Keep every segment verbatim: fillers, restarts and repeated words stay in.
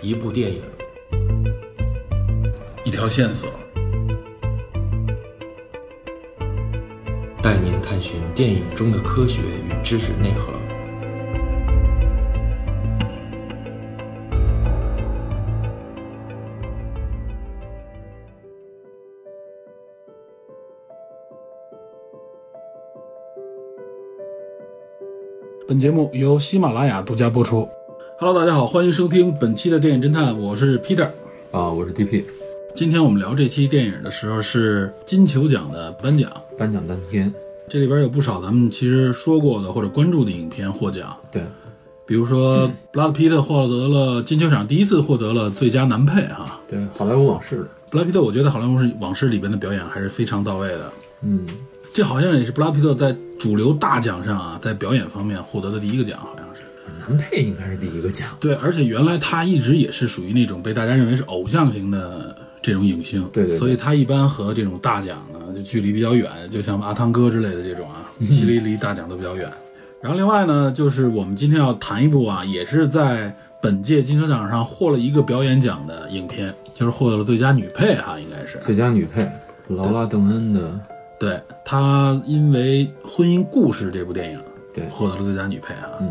一部电影， 一条线索， 带您探寻电影中的科学与知识内核。 本节目由喜马拉雅独家播出。Hello， 大家好，欢迎收听本期的电影侦探，我是 Peter 啊，我是 D P。 今天我们聊这期电影的时候是金球奖的颁奖， 颁奖当天， 这里边有不少咱们其实说过的或者关注的影片获奖。 对， 比如说布拉德皮特获得了金球奖第一次获得了最佳男配哈。 对，好莱坞往事的布拉德皮特，我觉得好莱坞往事里边的表演还是非常到位的。 嗯， 这好像也是布拉德皮特在主流大奖上啊，在表演方面获得的第一个奖，好像是。 男配应该是第一个奖。 对，而且原来他一直也是属于那种被大家认为是偶像型的这种影星。 对 对, 对， 所以他一般和这种大奖呢就距离比较远，就像阿汤哥之类的这种啊，其实离大奖都比较远。然后另外呢，就是我们今天要谈一部啊，也是在本届金球奖上获了一个表演奖的影片，就是获得了最佳女配哈，应该是最佳女配劳拉·邓恩的。 对，她因为《婚姻故事》这部电影对获得了最佳女配啊。 嗯。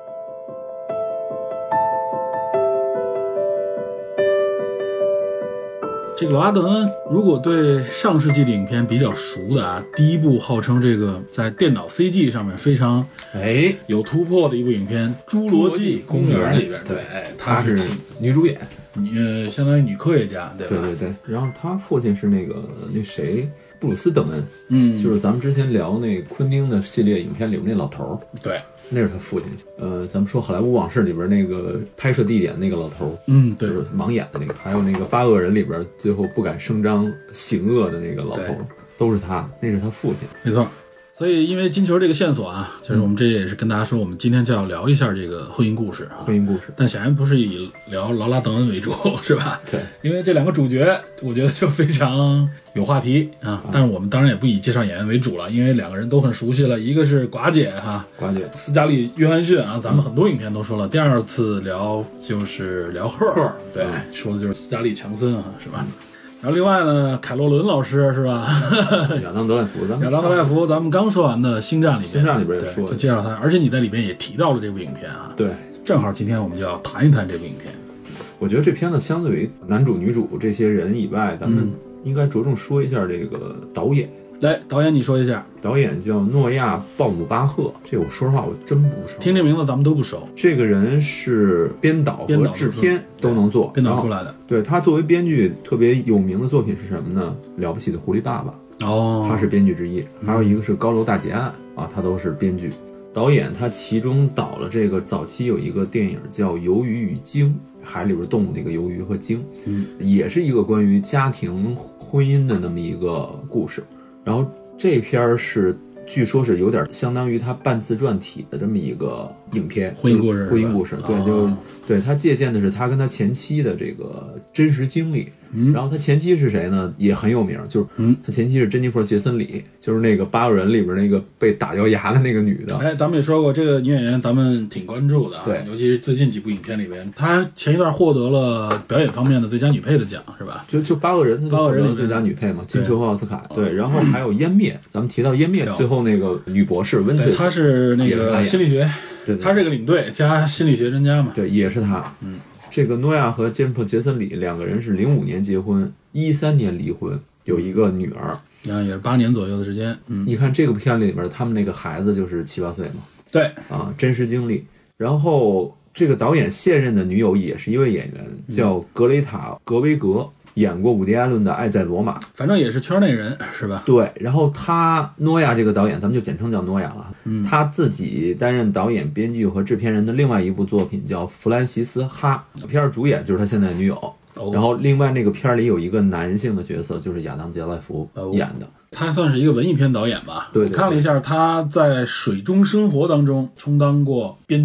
这个劳拉·邓恩，如果对上世纪的影片比较熟的啊，第一部号称这个在电脑 C G 上面非常哎有突破的一部影片《侏罗纪公园》里边， 对， 哎， 她是女主演， 呃，相当于女科学家，对吧？ 对对对。然后她父亲是那个那谁布鲁斯·邓恩， 嗯， 就是咱们之前聊那昆汀的系列影片里面那老头， 对。 那是他父亲。呃，咱们说《好莱坞往事》里边那个拍摄地点那个老头， 嗯，对， 就是盲眼的那个，还有那个《八恶人》里边最后不敢声张行恶的那个老头，都是他，那是他父亲。 没错。所以因为金球这个线索啊，就是我们这也是跟大家说，我们今天就要聊一下这个婚姻故事啊。 婚姻故事， 但显然不是以聊劳拉·邓恩为主，是吧？ 对， 因为这两个主角，我觉得就非常有话题啊。但是我们当然也不以介绍演员为主了，因为两个人都很熟悉了。一个是寡姐哈， 寡姐斯嘉丽·约翰逊啊，咱们很多影片都说了。第二次聊就是聊赫尔，对，嗯、说的就是斯嘉丽·强森啊，是吧？嗯，然后另外呢，凯洛伦老师是吧？ 亚当·德赖福，咱们亚当·德赖福，咱们刚说完的《星战》里面，《 星战》里边也说了， 就介绍他，而且你在里边也提到了这部影片啊。 对， 正好今天我们就要谈一谈这部影片。 我觉得这片子相对于男主、女主这些人以外，咱们应该着重说一下这个导演。 来，导演你说一下。 导演叫诺亚·鲍姆巴赫，这个我说实话我真不熟， 听这名字咱们都不熟。 这个人是编导和制片都能做， 编导出来的。 对，他作为编剧特别有名的作品是什么呢？了不起的狐狸爸爸哦， 他是编剧之一，还有一个是高楼大劫案啊，他都是编剧。导演他其中导了这个早期有一个电影叫《鱿鱼与鲸》，海里边动物那个鱿鱼和鲸， 嗯， 也是一个关于家庭婚姻的那么一个故事。然后这片是据说是有点相当于他半自传体的这么一个影片， 婚姻故事， 婚姻故事，对， 哦、 就对他借鉴的是他跟他前妻的这个真实经历。 嗯， 然后他前妻是谁呢？也很有名，就是嗯，他前妻是珍妮弗·杰森里，就是那个《八恶人》里边那个被打掉牙的那个女的。 哎，咱们也说过这个女演员，咱们挺关注的啊， 对， 尤其是最近几部影片里边，她前一段获得了表演方面的最佳女配的奖，是吧？ 就就《八恶人》， 八恶人里最佳女配嘛，金球和奥斯卡。对，然后还有《湮灭》，咱们提到《湮灭》，最后那个女博士温翠， 她是那个心理学， 对， 她是个领队加心理学专家嘛， 对，也是她， 嗯。 这个诺亚和珍妮弗·杰森里两个人是零五年结婚，一三年离婚，有一个女儿， 啊，也是八年左右的时间。嗯， 你看这个片里边，他们那个孩子就是七八岁嘛。 对， 啊，真实经历。然后这个导演现任的女友也是一位演员，叫格雷塔·格维格。演过伍迪·艾伦的《爱在罗马》， 反正也是圈内人，是吧？ 对，然后他诺亚这个导演，咱们就简称叫诺亚了。 嗯， 他自己担任导演、编剧和制片人的另外一部作品叫《弗兰西斯哈》，片儿主演就是他现在的女友。 哦、 然后另外那个片儿里有一个男性的角色，就是亚当·杰赖福演的。 哦、他算是一个文艺片导演吧？ 对, 对, 对， 看了一下他在《水中生活》当中充当过编剧。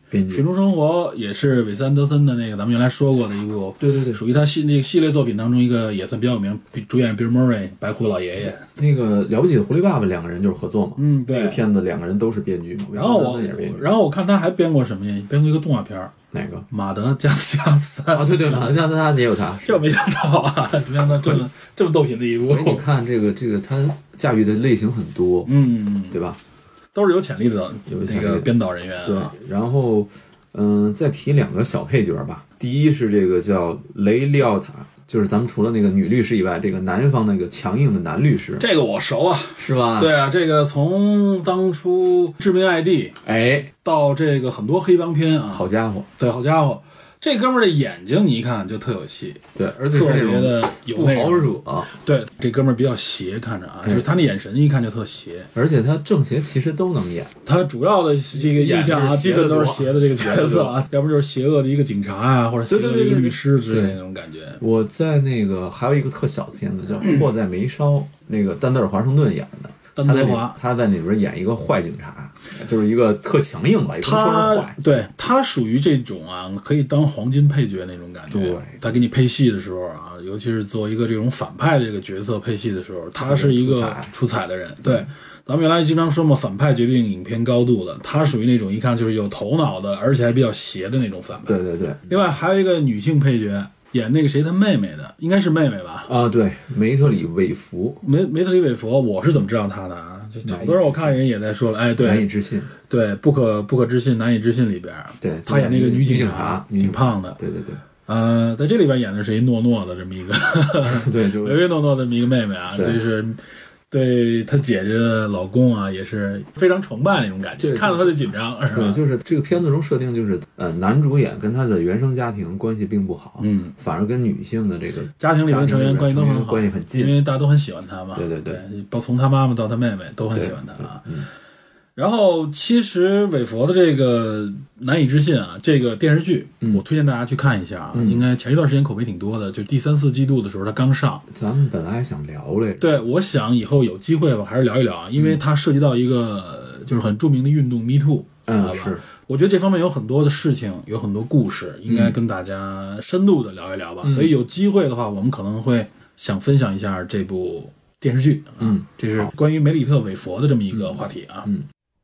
编剧水中生活也是韦斯安德森的那个咱们原来说过的一部， 对对对， 属于他系那个系列作品当中一个也算比较有名，主演 Bill Murray 白胡子老爷爷。 那个了不起的狐狸爸爸两个人就是合作嘛， 嗯，对， 那个片子两个人都是编剧嘛。 然后我也是编剧， 然后我看他还编过什么呀？编过一个动画片儿， 哪个？ 马德加斯加斯啊，对对，马德加斯加也有他， 这没想到啊，没想到这么这么逗品的一部。 你看这个这个他驾驭的类型很多， 嗯， 对吧？ 都是有潜力的有这个编导人员、啊。 对，然后嗯、呃，再提两个小配角吧。第一是这个叫雷利奥塔，就是咱们除了那个女律师以外，这个南方那个强硬的男律师， 这个我熟啊， 是吧？ 对啊，这个从当初致命 I D 哎， 到这个很多黑帮片啊， 好家伙， 对，好家伙。这哥们儿的眼睛你一看就特有戏， 对，而且特别的有不好惹、啊。 对，这哥们儿比较邪，看着啊，就是他那眼神一看就特邪， 而且他正邪其实都能演。 他主要的这个印象啊，基本都是邪的这个角色啊，要不就是邪恶的一个警察啊，或者邪恶的一个律师之类的那种感觉。 我在那个还有一个特小的片子叫《迫在眉梢》，那个丹德尔·华盛顿演的。 丹德华他在里边演一个坏警察，就是一个特强硬吧，也不能说是坏。 对，他属于这种啊，可以当黄金配角那种感觉。 对， 他给你配戏的时候啊，尤其是做一个这种反派的这个角色配戏的时候，他是一个出彩的人。对，咱们原来经常说嘛，反派决定影片高度的，他属于那种一看就是有头脑的，而且还比较邪的那种反派。 对对对。 另外还有一个女性配角。演那个谁他妹妹的，应该是妹妹吧？ 啊，对，梅特里韦弗， 梅梅特里韦弗，我是怎么知道他的啊？就好多人我看人也在说了，哎，对， 难以置信， 对，不可不可置信，难以置信里边， 对， 他演那个女警察， 挺胖的， 对对对， 呃，在这里边演的是一诺诺的这么一个， 对，就是唯唯诺诺的这么一个妹妹啊，就是对她姐姐的老公啊，也是非常崇拜那种感觉，看到她就紧张，是吧？ 对，就是这个片子中设定就是，呃，男主演跟他的原生家庭关系并不好， 嗯， 反而跟女性的这个家庭里面成员关系都很好， 关系很近， 因为大家都很喜欢他嘛， 对对对，包从他妈妈到他妹妹都很喜欢他啊。 嗯。 然后，其实韦佛的这个难以置信啊，这个电视剧， 嗯、 我推荐大家去看一下啊。 嗯、 应该前一段时间口碑挺多的，就第三四季度的时候它刚上。 咱们本来还想聊来着。 对，我想以后有机会吧，还是聊一聊啊，因为它涉及到一个就是很著名的运动 Me Too， 嗯，是。 我觉得这方面有很多的事情，有很多故事，应该跟大家深度的聊一聊吧。 嗯、 所以有机会的话，我们可能会想分享一下这部电视剧。 嗯， 这是关于梅里特韦佛的这么一个话题啊。 嗯。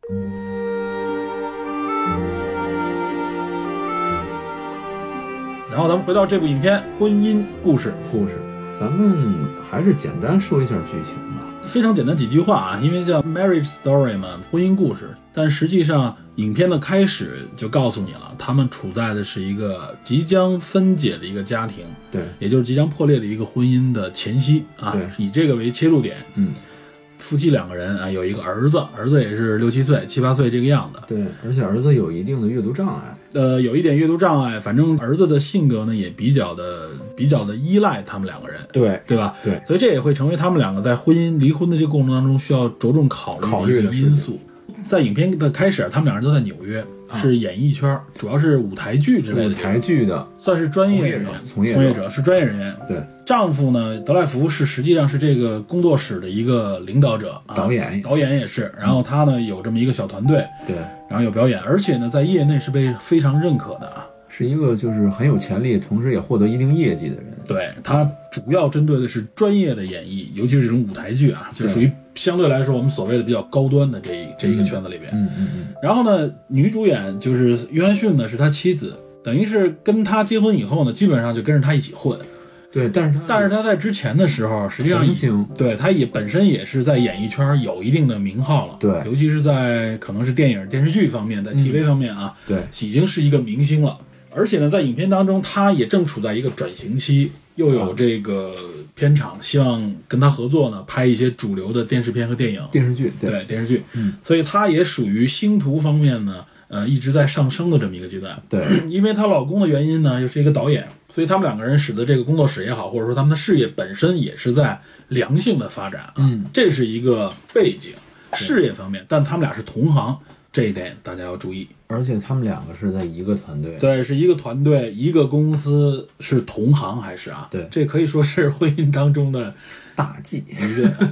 然后咱们回到这部影片《婚姻故事》， 故事，咱们还是简单说一下剧情吧。 非常简单几句话啊，因为叫 marriage story 嘛，婚姻故事。但实际上，影片的开始就告诉你了，他们处在的是一个即将分解的一个家庭， 对， 也就是即将破裂的一个婚姻的前夕啊， 对， 以这个为切入点， 嗯。 夫妻两个人啊，有一个儿子，儿子也是六七岁、七八岁这个样子。 对，而且儿子有一定的阅读障碍， 呃，有一点阅读障碍。反正儿子的性格呢，也比较的、比较的依赖他们两个人， 对， 对吧？ 对， 所以这也会成为他们两个在婚姻离婚的这个过程当中需要着重考虑的一个因素。在影片的开始，他们两人都在纽约，啊、是演艺圈，主要是舞台剧之类的， 舞台剧的， 算是专业人员， 从业从业者是专业人员。 对， 丈夫呢，德莱福是实际上是这个工作室的一个领导者， 导演、 啊，导演也是。然后他呢有这么一个小团队， 对， 然后有表演，而且呢在业内是被非常认可的啊。 是一个就是很有潜力，同时也获得一定业绩的人。 对，他主要针对的是专业的演绎，尤其是这种舞台剧啊，就属于相对来说我们所谓的比较高端的这一这一个圈子里边。 嗯嗯嗯。 然后呢，女主演就是约翰逊呢，是他妻子，等于是跟他结婚以后呢，基本上就跟着他一起混。 对，但是他但是他在之前的时候，实际上星对他也本身也是在演艺圈有一定的名号了。 对， 尤其是在可能是电影、电视剧方面，在 T V 方面啊， 嗯、对， 已经是一个明星了。而且呢，在影片当中，他也正处在一个转型期，又有这个片场希望跟他合作呢，拍一些主流的电视片和电影、 电视剧， 对, 对电视剧。 嗯， 所以他也属于星途方面呢，呃，一直在上升的这么一个阶段。 对， 因为她老公的原因呢，又是一个导演，所以他们两个人使得这个工作室也好，或者说他们的事业本身也是在良性的发展啊。 嗯， 这是一个背景，事业方面，但他们俩是同行。这一点大家要注意， 而且他们两个是在一个团队， 对，是一个团队，一个公司，是同行还是啊？ 对， 这可以说是婚姻当中的大忌， 一个对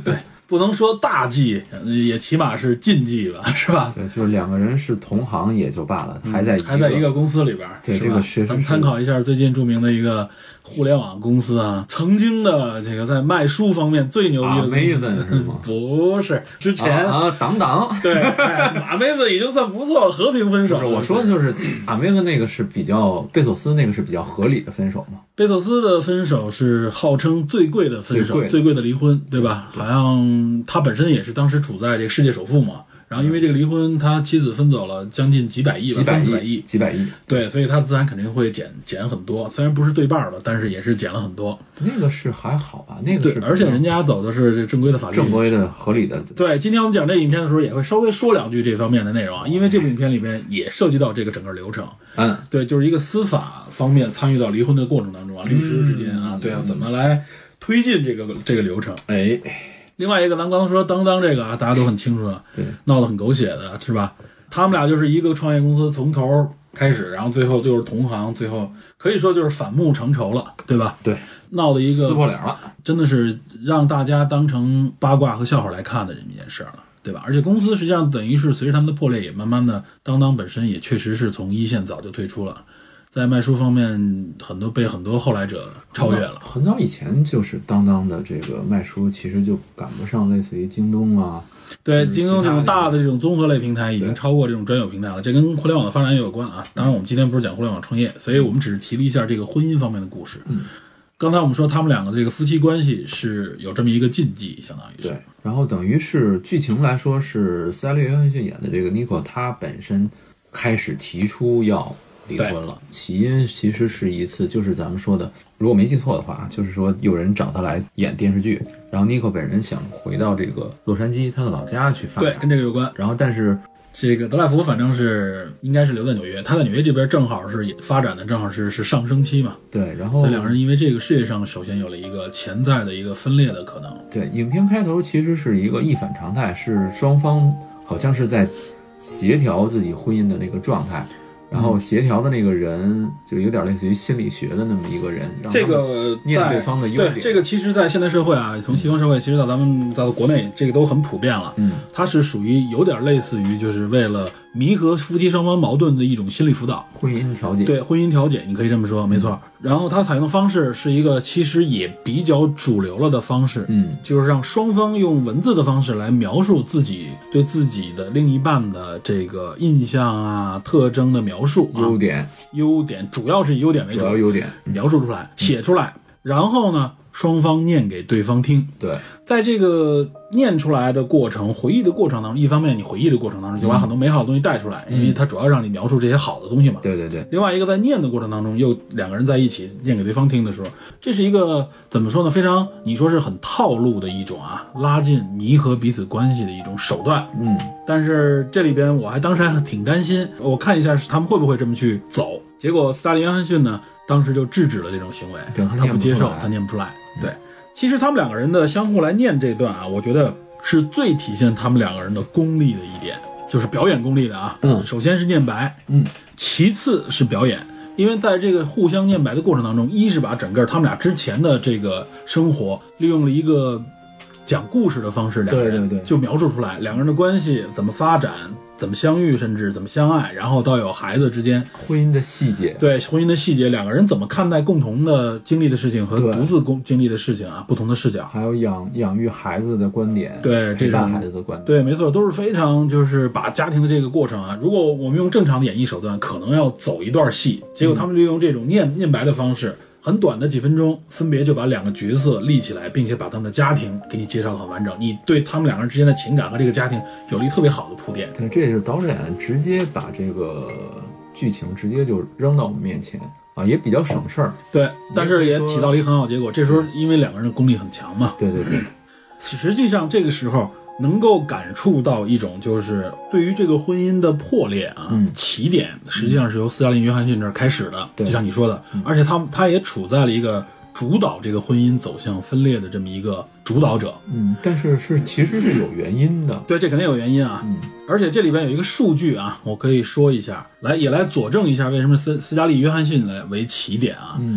不能说大忌，也起码是禁忌吧，是吧？ 对，就是两个人是同行也就罢了，嗯、还在还在一个公司里边， 对是吧？ 这个是咱们参考一下最近著名的一个互联网公司啊，曾经的这个在卖书方面最牛逼的公司 Amazon 是吗？ 不是，之前啊，啊当当， 对，哎马妹子已经算不错了，和平分手。 不是我说的就是 Amazon 那个是比较贝索斯那个是比较合理的分手嘛？ 贝索斯的分手是号称最贵的分手，最贵的, 最贵的离婚，对吧？对，好像他本身也是当时处在这个世界首富嘛。然后因为这个离婚，他妻子分走了将近几百亿吧， 几百亿、亿、 几百亿， 对，所以他自然肯定会减减很多，虽然不是对半的，但是也是减了很多。 那个是还好吧？那个是， 对，而且人家走的是这正规的法律， 正规的、合理的。 对，今天我们讲这影片的时候，也会稍微说两句这方面的内容啊，因为这部影片里面也涉及到这个整个流程。 嗯， 对，就是一个司法方面参与到离婚的过程当中啊，律师之间啊， 嗯、 对啊，怎么来推进这个这个流程？ 哎。 另外一个，咱刚刚说当当这个啊，大家都很清楚的， 对， 闹得很狗血的是吧？他们俩就是一个创业公司从头开始，然后最后就是同行，最后可以说就是反目成仇了，对吧？ 对， 闹的一个撕破脸了， 真的是让大家当成八卦和笑话来看的这么一件事了，对吧？而且公司实际上等于是随着他们的破裂，也慢慢的，当当本身也确实是从一线早就退出了。在卖书方面，很多被很多后来者超越了。 很早以前就是当当的这个卖书，其实就赶不上类似于京东啊。 对，京东这种大的这种综合类平台已经超过这种专有平台了，这跟互联网的发展也有关啊。当然，我们今天不是讲互联网创业，所以我们只是提了一下这个婚姻方面的故事。 嗯， 刚才我们说他们两个的这个夫妻关系是有这么一个禁忌，相当于是。 对，然后等于是剧情来说是斯嘉丽·约翰逊演的这个妮可，她本身开始提出要离婚了，起因其实是一次，就是咱们说的，如果没记错的话，就是说有人找他来演电视剧，然后妮可本人想回到这个洛杉矶他的老家去发展， 对，跟这个有关。 然后但是这个德莱福反正是应该是留在纽约，他在纽约这边正好是发展的正好是是上升期嘛， 对，然后所以两个人因为这个事业上首先有了一个潜在的一个分裂的可能。 对，影片开头其实是一个一反常态，是双方好像是在协调自己婚姻的那个状态。然后协调的那个人就有点类似于心理学的那么一个人， 这个念对方的优点。 对，这个其实在现代社会啊，从西方社会其实到咱们到国内，这个都很普遍了。 嗯， 它是属于有点类似于就是为了弥合夫妻双方矛盾的一种心理辅导， 婚姻调解。 对，婚姻调解，你可以这么说，没错。然后它采用的方式是一个其实也比较主流了的方式， 嗯， 就是让双方用文字的方式来描述自己对自己的另一半的这个印象啊、特征的描述、啊、 优点、 优点，主要是以优点为主， 主要优点、 嗯、描述出来、写出来，然后呢，双方念给对方听。 对， 在这个念出来的过程、回忆的过程当中，一方面你回忆的过程当中就把很多美好的东西带出来， 嗯、 因为它主要让你描述这些好的东西嘛。 对对对。 另外一个在念的过程当中，又两个人在一起念给对方听的时候，这是一个怎么说呢？非常你说是很套路的一种啊，拉近弥合彼此关系的一种手段。 嗯， 但是这里边我还当时还挺担心，我看一下他们会不会这么去走。结果斯嘉丽·约翰逊呢，当时就制止了这种行为， 对他不接受，他念不出来。对，其实他们两个人的相互来念这段啊，我觉得是最体现他们两个人的功力的一点，就是表演功力的啊。 嗯， 首先是念白， 嗯， 其次是表演。因为在这个互相念白的过程当中，一是把整个他们俩之前的这个生活利用了一个讲故事的方式，两个人就描述出来两个人的关系怎么发展，怎么相遇，甚至怎么相爱，然后到有孩子之间婚姻的细节， 对婚姻的细节，两个人怎么看待共同的经历的事情和独自共经历的事情啊，不同的视角， 还有养养育孩子的观点， 对陪伴孩子的观点， 对，没错，都是非常就是把家庭的这个过程啊，如果我们用正常的演绎手段，可能要走一段戏，结果他们利用这种念、嗯、念白的方式。很短的几分钟，分别就把两个角色立起来，并且把他们的家庭给你介绍得很完整，你对他们两个人之间的情感和这个家庭有了一个特别好的铺垫。 对，这也是导演直接把这个剧情直接就扔到我们面前啊，也比较省事儿。 对，但是也起到了一个很好结果。这时候因为两个人的功力很强嘛， 对对对， 实际上这个时候能够感触到一种就是对于这个婚姻的破裂啊， 嗯、 起点实际上是由斯嘉丽·约翰逊这儿开始的，就像你说的， 嗯、 而且他他也处在了一个主导这个婚姻走向分裂的这么一个主导者。 嗯，但是是其实是有原因的。 对，这肯定有原因啊。 嗯， 而且这里边有一个数据啊，我可以说一下，来也来佐证一下为什么斯斯嘉丽·约翰逊来为起点啊。 嗯，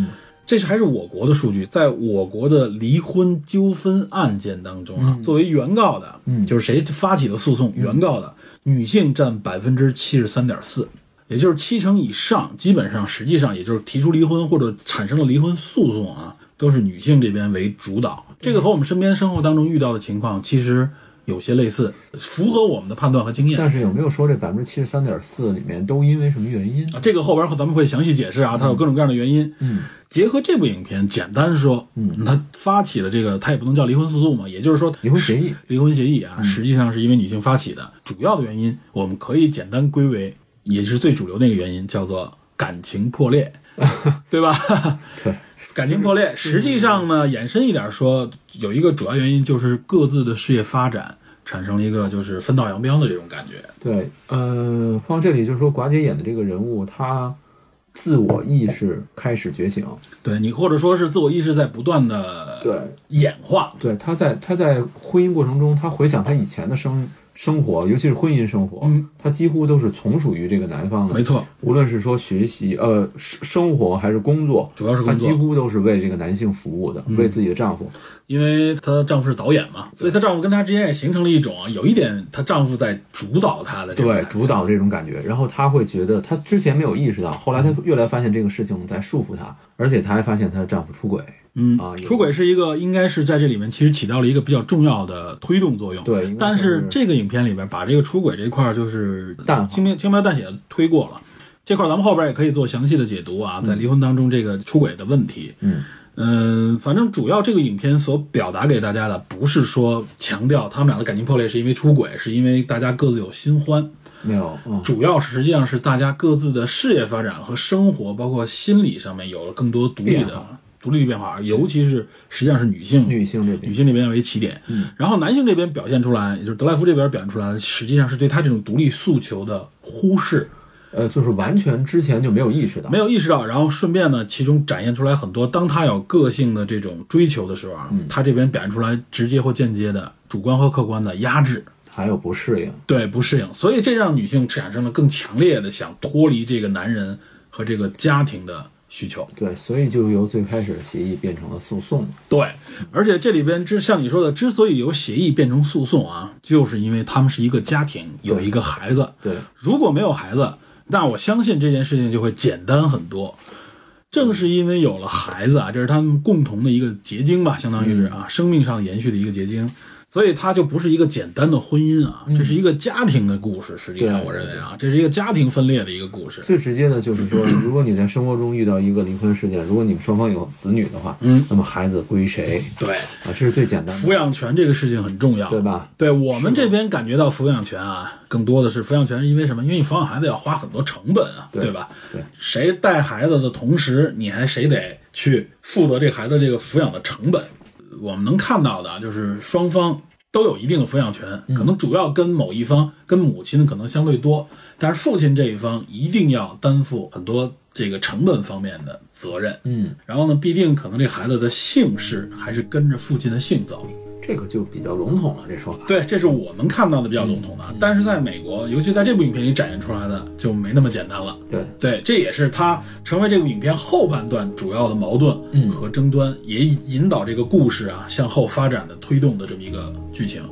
这是还是我国的数据，在我国的离婚纠纷案件当中啊，嗯、作为原告的，嗯，就是谁发起的诉讼，原告的、嗯、女性占百分之七十三点四，也就是七成以上，基本上实际上也就是提出离婚或者产生了离婚诉讼啊，都是女性这边为主导。这个和我们身边生活当中遇到的情况其实有些类似，符合我们的判断和经验。 但是有没有说这百分之七十三点四里面都因为什么原因啊？这个后边咱们会详细解释啊，它有各种各样的原因。 嗯， 结合这部影片，简单说，嗯，他发起了这个，他也不能叫离婚诉讼嘛，也就是说离婚协议， 离婚协议啊，嗯、实际上是因为女性发起的。主要的原因，我们可以简单归为，也是最主流的一个原因，叫做感情破裂，对吧？ 对。 感情破裂，实际上呢，延伸一点说，有一个主要原因就是各自的事业发展产生了一个就是分道扬镳的这种感觉。 对，呃，放这里就是说，寡姐演的这个人物，她自我意识开始觉醒， 对你或者说是自我意识在不断的对演化。 对，她在她在婚姻过程中，她回想她以前的生生活，尤其是婚姻生活， 嗯， 她几乎都是从属于这个男方的， 没错。 无论是说学习、呃生活还是工作， 主要是工作， 她几乎都是为这个男性服务的，嗯、为自己的丈夫。 因为她丈夫是导演嘛，所以她丈夫跟她之间也形成了一种啊，有一点她丈夫在主导她的这种对主导这种感觉。然后她会觉得，她之前没有意识到，后来她越来发现这个事情在束缚她，而且她还发现她的丈夫出轨。 嗯啊， 出轨是一个应该是在这里面其实起到了一个比较重要的推动作用。 对， 但是这个影片里边把这个出轨这一块就是淡轻描轻描淡写的推过了。这块咱们后边也可以做详细的解读啊，在离婚当中这个出轨的问题。 嗯嗯、呃，反正主要这个影片所表达给大家的不是说强调他们俩的感情破裂是因为出轨，是因为大家各自有新欢。 没有，嗯、 主要实际上是大家各自的事业发展和生活，包括心理上面有了更多独立的。独立的变化，尤其是实际上是女性， 女性这边， 女性这边为起点， 嗯， 然后男性这边表现出来，也就是德莱夫这边表现出来，实际上是对他这种独立诉求的忽视， 呃，就是完全之前就没有意识到， 没有意识到，然后顺便呢，其中展现出来很多，当他有个性的这种追求的时候啊， 嗯、 他这边表现出来直接或间接的主观和客观的压制， 还有不适应， 对，不适应，所以这让女性产生了更强烈的想脱离这个男人和这个家庭的需求。 对，所以就由最开始的协议变成了诉讼。 对，而且这里边之像你说的，之所以由协议变成诉讼啊，就是因为他们是一个家庭，有一个孩子。 对， 如果没有孩子，那我相信这件事情就会简单很多。正是因为有了孩子啊，这是他们共同的一个结晶吧，相当于是啊，嗯、生命上延续的一个结晶。所以它就不是一个简单的婚姻啊，这是一个家庭的故事。实际上，我认为啊，这是一个家庭分裂的一个故事。 最直接的就是说，如果你在生活中遇到一个离婚事件，如果你们双方有子女的话， 嗯， 那么孩子归谁？ 对啊，这是最简单的。 抚养权这个事情很重要， 对吧？ 对我们这边感觉到抚养权啊，更多的是抚养权是因为什么？因为你抚养孩子要花很多成本啊， 对, 对吧？ 对， 谁带孩子的同时，你还谁得去负责这孩子这个抚养的成本？我们能看到的就是双方都有一定的抚养权，可能主要跟某一方，跟母亲可能相对多，但是父亲这一方一定要担负很多这个成本方面的责任。 嗯， 然后呢，必定可能这孩子的姓氏还是跟着父亲的姓走。 这个就比较笼统了，这说法。 对，这是我们看到的比较笼统的，嗯、但是在美国，尤其在这部影片里展现出来的就没那么简单了。 对对，这也是他成为这部影片后半段主要的矛盾和争端，嗯、也引导这个故事啊向后发展的推动的这么一个剧情。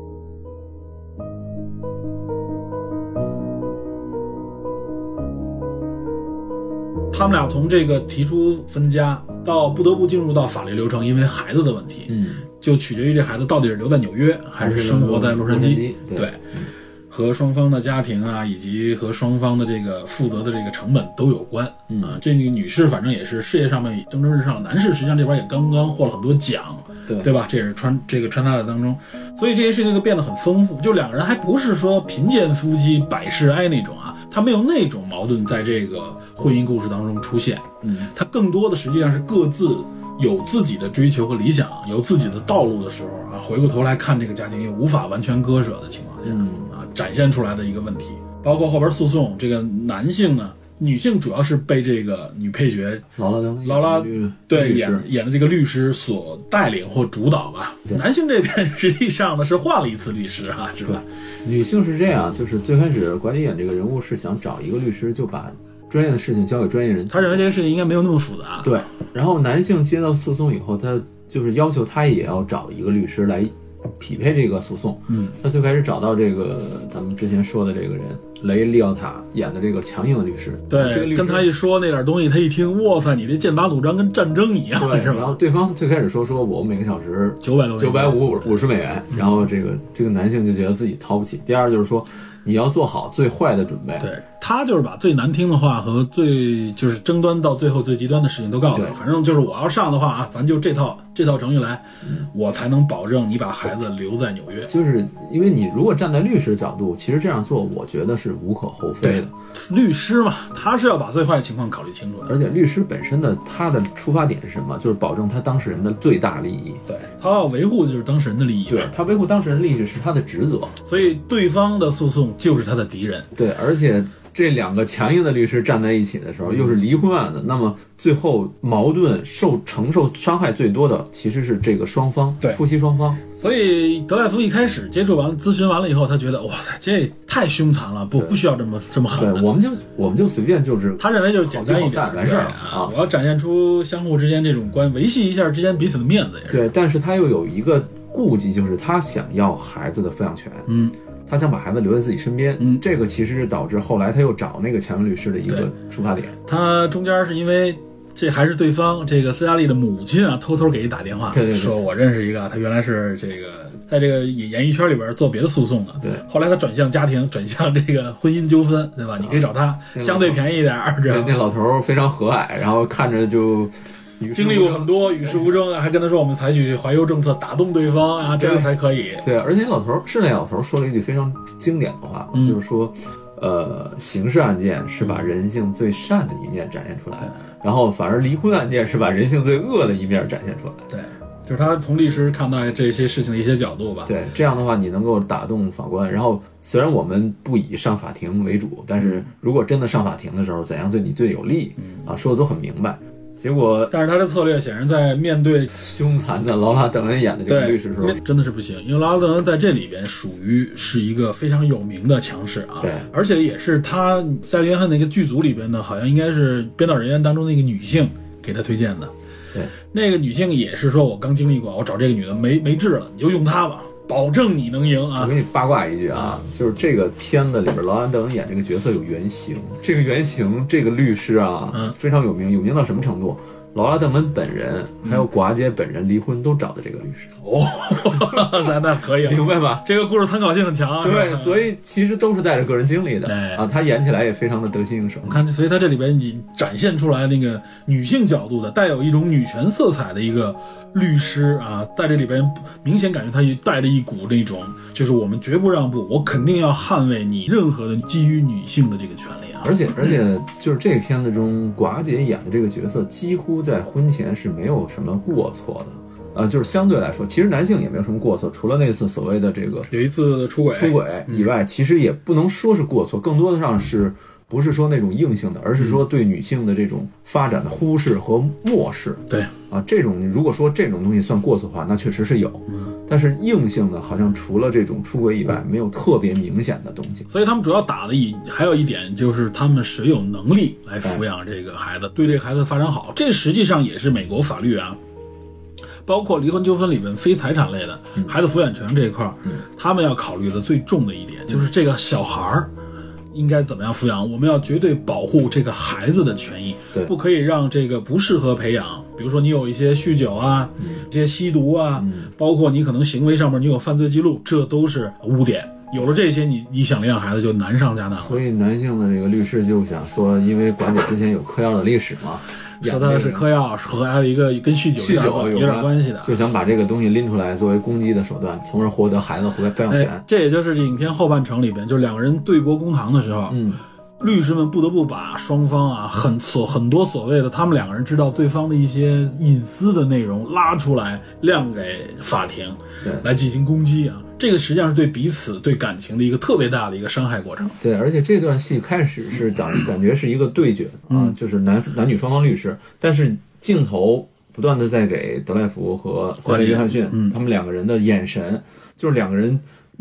他们俩从这个提出分家到不得不进入到法律流程，因为孩子的问题， 嗯， 就取决于这孩子到底是留在纽约还是生活在洛杉矶。 对， 对，和双方的家庭啊，以及和双方的这个负责的这个成本都有关。 嗯啊，这个女士反正也是事业上面蒸蒸日上，男士实际上这边也刚刚获了很多奖， 对对吧？这也是穿这个穿插在当中，所以这些事情就变得很丰富。就两个人还不是说贫贱夫妻百事哀那种啊，他没有那种矛盾在这个婚姻故事当中出现。 嗯， 他更多的实际上是各自有自己的追求和理想，有自己的道路的时候啊，回过头来看这个家庭又无法完全割舍的情况下， 嗯啊，展现出来的一个问题，包括后边诉讼，这个男性呢，女性主要是被这个女配角劳拉登劳拉对演演的这个律师所带领或主导吧。男性这边实际上呢是换了一次律师啊，是吧？ 女性是这样，就是最开始管理演这个人物是想找一个律师，就把专业的事情交给专业人。 他认为这个事情应该没有那么复杂。 对，然后男性接到诉讼以后，他就是要求他也要找一个律师来匹配这个诉讼。 嗯， 他最开始找到这个咱们之前说的这个人雷利奥塔演的这个强硬的律师。 对， 这个律师跟他一说那点东西，他一听，哇塞，你这剑拔弩张，跟战争一样， 对， 是吧？ 然后对方最开始说说我每个小时九百多九百五五十美元，然后这个这个男性就觉得自己掏不起。第二就是说，你要做好最坏的准备。 对，他就是把最难听的话和最就是争端到最后最极端的事情都告诉他，反正就是我要上的话啊，咱就这套这套程序来，嗯、我才能保证你把孩子留在纽约。 就是因为你如果站在律师角度，其实这样做我觉得是无可厚非的。 律师嘛，他是要把最坏的情况考虑清楚的。 而且律师本身的他的出发点是什么？就是保证他当事人的最大利益。 对，他要维护的就是当事人的利益。 对，他维护当事人利益是他的职责。 所以对方的诉讼就是他的敌人。 对，而且这两个强硬的律师站在一起的时候，又是离婚案的，那么最后矛盾受承受伤害最多的其实是这个双方， 对， 夫妻双方。 所以德赖夫一开始接触完咨询完了以后，他觉得哇塞，这太凶残了，不不需要这么这么狠的。 对，我们就我们就随便就是他认为就是简单一点完事儿啊，我要展现出相互之间这种关，维系一下之间彼此的面子也是。 对，但是他又有一个顾忌，就是他想要孩子的抚养权。 嗯。 他想把孩子留在自己身边， 嗯， 这个其实是导致后来他又找那个强硬律师的一个出发点。 他中间是因为这还是对方这个斯嘉丽的母亲啊，偷偷给一打电话， 对对对， 说我认识一个，他原来是这个在这个演艺圈里边做别的诉讼的， 对， 后来他转向家庭，转向这个婚姻纠纷，对吧？你可以找他，相对便宜一点。 对，那老头非常和蔼，然后看着就。 经历过很多，与世无争，还跟他说我们采取怀柔政策打动对方啊，这样才可以。 对，而且老头是那老头说了一句非常经典的话， 嗯、 就是说，呃，刑事案件是把人性最善的一面展现出来，嗯、然后反而离婚案件是把人性最恶的一面展现出来。 对，就是他从律师看待这些事情的一些角度吧。 对，这样的话你能够打动法官。然后虽然我们不以上法庭为主，但是如果真的上法庭的时候，怎样对你最有利、嗯、啊，说的都很明白。结果， 但是他的策略显然在面对凶残的劳拉·邓恩演的这个律师时候， 真的是不行，因为劳拉·邓恩在这里边属于是一个非常有名的强势啊， 对， 而且也是他在约翰那个剧组里边呢，好像应该是编导人员当中那个女性给他推荐的， 对， 那个女性也是说我刚经历过，我找这个女的没没治了，你就用她吧。保证你能赢啊！ 我给你八卦一句啊，就是这个片子里边劳拉·邓恩演这个角色有原型，这个原型这个律师啊， 嗯， 非常有名，有名到什么程度？劳拉·邓恩本人还有寡姐本人离婚都找的这个律师哦，那可以， 明白吧？ 这个故事参考性很强， 对，所以其实都是带着个人经历的啊。他演起来也非常的得心应手。 我看，所以他这里边你展现出来那个女性角度的，带有一种女权色彩的一个律师啊，在这里边明显感觉他带着一股那种，就是我们绝不让步，我肯定要捍卫你任何的基于女性的这个权利啊。 而且而且就是这个片子中寡姐演的这个角色，几乎在婚前是没有什么过错的，呃，就是相对来说，其实男性也没有什么过错，除了那次所谓的这个有一次出轨出轨以外，其实也不能说是过错，更多的上是不是说那种硬性的，而是说对女性的这种发展的忽视和漠视。 对啊，这种如果说这种东西算过错的话，那确实是有。但是硬性的，好像除了这种出轨以外，没有特别明显的东西。 所以他们主要打的一还有一点就是他们谁有能力来抚养这个孩子，对这个孩子发展好，这实际上也是美国法律啊。包括离婚纠纷里面非财产类的、嗯、孩子抚养权这一块、嗯、他们要考虑的最重的一点、嗯、就是这个小孩应该怎么样抚养，我们要绝对保护这个孩子的权益， 对， 不可以让这个不适合培养，比如说你有一些酗酒啊、嗯、这些吸毒啊、嗯、包括你可能行为上面你有犯罪记录，这都是污点。有了这些，你你想领养孩子就难上加难了。 所以男性的这个律师就想说，因为寡姐之前有嗑药的历史嘛， 说他是嗑药和还有一个跟酗酒酗酒有点关系的， 就想把这个东西拎出来作为攻击的手段，从而获得孩子抚养权、 哎。这也就是影片后半程里边，就两个人对簿公堂的时候， 嗯， 律师们不得不把双方啊很所很多所谓的他们两个人知道对方的一些隐私的内容拉出来亮给法庭， 对， 来进行攻击啊。这个实际上是对彼此对感情的一个特别大的一个伤害过程。 对，而且这段戏开始是感感觉是一个对决啊、 嗯， 就是男男女双方律师，但是镜头不断的在给德赖福和斯嘉丽·约翰逊、嗯、他们两个人的眼神，就是两个人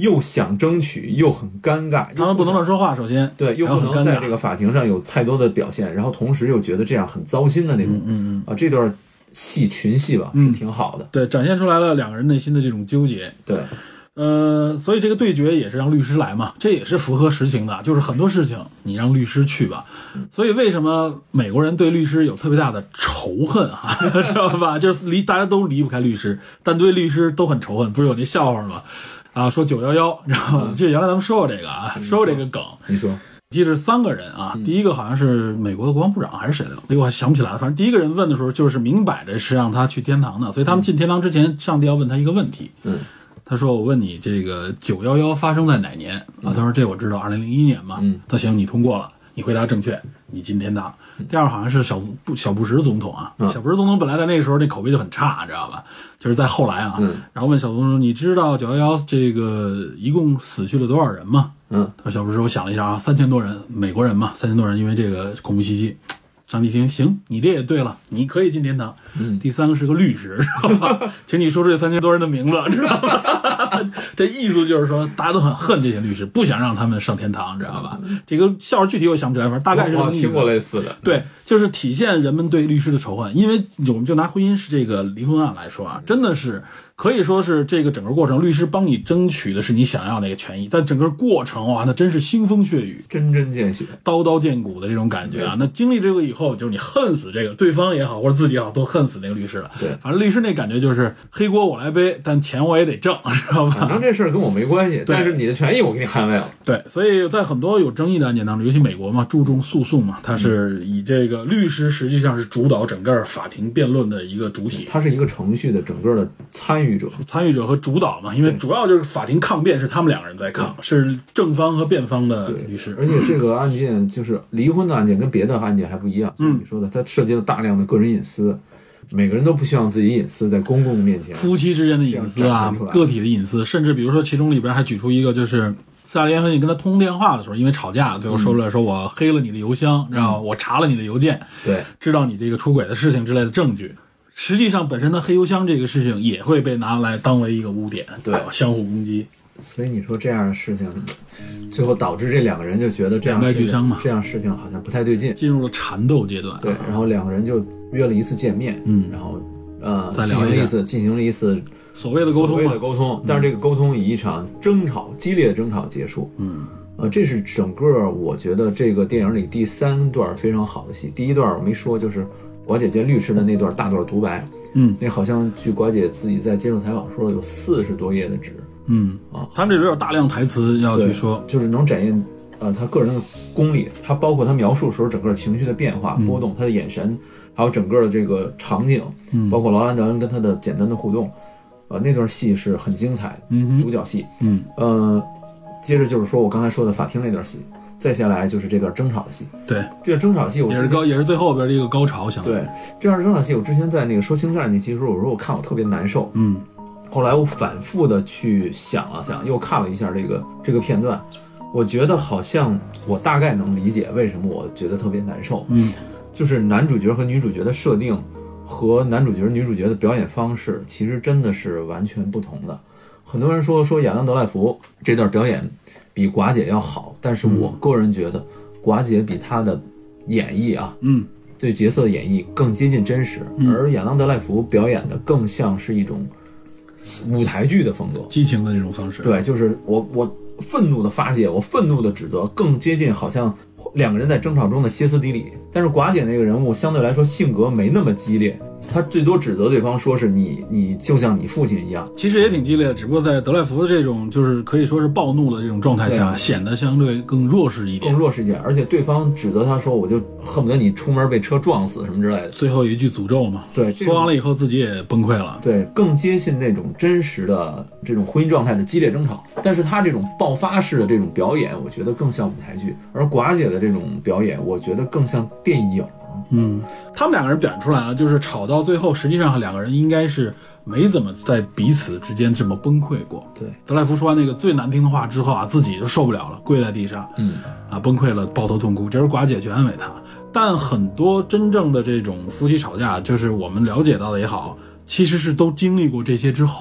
又想争取又很尴尬， 他们不能乱说话，首先对，又不能在这个法庭上有太多的表现，然后同时又觉得这样很糟心的那种， 嗯嗯嗯啊，这段戏群戏吧、嗯、是挺好的， 对，展现出来了两个人内心的这种纠结， 对。 呃，所以这个对决也是让律师来嘛，这也是符合实情的，就是很多事情你让律师去吧。所以为什么美国人对律师有特别大的仇恨啊，知道吧？就是离大家都离不开律师，但对律师都很仇恨。不是有那笑话吗？啊，说九一一，知道吗？这原来咱们说过这个啊，说过这个梗。 你说。 记着三个人啊，第一个好像是美国的国防部长还是谁的，那个我还想不起来了。反正第一个人问的时候，就是明摆着是让他去天堂的，所以他们进天堂之前，上帝要问他一个问题。 嗯。 他说：“我问你，这个九一一发生在哪年？”啊，他说：“这我知道，二零零一年嘛。” 嗯， 他行，你通过了，你回答正确，你进天堂。第二好像是小布小布什总统啊， 嗯、 小布什总统本来在那个时候那口碑就很差，知道吧？就是在后来啊， 嗯、 然后问小布什说：“你知道九一一这个一共死去了多少人吗？” 嗯， 他说：“小布什，我想了一下啊，三千多人，美国人嘛，三千多人，因为这个恐怖袭击。”上帝听，行，你这也对了，你可以进天堂。 嗯， 第三个是个律师，知道吧？请你说出这三千多人的名字，知道吧？这意思就是说，大家都很恨这些律师，不想让他们上天堂，知道吧？这个笑话具体我想不起来，反正大概是这个意思。 听过类似的， 对，就是体现人们对律师的仇恨。因为我们就拿婚姻是这个离婚案来说啊，真的是可以说是这个整个过程，律师帮你争取的是你想要那个权益，但整个过程哇，那真是腥风血雨、 针针见血、 刀刀见骨的这种感觉啊。那经历这个以后，就是你恨死这个对方也好，或者自己也好，都恨死那个律师了。 对， 反正律师那感觉就是黑锅我来背，但钱我也得挣，知道吧？ 反正这事儿跟我没关系，但是你的权益我给你捍卫了。 对，所以在很多有争议的案件当中，尤其美国嘛，注重诉讼嘛，它是以这个律师实际上是主导整个法庭辩论的一个主体， 它是一个程序的整个的参与者、 参与者和主导嘛，因为主要就是法庭抗辩是他们两个人在抗，是正方和辩方的律师。 而且这个案件就是离婚的案件，跟别的案件还不一样，就是你说的，它涉及了大量的个人隐私。每个人都不希望自己隐私在公共面前， 夫妻之间的隐私啊，个体的隐私，甚至比如说其中里边还举出一个，就是斯大林和你跟他通电话的时候，因为吵架，最后说出来说我黑了你的邮箱，然后、嗯、我查了你的邮件， 对， 知道你这个出轨的事情之类的证据。实际上，本身的黑邮箱这个事情也会被拿来当为一个污点， 对， 相互攻击。 所以你说这样的事情，最后导致这两个人就觉得这样两败俱伤嘛， 这样事情好像不太对劲， 进入了缠斗阶段。 对，然后两个人就约了一次见面， 嗯， 然后呃进行了一次进行了一次所谓的沟通， 所谓的沟通，但是这个沟通以一场争吵、激烈的争吵结束。 嗯， 呃，这是整个我觉得这个电影里第三段非常好的戏。第一段我没说，就是寡姐见律师的那段大段独白。 嗯， 那好像据寡姐自己在接受采访说，有四十多页的纸。 嗯啊， 他们这里有大量台词要去说， 就是能展现呃他个人的功力。他包括他描述时候整个情绪的变化、波动，他的眼神，还有整个的这个场景， 嗯， 包括劳兰德恩跟他的简单的互动，呃，那段戏是很精彩的， 嗯， 独角戏。 嗯， 呃，接着就是说我刚才说的法庭那段戏，再下来就是这段争吵的戏。 对， 这个争吵戏我也是高，也是最后边的一个高潮，相当于。 对，这段争吵戏我之前在那个说情战那期时候，我说我看我特别难受。 嗯。 后来我反复的去想了想，又看了一下这个这个片段，我觉得好像我大概能理解为什么我觉得特别难受。 嗯， 就是男主角和女主角的设定和男主角女主角的表演方式其实真的是完全不同的。很多人说说亚当德赖福这段表演比寡姐要好，但是我个人觉得寡姐比她的演绎啊， 嗯， 对角色的演绎更接近真实， 嗯、 而亚当德赖福表演的更像是一种舞台剧的风格， 激情的这种方式。 对，就是我我愤怒的发泄，我愤怒的指责，更接近好像两个人在争吵中的歇斯底里。但是寡姐那个人物相对来说性格没那么激烈，他最多指责对方说是你你就像你父亲一样， 其实也挺激烈的，只不过在德赖福的这种就是可以说是暴怒的这种状态下，显得相对更弱势一点， 更弱势一点。而且对方指责他说我就恨不得你出门被车撞死什么之类的， 最后一句诅咒嘛。 对， 说完了以后自己也崩溃了。 对，更接近那种真实的这种婚姻状态的激烈争吵。但是他这种爆发式的这种表演，我觉得更像舞台剧，而寡姐的这种表演，我觉得更像电影。 嗯，他们两个人表现出来啊，就是吵到最后，实际上两个人应该是没怎么在彼此之间这么崩溃过。 对， 德赖福说完那个最难听的话之后啊，自己就受不了了，跪在地上， 嗯， 啊，崩溃了，抱头痛哭。这时候寡姐去安慰他。但很多真正的这种夫妻吵架，就是我们了解到的也好，其实是都经历过这些之后了。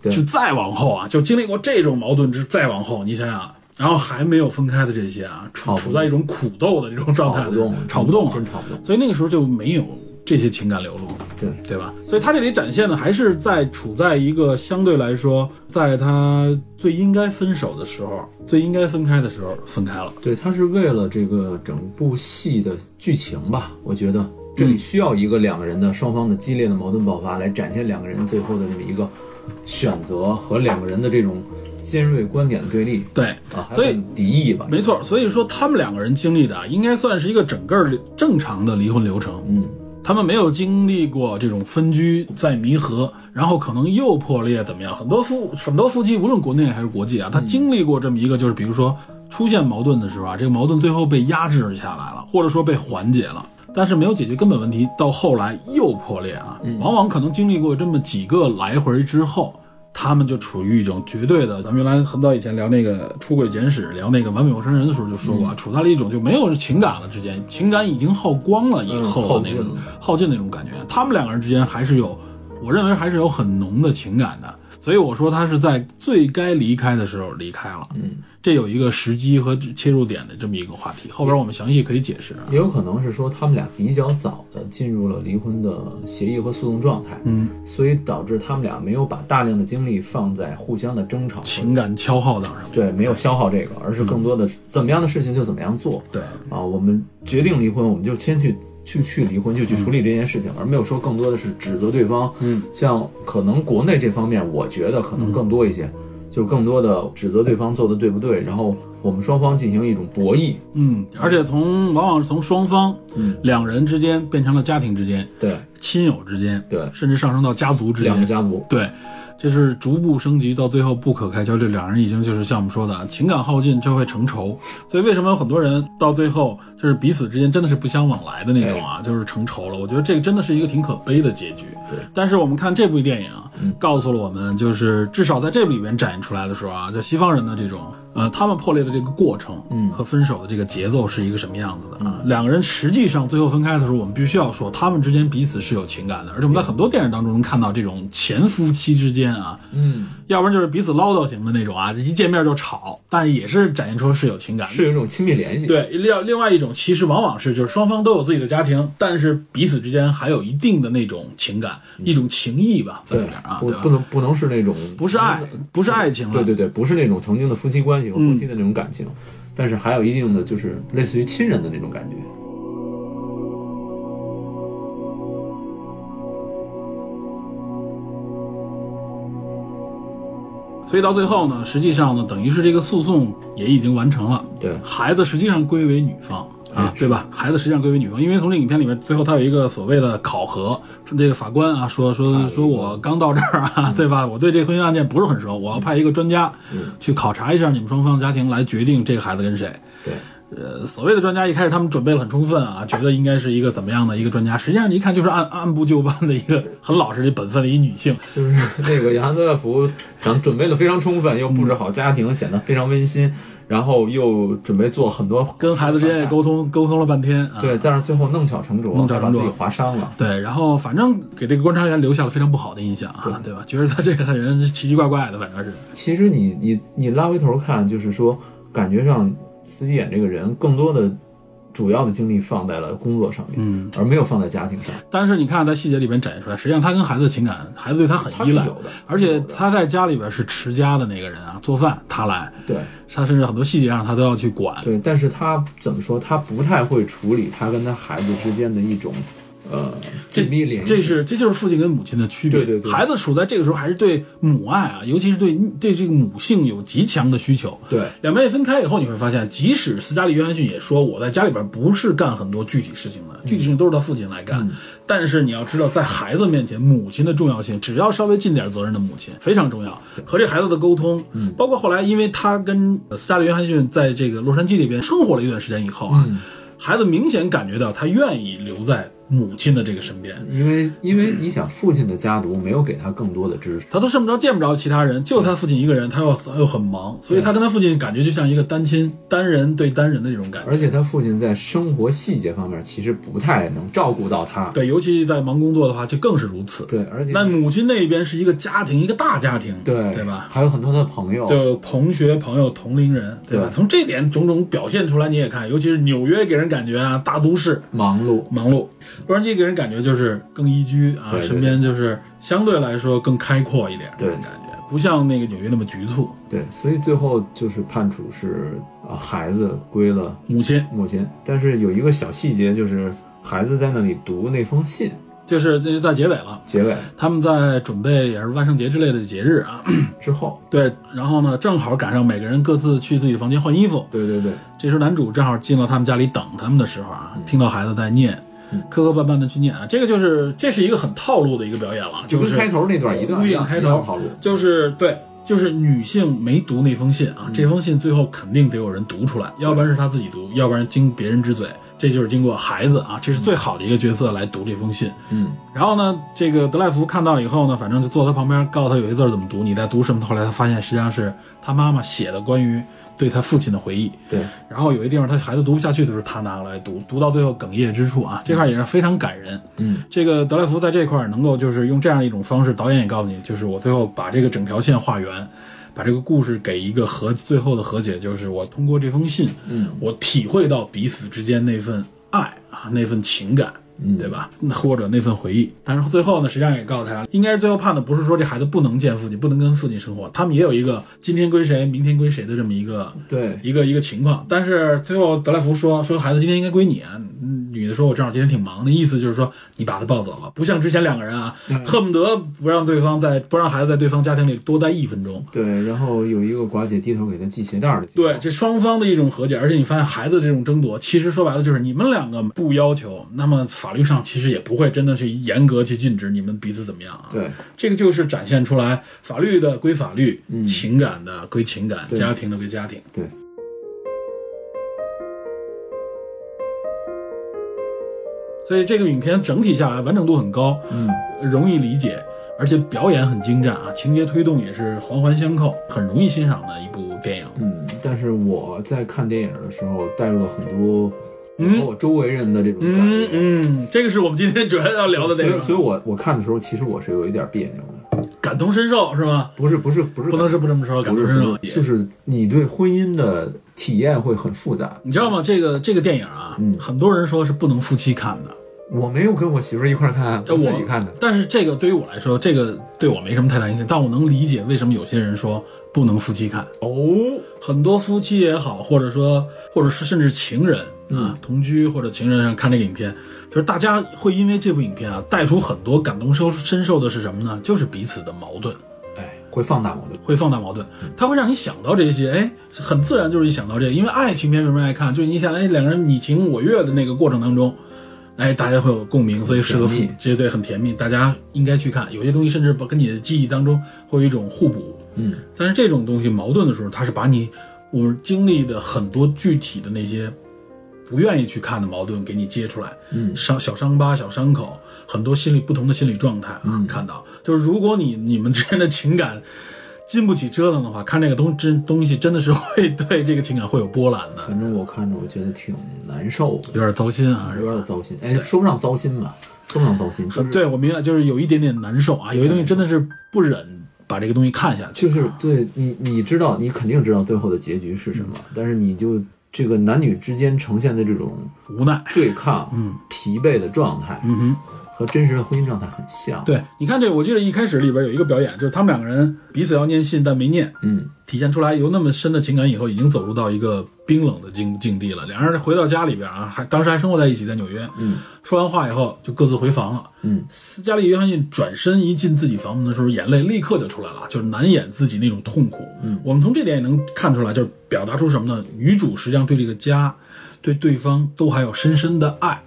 就再往后啊，就经历过这种矛盾之再往后，你想想，然后还没有分开的这些啊，处处在一种苦斗的这种状态， 吵不动， 吵不动了， 真吵不动。 所以那个时候就没有这些情感流露， 对对吧？所以他这里展现的还是在处在一个相对来说，在他最应该分手的时候，最应该分开的时候分开了。 对，他是为了这个整部戏的剧情吧，我觉得这里需要一个两个人的双方的激烈的矛盾爆发，来展现两个人最后的这么一个选择和两个人的这种尖锐观点的对立。 对啊， 所以敌意吧， 没错。所以说他们两个人经历的应该算是一个整个正常的离婚流程。 嗯。 他们没有经历过这种分居再弥合，然后可能又破裂怎么样？很多夫很多夫妻，无论国内还是国际啊，他经历过这么一个，就是比如说出现矛盾的时候啊，这个矛盾最后被压制下来了，或者说被缓解了，但是没有解决根本问题，到后来又破裂啊。往往可能经历过这么几个来回之后，他们就处于一种绝对的，咱们原来很早以前聊那个出轨简史，聊那个完美陌生人的时候就说过，嗯、处在了一种就没有情感了之间，情感已经耗光了以后的那种、嗯、耗尽那种感觉。他们两个人之间还是有，我认为还是有很浓的情感的。所以我说他是在最该离开的时候离开了， 嗯， 这有一个时机和切入点的这么一个话题，后边我们详细可以解释。 也有可能是说他们俩比较早的进入了离婚的协议和诉讼状态， 嗯， 所以导致他们俩没有把大量的精力放在互相的争吵、 情感消耗上， 对，没有消耗这个，而是更多的怎么样的事情就怎么样做。 对啊，我们决定离婚，我们就先去。去去离婚就去处理这件事情、嗯，而没有说更多的是指责对方。 嗯， 像可能国内这方面，我觉得可能更多一些，嗯、就是更多的指责对方做的对不对，然后我们双方进行一种博弈。 嗯，而且从往往是从双方， 嗯， 两人之间变成了家庭之间， 对， 亲友之间， 对， 甚至上升到家族之间， 两个家族， 对。这是逐步升级到最后不可开交，这两人已经就是像我们说的情感耗尽就会成仇，所以为什么有很多人到最后就是彼此之间真的是不相往来的那种啊，哎、就是成仇了。我觉得这个真的是一个挺可悲的结局。 对， 但是我们看这部电影啊， 嗯、 告诉了我们，就是至少在这里边展现出来的时候啊，就西方人的这种呃，他们破裂的这个过程， 嗯， 和分手的这个节奏是一个什么样子的啊？ 嗯、 两个人实际上最后分开的时候，我们必须要说他们之间彼此是有情感的，而且我们在很多电影当中能看到这种前夫妻之间啊， 嗯。 要不然就是彼此唠叨型的那种啊，一见面就吵，但是也是展现出是有情感的， 是有一种亲密联系。 对，另另外一种其实往往是就是双方都有自己的家庭，但是彼此之间还有一定的那种情感，嗯、一种情谊吧，在里边啊， 不对吧？ 不能不能是那种不是爱，不是爱情了， 对对对，不是那种曾经的夫妻关系和夫妻的那种感情， 嗯、 但是还有一定的就是类似于亲人的那种感觉。 所以到最后呢，实际上呢，等于是这个诉讼也已经完成了。 对， 孩子实际上归为女方啊，对吧？孩子实际上归为女方，因为从这影片里面，最后他有一个所谓的考核，说这个法官啊，说说说我刚到这儿啊，嗯、对吧？我对这个婚姻案件不是很熟，我要派一个专家去考察一下你们双方家庭，来决定这个孩子跟谁。 对。 呃，所谓的专家一开始他们准备了很充分啊，觉得应该是一个怎么样的一个专家，实际上你一看就是按按部就班的一个很老实的本分的一女性， 就是那个雅翰·泽列夫想准备的非常充分，又布置好家庭，显得非常温馨，然后又准备做很多跟孩子之间也沟通沟通了半天、啊， 对，但是最后弄巧成拙， 弄巧成拙， 把自己划伤了。 对，然后反正给这个观察员留下了非常不好的印象啊，对, 对吧？觉得他这个人奇奇怪怪的，反正是。 其实你你你拉回头看，就是说感觉上。司机演这个人更多的主要的精力放在了工作上面， 嗯， 而没有放在家庭上。 但是你看在细节里边展现出来，实际上他跟孩子的情感，孩子对他很依赖，而且他在家里边是持家的那个人啊，做饭他来， 对， 他甚至很多细节上他都要去管， 对。但是他怎么说？他不太会处理他跟他孩子之间的一种。呃，紧密联系， 这是这就是父亲跟母亲的区别。 对对对， 孩子处在这个时候还是对母爱啊，尤其是对对这个母性有极强的需求。 对， 两边一分开以后，你会发现，即使斯嘉丽·约翰逊也说，我在家里边不是干很多具体事情的，具体事情都是他父亲来干。 嗯、 但是你要知道，在孩子面前，母亲的重要性，只要稍微尽点责任的母亲非常重要。和这孩子的沟通， 嗯， 包括后来，因为他跟斯嘉丽·约翰逊在这个洛杉矶这边生活了一段时间以后啊。 嗯， 孩子明显感觉到他愿意留在母亲的这个身边。 因为因为你想，父亲的家族没有给他更多的支持， 他都甚不着见不着其他人，就他父亲一个人，他又他又很忙，所以他跟他父亲感觉就像一个单亲单人对单人的这种感觉。 而且他父亲在生活细节方面其实不太能照顾到他， 对，尤其在忙工作的话就更是如此。 对，而且但母亲那边是一个家庭，一个大家庭， 对对吧？ 还有很多的朋友， 对，同学、朋友、同龄人，对吧？ 对从这点种种表现出来，你也看，尤其是纽约给人感觉啊，大都市忙碌忙碌，洛杉矶给人感觉就是更宜居啊， 对对对身边就是相对来说更开阔一点， 对这种感觉不像那个纽约那么局促。 对，所以最后就是判处是啊，孩子归了母亲母亲，但是有一个小细节，就是孩子在那里读那封信， 就是这就在结尾了， 结尾他们在准备也是万圣节之类的节日啊， 之后， 对，然后呢，正好赶上每个人各自去自己的房间换衣服， 对对对， 这时候男主正好进到他们家里等他们的时候啊，听到孩子在念。 嗯磕磕绊绊的去念啊，这个就是这是一个很套路的一个表演了， 就就是跟开头那段一段呼一样应开头套路， 就是对，就是女性没读那封信啊， 嗯这封信最后肯定得有人读出来，要不然是她自己读，要不然经别人之嘴，这就是经过孩子啊，这是最好的一个角色来读这封信。 嗯， 然后呢，这个德莱福看到以后呢，反正就坐他旁边，告诉他有些字怎么读，你在读什么。后来他发现实际上是他妈妈写的关于对他父亲的回忆。 对， 然后有一地方他孩子读不下去的时候，他拿过来读，读到最后哽咽之处啊，这块也是非常感人。 嗯， 这个德莱福在这块能够就是用这样一种方式，导演也告诉你，就是我最后把这个整条线画圆。把这个故事给一个和最后的和解，就是我通过这封信， 嗯， 我体会到彼此之间那份爱啊，那份情感， 嗯， 对吧？或者那份回忆。但是最后呢，实际上也告诉他，应该是最后判的不是说这孩子不能见父亲，不能跟父亲生活，他们也有一个今天归谁，明天归谁的这么一个对一个一个情况。但是最后德莱福说说孩子今天应该归你啊，女的说我正好今天挺忙的，意思就是说你把他抱走了，不像之前两个人啊， 嗯、 恨不得不让对方在不让孩子在对方家庭里多待一分钟。 对，然后有一个寡姐低头给他系鞋带的。 对，这双方的一种和解，而且你发现孩子这种争夺，其实说白了就是你们两个不要求，那么法律上其实也不会真的去严格去禁止你们彼此怎么样啊。 对， 这个就是展现出来法律的归法律， 嗯、 情感的归情感，家庭的归家庭。 对。 所以这个影片整体下来完整度很高， 嗯， 容易理解，而且表演很精湛啊，情节推动也是环环相扣，很容易欣赏的一部电影。 嗯，但是我在看电影的时候带入了很多嗯和我周围人的这种感觉。 嗯嗯，这个是我们今天主要要聊的内容。 所以，所以我我看的时候，其实我是有一点别扭的， 感同身受是吗？ 不是不是不是， 不能是不这么说，感同身受， 就是你对婚姻的体验会很复杂。 你知道吗？这个这个电影啊， 嗯， 很多人说是不能夫妻看的。 我没有跟我媳妇儿一块儿看，我自己看的。 但是这个对于我来说，这个对我没什么太大影响。但我能理解为什么有些人说不能夫妻看。 哦， 很多夫妻也好，或者说，或者是甚至情人啊， 嗯、 同居或者情人上看这个影片，就是大家会因为这部影片啊，带出很多感同身受的是什么呢？就是彼此的矛盾。 哎，会放大矛盾， 会放大矛盾，它会让你想到这些，哎，很自然就是你想到这个，因为爱情片为什么爱看？就是你想，哎，两个人你情我悦的那个过程当中。哎，大家会有共鸣，所以适合夫，这对很甜蜜，大家应该去看。有些东西甚至跟你的记忆当中会有一种互补， 嗯。 但是这种东西矛盾的时候，它是把你我们经历的很多具体的那些不愿意去看的矛盾给你揭出来， 嗯， 伤小伤疤、小伤口，很多心理不同的心理状态啊， 嗯， 看到就是如果你你们之间的情感经不起折腾的话，看这个东真东西真的是会对这个情感会有波澜的。 反正我看着我觉得挺难受的， 有点糟心啊， 有点糟心。哎，说不上糟心吧，说不上糟心，就是对我明白，就是有一点点难受啊，有些东西真的是不忍把这个东西看下去。 就是对你，你知道，你肯定知道最后的结局是什么，嗯、但是你就这个男女之间呈现的这种无奈、 对抗、 嗯、 疲惫的状态， 嗯哼。 和真实的婚姻状态很像。 对，你看这个，我记得一开始里边有一个表演，就是他们两个人彼此要念信，但没念， 嗯， 体现出来由那么深的情感以后，已经走入到一个冰冷的境境地了。两人回到家里边啊，还当时还生活在一起，在纽约。 嗯， 说完话以后就各自回房了。 嗯， 斯嘉丽·约翰逊转身一进自己房门的时候，眼泪立刻就出来了，就是难掩自己那种痛苦。 嗯， 我们从这点也能看出来，就是表达出什么呢？女主实际上对这个家，对对方都还有深深的爱。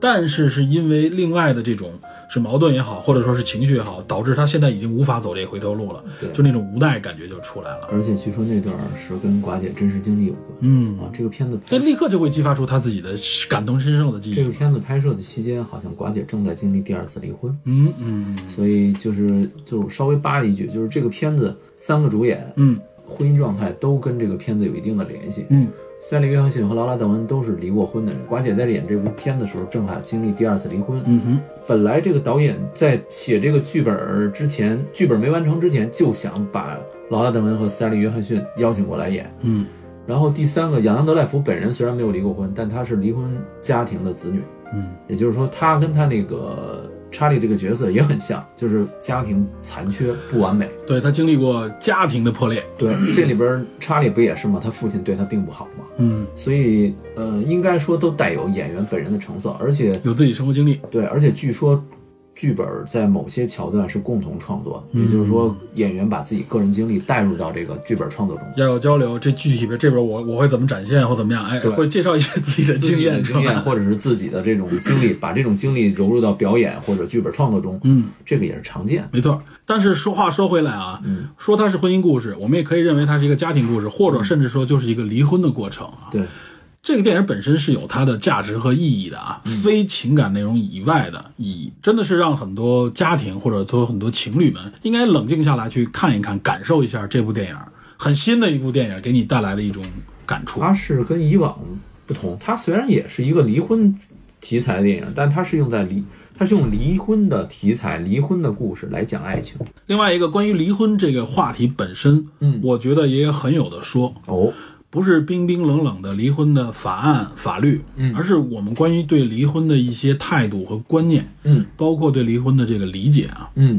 但是是因为另外的这种是矛盾也好，或者说是情绪也好，导致他现在已经无法走这个回头路了， 对， 就那种无奈感觉就出来了。 而且据说那段是跟寡姐真实经历有关， 嗯啊，这个片子这立刻就会激发出他自己的感同身受的记忆。 这个片子拍摄的期间，好像寡姐正在经历第二次离婚， 嗯嗯， 所以就是就稍微扒一句，就是这个片子三个主演， 嗯， 婚姻状态都跟这个片子有一定的联系， 嗯。 塞利·约翰逊和劳拉·邓恩都是离过婚的人，寡姐在演这部片的时候正好经历第二次离婚。 嗯哼， 本来这个导演在写这个剧本之前，剧本没完成之前，就想把劳拉·邓恩和塞利·约翰逊邀请过来演。 嗯， 然后第三个，亚当·德赖福本人虽然没有离过婚，但他是离婚家庭的子女。 嗯， 也就是说，他跟他那个查理这个角色也很像，就是家庭残缺不完美。 对，他经历过家庭的破裂。 对，这里边查理不也是吗？他父亲对他并不好嘛。 嗯， 所以呃，应该说都带有演员本人的成色，而且有自己生活经历。 对，而且据说剧本在某些桥段是共同创作的， 嗯、 也就是说演员把自己个人经历带入到这个剧本创作中， 要有交流。这具体边这边我我会怎么展现或怎么样？哎，会介绍一些自己的经验、 经验或者是自己的这种经历，把这种经历融入到表演或者剧本创作中。 嗯， 这个也是常见。 没错。但是说话说回来啊， 嗯， 说它是婚姻故事，我们也可以认为它是一个家庭故事，或者甚至说就是一个离婚的过程啊。 对。 这个电影本身是有它的价值和意义的啊， 嗯、 非情感内容以外的意义，真的是让很多家庭或者说很多情侣们应该冷静下来去看一看，感受一下这部电影，很新的一部电影给你带来的一种感触。 它是跟以往不同，它虽然也是一个离婚题材的电影，但它是用在离，它是用离婚的题材、离婚的故事来讲爱情。 另外一个关于离婚这个话题本身， 嗯， 我觉得也很有的说哦。 不是冰冰冷冷的离婚的法案法律， 嗯， 而是我们关于对离婚的一些态度和观念， 嗯， 包括对离婚的这个理解啊， 嗯。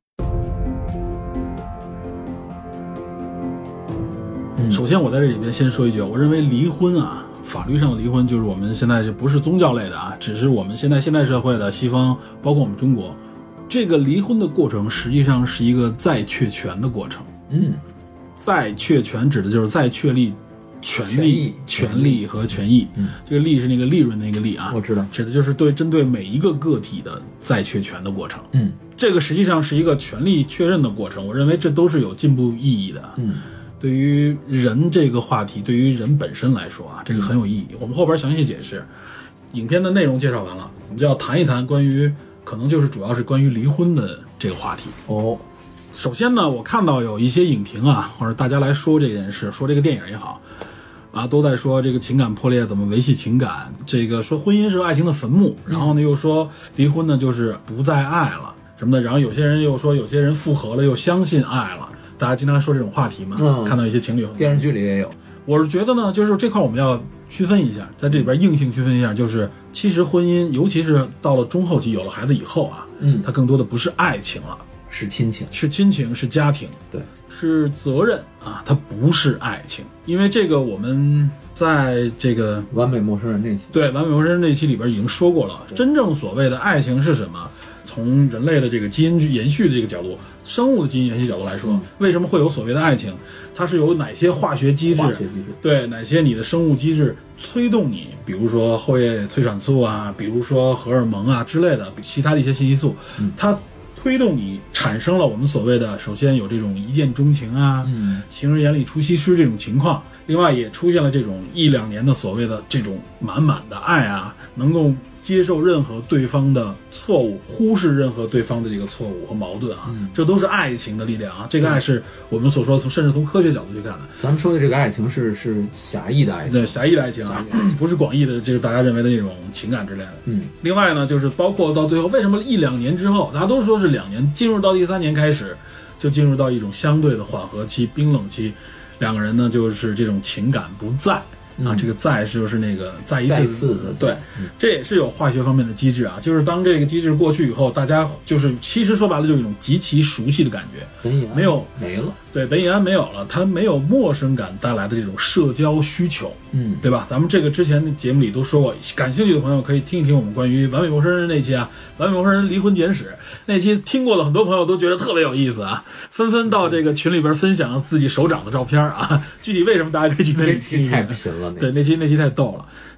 首先我在这里面先说一句，我认为离婚啊，法律上的离婚就是我们现在就不是宗教类的啊，只是我们现在现代社会的西方，包括我们中国，这个离婚的过程实际上是一个再确权的过程。 嗯， 再确权指的就是再确立权利、权利和权益。 嗯， 这个利是那个利润那个利啊， 我知道， 指的就是对针对每一个个体的再确权的过程。 嗯， 这个实际上是一个权利确认的过程，我认为这都是有进步意义的。 嗯， 对于人这个话题，对于人本身来说啊，这个很有意义。嗯、我们后边详细解释。影片的内容介绍完了，我们就要谈一谈关于可能就是主要是关于离婚的这个话题。 哦。 首先呢，我看到有一些影评啊，或者大家来说这件事，说这个电影也好，啊，都在说这个情感破裂怎么维系情感，这个说婚姻是爱情的坟墓，然后呢又说离婚呢就是不再爱了什么的，然后有些人又说有些人复合了又相信爱了，大家经常说这种话题嘛， 嗯， 看到一些情侣电视剧里也有。 我是觉得呢，就是这块我们要区分一下，在这里边硬性区分一下，就是其实婚姻，尤其是到了中后期有了孩子以后啊， 嗯， 它更多的不是爱情了。 是亲情， 是亲情，是家庭， 对， 是责任啊，它不是爱情。因为这个我们在这个完美陌生人那期， 对完美陌生人那期里边已经说过了，真正所谓的爱情是什么？从人类的这个基因延续的这个角度，生物的基因延续角度来说，嗯、为什么会有所谓的爱情？它是有哪些化学机制？ 化学机制对哪些你的生物机制催动你？比如说后叶催产素啊，比如说荷尔蒙啊之类的，其他的一些信息素， 嗯、 它推动你产生了我们所谓的，首先有这种一见钟情啊， 嗯， 情人眼里出西施这种情况，另外也出现了这种一两年的所谓的这种满满的爱啊，能够接受任何对方的错误，忽视任何对方的这个错误和矛盾啊， 嗯、 这都是爱情的力量啊。这个爱是我们所说从甚至从科学角度去看的。 咱们说的这个爱情是是狭义的爱情， 对，狭义的爱情啊，不是广义的，就是大家认为的那种情感之类的。 嗯， 另外呢，就是包括到最后，为什么一两年之后，大家都说是两年，进入到第三年开始，就进入到一种相对的缓和期、冰冷期，两个人呢就是这种情感不在。啊，这个再是就是那个再一次， 再一次的， 对，嗯，这也是有化学方面的机制啊。就是当这个机制过去以后，大家就是其实说白了就是一种极其熟悉的感觉， 苯乙胺没有没了， 对，苯乙胺没有了，它没有陌生感带来的这种社交需求， 嗯， 对吧？咱们这个之前的节目里都说过，感兴趣的朋友可以听一听我们关于完美陌生人那期啊，完美陌生人离婚简史那期，听过的很多朋友都觉得特别有意思啊，纷纷到这个群里边分享自己手掌的照片啊。具体为什么大家可以去那期太贫了， 对，那期那期太逗了。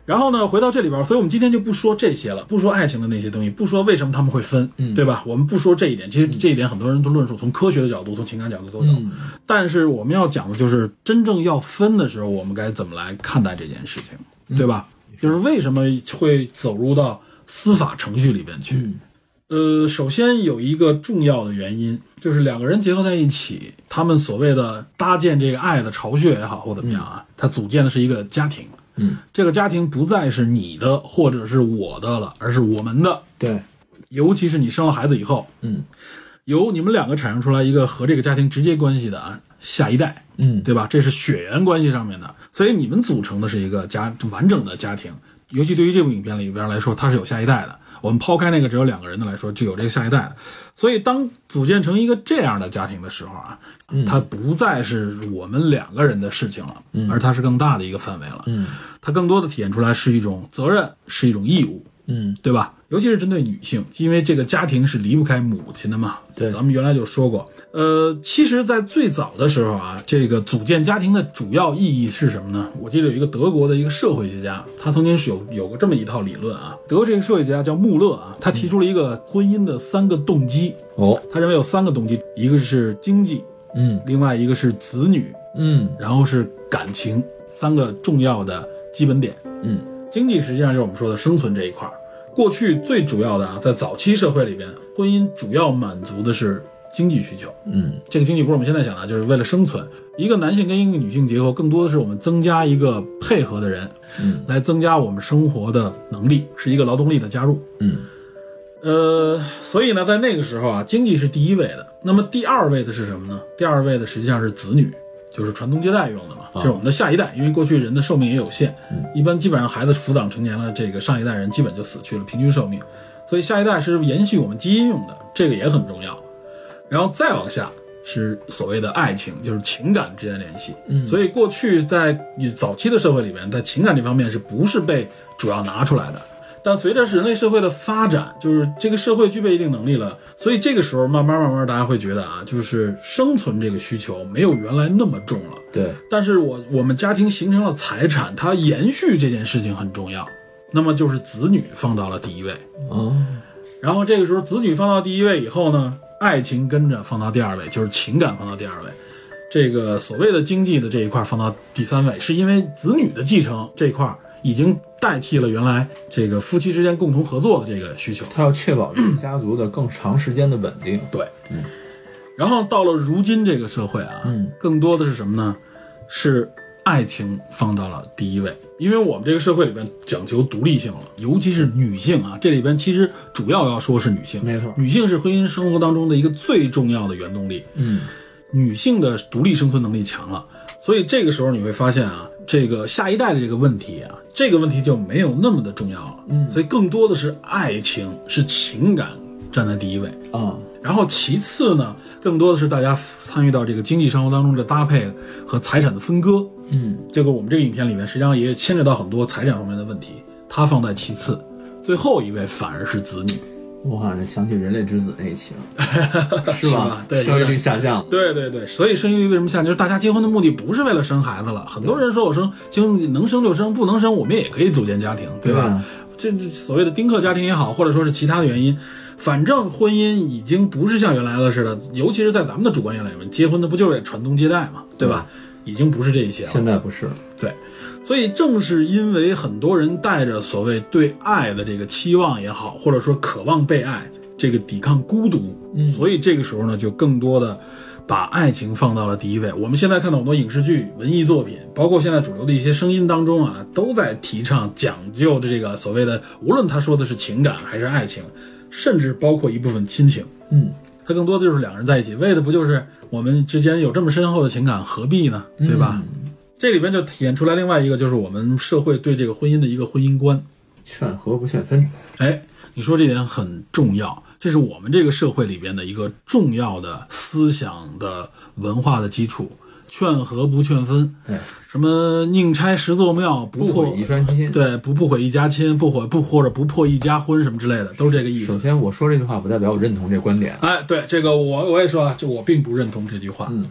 然后呢，回到这里边，所以我们今天就不说这些了，不说爱情的那些东西，不说为什么他们会分，嗯，对吧？我们不说这一点，其实这一点很多人都论述，从科学的角度，从情感角度都有。嗯、但是我们要讲的就是真正要分的时候，我们该怎么来看待这件事情，嗯、对吧？就是为什么会走入到司法程序里边去？嗯、呃，首先有一个重要的原因，就是两个人结合在一起，他们所谓的搭建这个爱的巢穴也好，或怎么样啊，它组建的是一个家庭。嗯，这个家庭不再是你的或者是我的了，而是我们的。 对， 尤其是你生了孩子以后，嗯，由你们两个产生出来一个和这个家庭直接关系的啊下一代，嗯，对吧？这是血缘关系上面的，所以你们组成的是一个家完整的家庭。尤其对于这部影片里边来说，它是有下一代的。我们抛开那个只有两个人的来说，就有这个下一代的。所以当组建成一个这样的家庭的时候啊，嗯、它不再是我们两个人的事情了，嗯、而它是更大的一个范围了。嗯，它更多的体现出来是一种责任，是一种义务。嗯，对吧？尤其是针对女性，因为这个家庭是离不开母亲的嘛。对，咱们原来就说过。呃，其实，在最早的时候啊，这个组建家庭的主要意义是什么呢？我记得有一个德国的一个社会学家，他曾经是有有过这么一套理论啊。德国这个社会学家叫穆勒啊，他提出了一个婚姻的三个动机。哦，他认为有三个动机，一个是经济，嗯，另外一个是子女，嗯，然后是感情，三个重要的基本点。嗯，经济实际上就是我们说的生存这一块。过去最主要的啊，在早期社会里边，婚姻主要满足的是经济需求。嗯，这个经济不是我们现在想的，就是为了生存。一个男性跟一个女性结合，更多的是我们增加一个配合的人，嗯，来增加我们生活的能力，是一个劳动力的加入。嗯，呃，所以呢，在那个时候啊，经济是第一位的。那么第二位的是什么呢？第二位的实际上是子女，就是传宗接代用的嘛，这是我们的下一代。因为过去人的寿命也有限，一般基本上孩子抚养成年了，这个上一代人基本就死去了，平均寿命。所以下一代是延续我们基因用的，这个也很重要。然后再往下是所谓的爱情，就是情感之间的联系。嗯，所以过去在早期的社会里面，在情感这方面是不是被主要拿出来的？但随着人类社会的发展，就是这个社会具备一定能力了，所以这个时候慢慢慢慢大家会觉得啊，就是生存这个需求没有原来那么重了。对，但是我我们家庭形成了财产，它延续这件事情很重要，那么就是子女放到了第一位。哦，然后这个时候子女放到第一位以后呢，爱情跟着放到第二位，就是情感放到第二位，这个所谓的经济的这一块放到第三位，是因为子女的继承这一块已经代替了原来这个夫妻之间共同合作的这个需求， 他要确保这个家族的更长时间的稳定。 对，嗯。然后到了如今这个社会啊，嗯，更多的是什么呢？是爱情放到了第一位，因为我们这个社会里边讲求独立性了，尤其是女性啊，这里边其实主要要说是女性，没错，女性是婚姻生活当中的一个最重要的原动力。嗯，女性的独立生存能力强了，所以这个时候你会发现啊，这个下一代的这个问题啊，这个问题就没有那么的重要了。嗯，所以更多的是爱情，是情感站在第一位啊。然后其次呢，更多的是大家参与到这个经济生活当中的搭配和财产的分割。嗯，这个我们这个影片里面实际上也牵扯到很多财产方面的问题，它放在其次，最后一位反而是子女。 我好像想起人类之子那一期了，是吧？对，生育率下降了。 对对对，所以生育率为什么下降？就是大家结婚的目的不是为了生孩子了。很多人说我生结婚目的能生就生，不能生我们也可以组建家庭，对吧？对这所谓的丁克家庭也好，或者说是其他的原因，反正婚姻已经不是像原来的似的，尤其是在咱们的主观原来里面，结婚的不就是传宗接代嘛，对吧？已经不是这些了。 现在不是。 对。所以正是因为很多人带着所谓对爱的这个期望也好，或者说渴望被爱，这个抵抗孤独，嗯，所以这个时候呢，就更多的把爱情放到了第一位。我们现在看到很多影视剧、文艺作品，包括现在主流的一些声音当中啊，都在提倡讲究的这个所谓的，无论他说的是情感还是爱情，甚至包括一部分亲情，嗯，它更多的就是两人在一起，为的不就是我们之间有这么深厚的情感，何必呢？对吧？嗯，这里边就体现出来另外一个，就是我们社会对这个婚姻的一个婚姻观， 劝和不劝分。 哎，你说这点很重要，这是我们这个社会里边的一个重要的思想的文化的基础，劝和不劝分。哎，什么宁拆十座庙，不破不毁一砖亲， 对，不不毁一家亲，不毁不或者不破一家婚，什么之类的，都是这个意思。 首先我说这句话不代表我认同这观点。 哎，对，这个我我也说啊，就我并不认同这句话。嗯啊。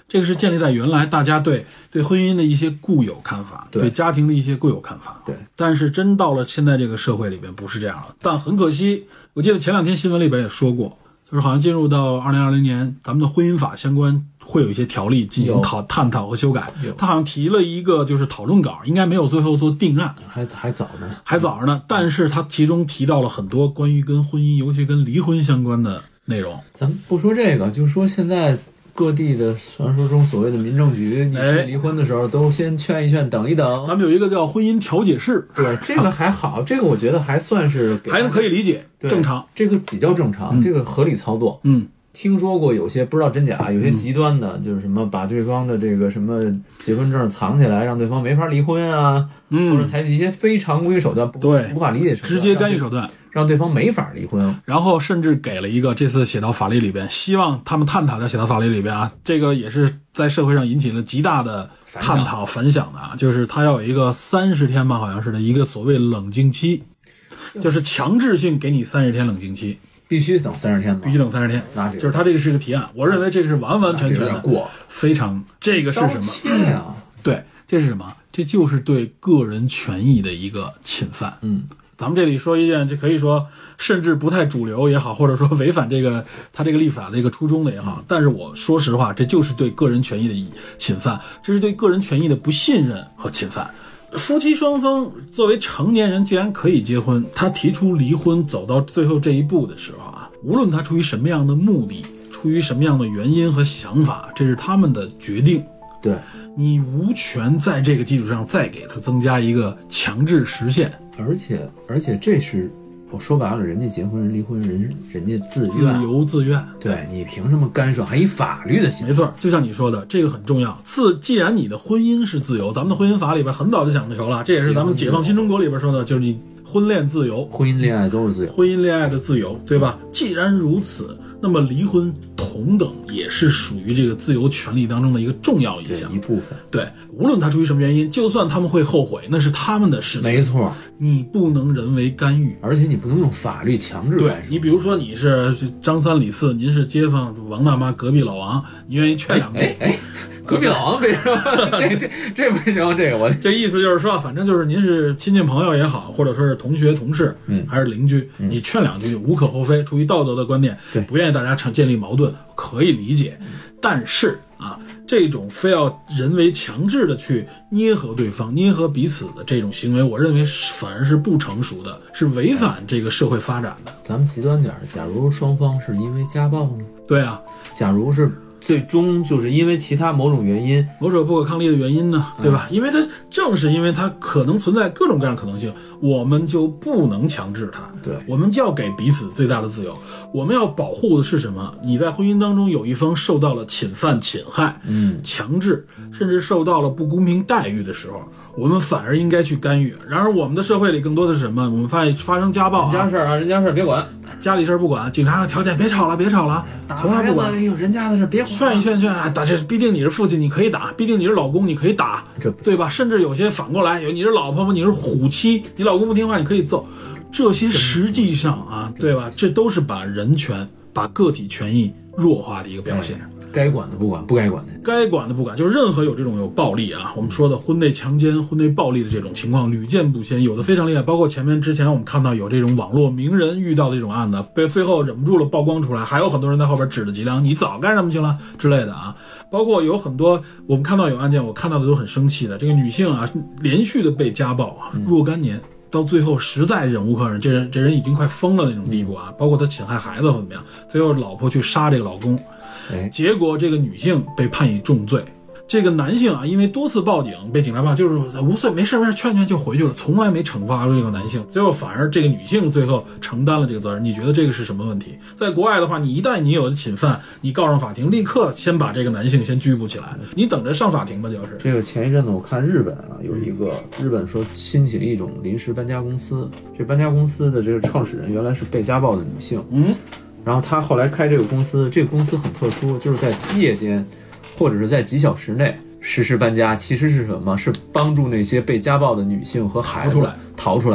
这个是建立在原来大家对对婚姻的一些固有看法， 对对家庭的一些固有看法。 对， 但是真到了现在这个社会里边不是这样了。但很可惜，我记得前两天新闻里边也说过，就是好像进入到二零二零年，咱们的婚姻法相关会有一些条例进行讨探讨和修改。他好像提了一个就是讨论稿，应该没有最后做定案， 还还早呢， 还早着呢。但是他其中提到了很多关于跟婚姻，尤其跟离婚相关的内容。 咱们不说这个，就说现在各地的传说中所谓的民政局，你去离婚的时候都先劝一劝，等一等。 咱们有一个叫婚姻调解室， 对，这个还好，这个我觉得还算是还可以理解，正常， 这个比较正常， 嗯、 这个合理操作。 嗯。 听说过有些不知道真假，有些极端的，嗯、就是什么把对方的这个什么结婚证藏起来，让对方没法离婚啊，嗯、或者采取一些非常规手段， 对， 无法理解手段， 直接干预手段， 让对方没法离婚。 然后甚至给了一个这次写到法律里边，希望他们探讨在写到法律里边啊，这个也是在社会上引起了极大的探讨反响的啊，就是他要有一个三十天吧，好像是的一个所谓冷静期，就是强制性给你三十天冷静期。 必须等三十天吗？ 必须等三十天， 那这个就是他这个是个提案，我认为这个是完完全全的过， 非常这个是什么？ 切呀！ 对，这是什么？这就是对个人权益的一个侵犯。 嗯， 咱们这里说一件，这可以说甚至不太主流也好，或者说违反这个他这个立法的一个初衷的也好，但是我说实话，这就是对个人权益的侵犯，这是对个人权益的不信任和侵犯。夫妻双方作为成年人，既然可以结婚，他提出离婚走到最后这一步的时候啊，无论他出于什么样的目的，出于什么样的原因和想法，这是他们的决定。 对， 你无权在这个基础上再给他增加一个强制实现。 而且而且这是我说白了，人家结婚人离婚人人家自愿自由自愿， 对你凭什么干涉？还以法律的形式。 没错，就像你说的，这个很重要。自既然你的婚姻是自由，咱们的婚姻法里边很早就讲究了，这也是咱们解放新中国里边说的，就是你婚恋自由， 婚姻恋爱都是自由， 婚姻恋爱的自由，对吧？既然如此，那么离婚同等也是属于这个自由权利当中的一个重要一项一部分。 对，无论他出于什么原因，就算他们会后悔，那是他们的事情。 没错， 你不能人为干预， 而且你不能用法律强制。 对，你比如说你是张三李四，您是街坊王大妈隔壁老王，你愿意劝两句。 哎哎哎隔壁老王别说，这这这不行，这个我这意思就是说，反正就是您是亲戚朋友也好，或者说是同学同事， 嗯， 还是邻居， 嗯、 你劝两句无可厚非，出于道德的观点， 对， 不愿意大家成建立矛盾，可以理解。但是啊，这种非要人为强制的去捏合对方、捏合彼此的这种行为，我认为反而是不成熟的，是违反这个社会发展的。 咱们极端点，假如双方是因为家暴呢？ 对啊， 假如是。最终就是因为其他某种原因， 某种不可抗力的原因呢，对吧？嗯、因为它正是因为它可能存在各种各样的可能性，我们就不能强制它。 对， 我们要给彼此最大的自由。我们要保护的是什么？你在婚姻当中有一方受到了侵犯、侵害、 嗯， 强制，甚至受到了不公平待遇的时候，我们反而应该去干预。然而，我们的社会里更多的是什么？我们发现发生家暴、啊， 人家事儿啊，人家事儿别管， 家里事儿不管，警察条件别吵了，别吵了，从来不管。 哎呦，人家的事别管。 劝一劝劝啊，打这必定你是父亲，你可以打；必定你是老公，你可以打， 这对吧？甚至有些反过来，有你是老婆，你是虎妻，你老公不听话，你可以揍。这些实际上啊，对吧？这都是把人权、把个体权益弱化的一个表现。 该管的不管，不该管的该管的不管，就是任何有这种有暴力啊，我们说的婚内强奸、婚内暴力的这种情况屡见不鲜，有的非常厉害。包括前面之前我们看到有这种网络名人遇到的这种案子，被最后忍不住了曝光出来，还有很多人在后边指着脊梁，你早干什么去了之类的啊。包括有很多我们看到有案件，我看到的都很生气的，这个女性啊，连续的被家暴啊，若干年。到最后实在忍无可忍，这人这人已经快疯了那种地步啊！包括他侵害孩子或怎么样，最后老婆去杀这个老公，结果这个女性被判以重罪。这个男性啊，因为多次报警被警察报，就是无罪，没事没事，劝劝就回去了，从来没惩罚过这个男性。最后反而这个女性最后承担了这个责任。你觉得这个是什么问题？在国外的话，你一旦你有侵犯，你告上法庭，立刻先把这个男性先拘捕起来，你等着上法庭吧。就是这个前一阵子我看日本啊，有一个日本说兴起了一种临时搬家公司，这搬家公司的这个创始人原来是被家暴的女性， 嗯， 然后他后来开这个公司，这个公司很特殊，就是在夜间。或者是在几小时内实施搬家，其实是什么？是帮助那些被家暴的女性和孩子逃出来，逃出来，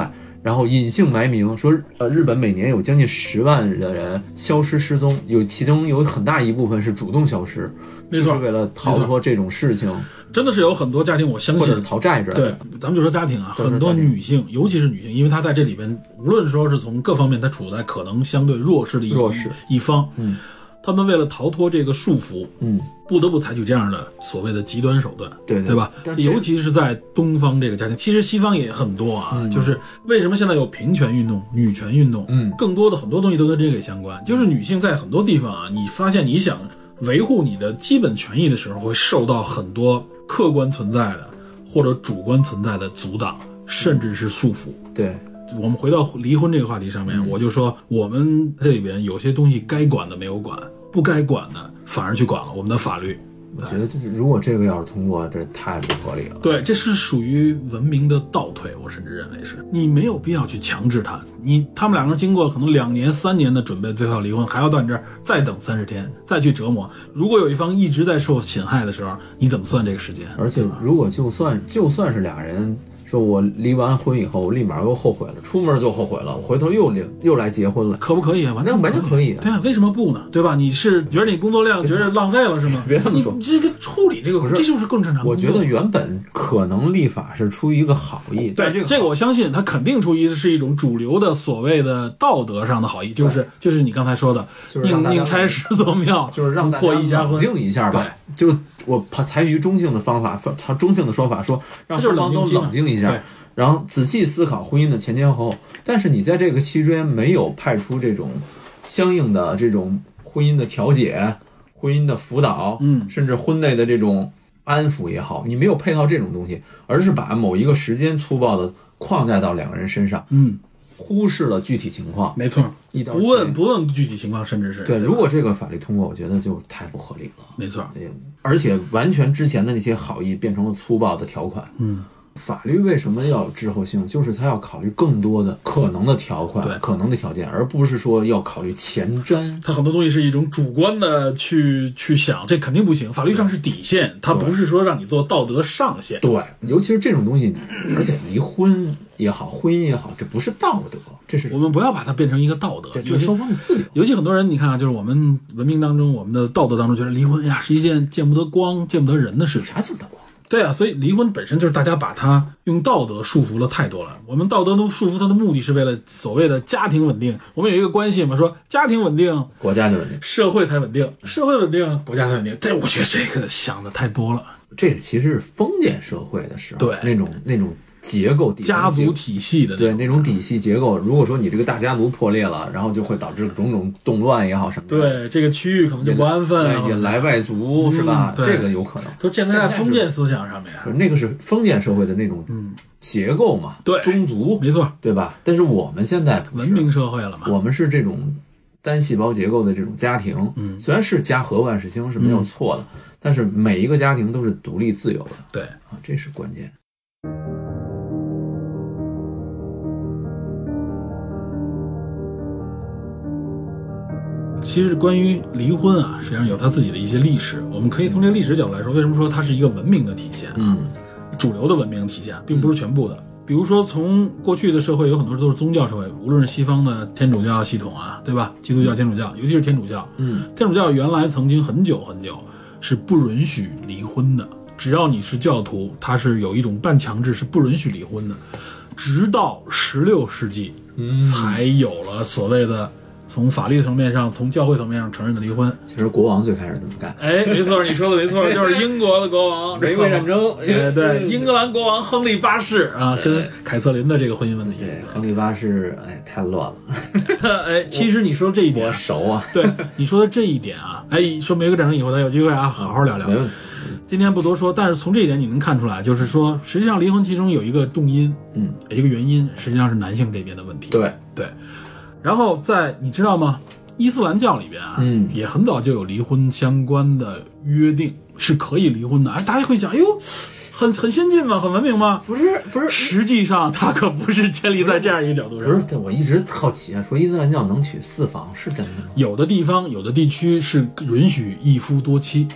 然后隐姓埋名，说呃日本每年有将近十万的人消失失踪，有其中有很大一部分是主动消失，就是为了逃脱这种事情。 真的是有很多家庭，我相信， 或者是逃债之类的。 对，咱们就说家庭啊，很多女性，尤其是女性，因为她在这里边，无论说是从各方面，她处在可能相对弱势的一弱势一方， 嗯， 他们为了逃脱这个束缚， 嗯， 不得不采取这样的所谓的极端手段， 对对, 对吧？尤其是在东方这个家庭，其实西方也很多啊。嗯、就是为什么现在有平权运动、女权运动， 嗯， 更多的很多东西都跟这个相关。就是女性在很多地方啊，你发现你想维护你的基本权益的时候，会受到很多客观存在的或者主观存在的阻挡，甚至是束缚。 对。 我们回到离婚这个话题上面，嗯、我就说我们这里边有些东西该管的没有管，不该管的反而去管了。我们的法律， 我觉得如果这个要是通过，这太不合理了。 对，这是属于文明的倒退，我甚至认为是你没有必要去强制他。你他们两个人经过可能两年、三年的准备，最后离婚，还要到你这儿再等三十天，再去折磨。如果有一方一直在受侵害的时候，你怎么算这个时间？ 而且如果就算就算是俩人。说我离完婚以后，我立马又后悔了，出门就后悔了，我回头又离又来结婚了， 可不可以啊？完全完全可以。 对啊，为什么不呢？对吧？你是觉得你工作量觉得浪费了是吗？ 别这么说， 你这个处理这个，这就是更正常。 我觉得原本可能立法是出于一个好意， 对这个这个我相信，他肯定出于是一种主流的所谓的道德上的好意，就是就是你刚才说的，宁宁拆十座庙， 就是让大家冷静一下吧，就我采取中性的方法，中性的说法说，让双方都冷静一下。然后仔细思考婚姻的前前后后，但是你在这个期间没有派出这种相应的这种婚姻的调解、婚姻的辅导， 嗯， 甚至婚内的这种安抚也好，你没有配套这种东西，而是把某一个时间粗暴的框架到两个人身上， 嗯， 忽视了具体情况。 没错，不问不问具体情况，甚至是对。如果这个法律通过，我觉得就太不合理了。 没错， 而且完全之前的那些好意变成了粗暴的条款， 嗯。 法律为什么要有滞后性？就是它要考虑更多的可能的条款、可能的条件，而不是说要考虑前瞻。 它很多东西是一种主观的去去想，这肯定不行。法律上是底线，它不是说让你做道德上限。 对，尤其是这种东西，而且离婚也好，婚姻也好，这不是道德，这是我们不要把它变成一个道德， 这是双方的自由。 尤其很多人，你看啊，就是我们文明当中，我们的道德当中，觉得离婚呀是一件见不得光、见不得人的事情。 啥见不得光？ 对啊，所以离婚本身就是大家把它用道德束缚了太多了。我们道德都束缚它的目的是为了所谓的家庭稳定。我们有一个关系嘛，说家庭稳定， 国家就稳定， 社会才稳定，社会稳定，国家才稳定。这我觉得这个想的太多了。 这个其实是封建社会的时候， 对那种那种结构家族体系的对那种体系结构。如果说你这个大家族破裂了，然后就会导致种种动乱也好什么的， 对这个区域可能就不安分， 引来外族、嗯、是吧？这个有可能都建立在封建思想上面， 那个是封建社会的那种结构嘛， 对宗族没错， 对吧？但是我们现在文明社会了嘛， 我们是这种单细胞结构的这种家庭， 嗯， 虽然是家和万事兴是没有错的、嗯，但是每一个家庭都是独立自由的， 对啊，这是关键。 其实关于离婚啊，实际上有它自己的一些历史。我们可以从这个历史角度来说，为什么说它是一个文明的体现？ 嗯， 主流的文明体现，并不是全部的。比如说，从过去的社会有很多都是宗教社会，无论是西方的天主教系统啊，对吧？基督教、天主教，尤其是天主教。 嗯， 天主教原来曾经很久很久是不允许离婚的，只要你是教徒，它是有一种半强制，是不允许离婚的。直到十六世纪， 嗯， 才有了所谓的。从法律层面上，从教会层面上承认的离婚， 其实国王最开始这么干。 哎，没错，你说的没错，就是英国的国王， 玫瑰战争， 对对，英格兰国王亨利八世啊，跟凯瑟琳的这个婚姻问题。 对，亨利八世，哎，太乱了。 哎，其实你说这一点， 我熟啊。 对，你说的这一点啊，哎，说玫瑰战争以后咱有机会啊，好好聊聊。 没问题。 今天不多说，但是从这一点你能看出来，就是说，实际上离婚其中有一个动因， 嗯， 一个原因，实际上是男性这边的问题。 对对，然后在你知道吗？伊斯兰教里边啊， 嗯， 也很早就有离婚相关的约定，是可以离婚的。哎，大家会想，哎呦，很很先进吗？很文明吗？ 不是，不是， 实际上它可不是建立在这样一个角度上。 不是，我一直好奇啊，说伊斯兰教能娶四房是真的吗？ 有的地方、有的地区是允许一夫多妻，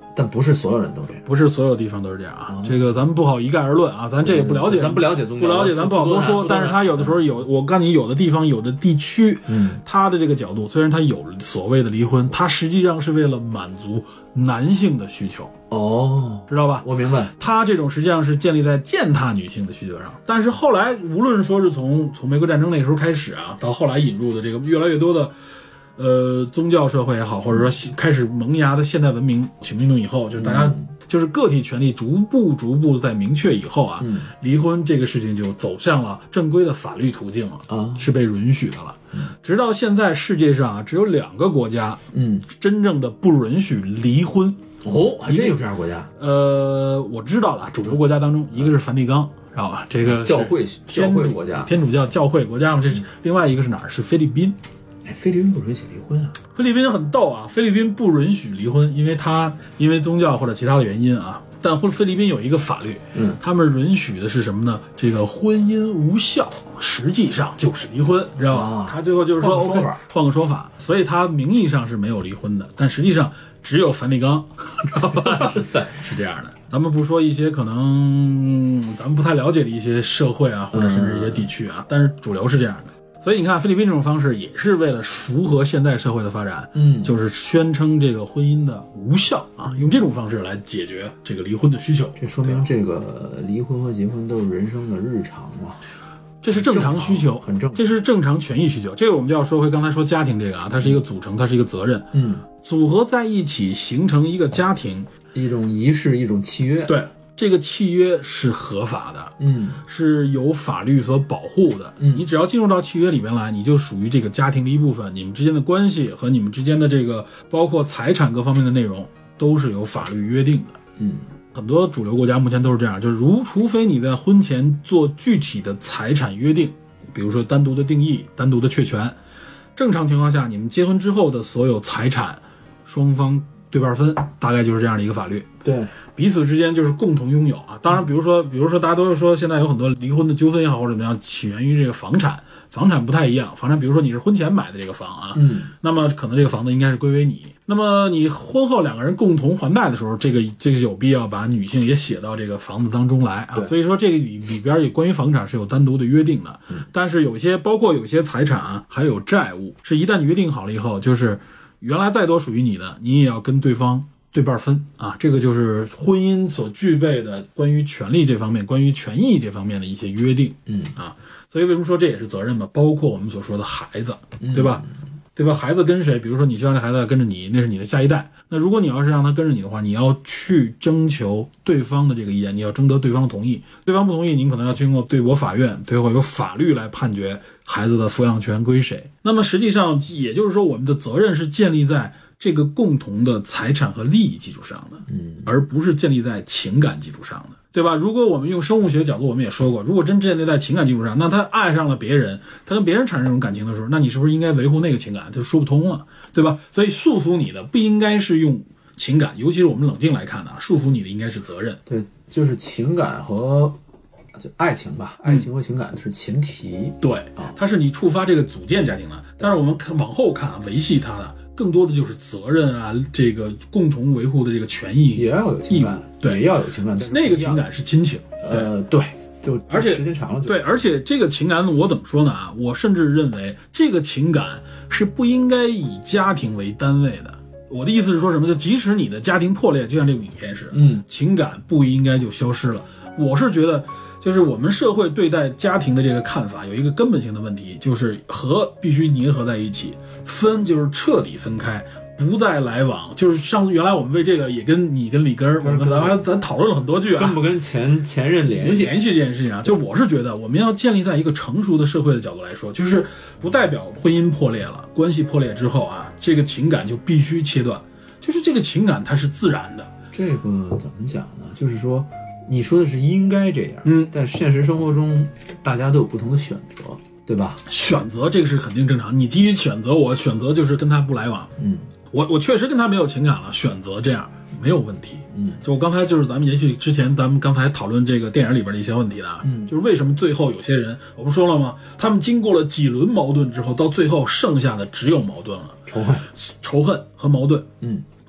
但不是所有人都这样， 不是所有地方都是这样啊。这个咱们不好一概而论啊，咱这也不了解， 咱不了解宗教， 不了解，咱不好多说。但是他有的时候有，我告诉你，有的地方有的地区，嗯，他的这个角度，虽然他有所谓的离婚，他实际上是为了满足男性的需求。 哦， 知道吧？ 我明白， 他这种实际上是建立在践踏女性的需求上。但是后来，无论说是从从美国战争那时候开始啊，到后来引入的这个越来越多的。呃，宗教社会也好，或者说开始萌芽的现代文明启蒙运动以后，就是大家、嗯、就是个体权利逐步逐步在明确以后啊，嗯、离婚这个事情就走向了正规的法律途径了，啊，是被允许的了。嗯、直到现在，世界上啊只有两个国家，嗯，真正的不允许离婚。 哦，还真有这样国家？ 呃，我知道了，主流国家当中，一个是梵蒂冈，知道吧？这个教会教会国家， 天主教教会国家嘛。这是、嗯、另外一个是哪儿？是菲律宾。 菲律宾不允许离婚啊！ 菲律宾很逗啊，菲律宾不允许离婚，因为他因为宗教或者其他的原因啊。但菲律宾有一个法律，嗯，他们允许的是什么呢？这个婚姻无效，实际上就是离婚，知道吧？啊、他最后就是说， 换个说法， OK, 换个说法，所以他名义上是没有离婚的，但实际上只有梵蒂冈，知道吧？是这样的。咱们不说一些可能咱们不太了解的一些社会啊，或者甚至一些地区啊，嗯、但是主流是这样的。所以你看，菲律宾这种方式也是为了符合现代社会的发展，嗯，就是宣称这个婚姻的无效啊，用这种方式来解决这个离婚的需求。 这说明这个离婚和结婚都是人生的日常嘛， 这是正常需求， 很正常， 这是正常权益需求。这个我们就要说回刚才说家庭这个啊，它是一个组成，它是一个责任，嗯，组合在一起形成一个家庭， 一种仪式，一种契约， 对。这个契约是合法的，嗯，是有法律所保护的，嗯，你只要进入到契约里边来，你就属于这个家庭的一部分，你们之间的关系和你们之间的这个包括财产各方面的内容都是有法律约定的，嗯，很多主流国家目前都是这样，就是如除非你在婚前做具体的财产约定，比如说单独的定义、单独的确权，正常情况下，你们结婚之后的所有财产，双方对半分，大概就是这样的一个法律， 对。 彼此之间就是共同拥有啊，当然，比如说，比如说，大家都是说现在有很多离婚的纠纷也好，或者怎么样，起源于这个房产，房产不太一样，房产，比如说你是婚前买的这个房啊，嗯，那么可能这个房子应该是归为你，那么你婚后两个人共同还贷的时候，这个这个有必要把女性也写到这个房子当中来啊，所以说这个里里边有关于房产是有单独的约定的，嗯、但是有些包括有些财产啊，还有债务，是一旦你约定好了以后，就是原来再多属于你的，你也要跟对方对半分啊，这个就是婚姻所具备的关于权利这方面、关于权益这方面的一些约定，嗯啊，所以为什么说这也是责任嘛？包括我们所说的孩子，对吧？嗯、对吧？孩子跟谁？比如说你希望这孩子跟着你，那是你的下一代。那如果你要是让他跟着你的话，你要去征求对方的这个意见，你要征得对方的同意。对方不同意，您可能要经过对我法院，最后有法律来判决孩子的抚养权归谁。那么实际上，也就是说，我们的责任是建立在这个共同的财产和利益基础上的，嗯，而不是建立在情感基础上的，对吧？如果我们用生物学角度，我们也说过，如果真建立在情感基础上，那他爱上了别人，他跟别人产生这种感情的时候，那你是不是应该维护那个情感？就说不通了，对吧？所以束缚你的不应该是用情感，尤其是我们冷静来看的啊，束缚你的应该是责任。 对，就是情感和就爱情吧，爱情和情感是前提。 嗯、对啊，它是你触发这个组建家庭的，但是我们看往后看啊，维系它的更多的就是责任啊，这个共同维护的这个权益也要有情感，对，也要有情感， 那个情感是亲情， 呃，对，就而且时间长了就， 对，而且这个情感我怎么说呢啊？我甚至认为这个情感是不应该以家庭为单位的。我的意思是说什么？就即使你的家庭破裂，就像这个影片似的，嗯，情感不应该就消失了。我是觉得，就是我们社会对待家庭的这个看法有一个根本性的问题，就是和必须粘合在一起，分就是彻底分开，不再来往。就是上次原来我们为这个也跟你跟李根儿，我们咱咱讨论了很多句啊， 跟不跟前前任联系联系这件事情啊，就我是觉得我们要建立在一个成熟的社会的角度来说，就是不代表婚姻破裂了，关系破裂之后啊，这个情感就必须切断，就是这个情感它是自然的。 这个怎么讲呢？就是说你说的是应该这样，嗯，但现实生活中大家都有不同的选择，对吧？ 选择这个是肯定正常，你基于选择，我选择就是跟他不来往，嗯，我我确实跟他没有情感了，选择这样没有问题，嗯，就我刚才就是咱们延续之前咱们刚才讨论这个电影里边的一些问题的啊，嗯，就是为什么最后有些人，我不说了吗？他们经过了几轮矛盾之后，到最后剩下的只有矛盾了， 仇恨、 仇恨和矛盾，嗯。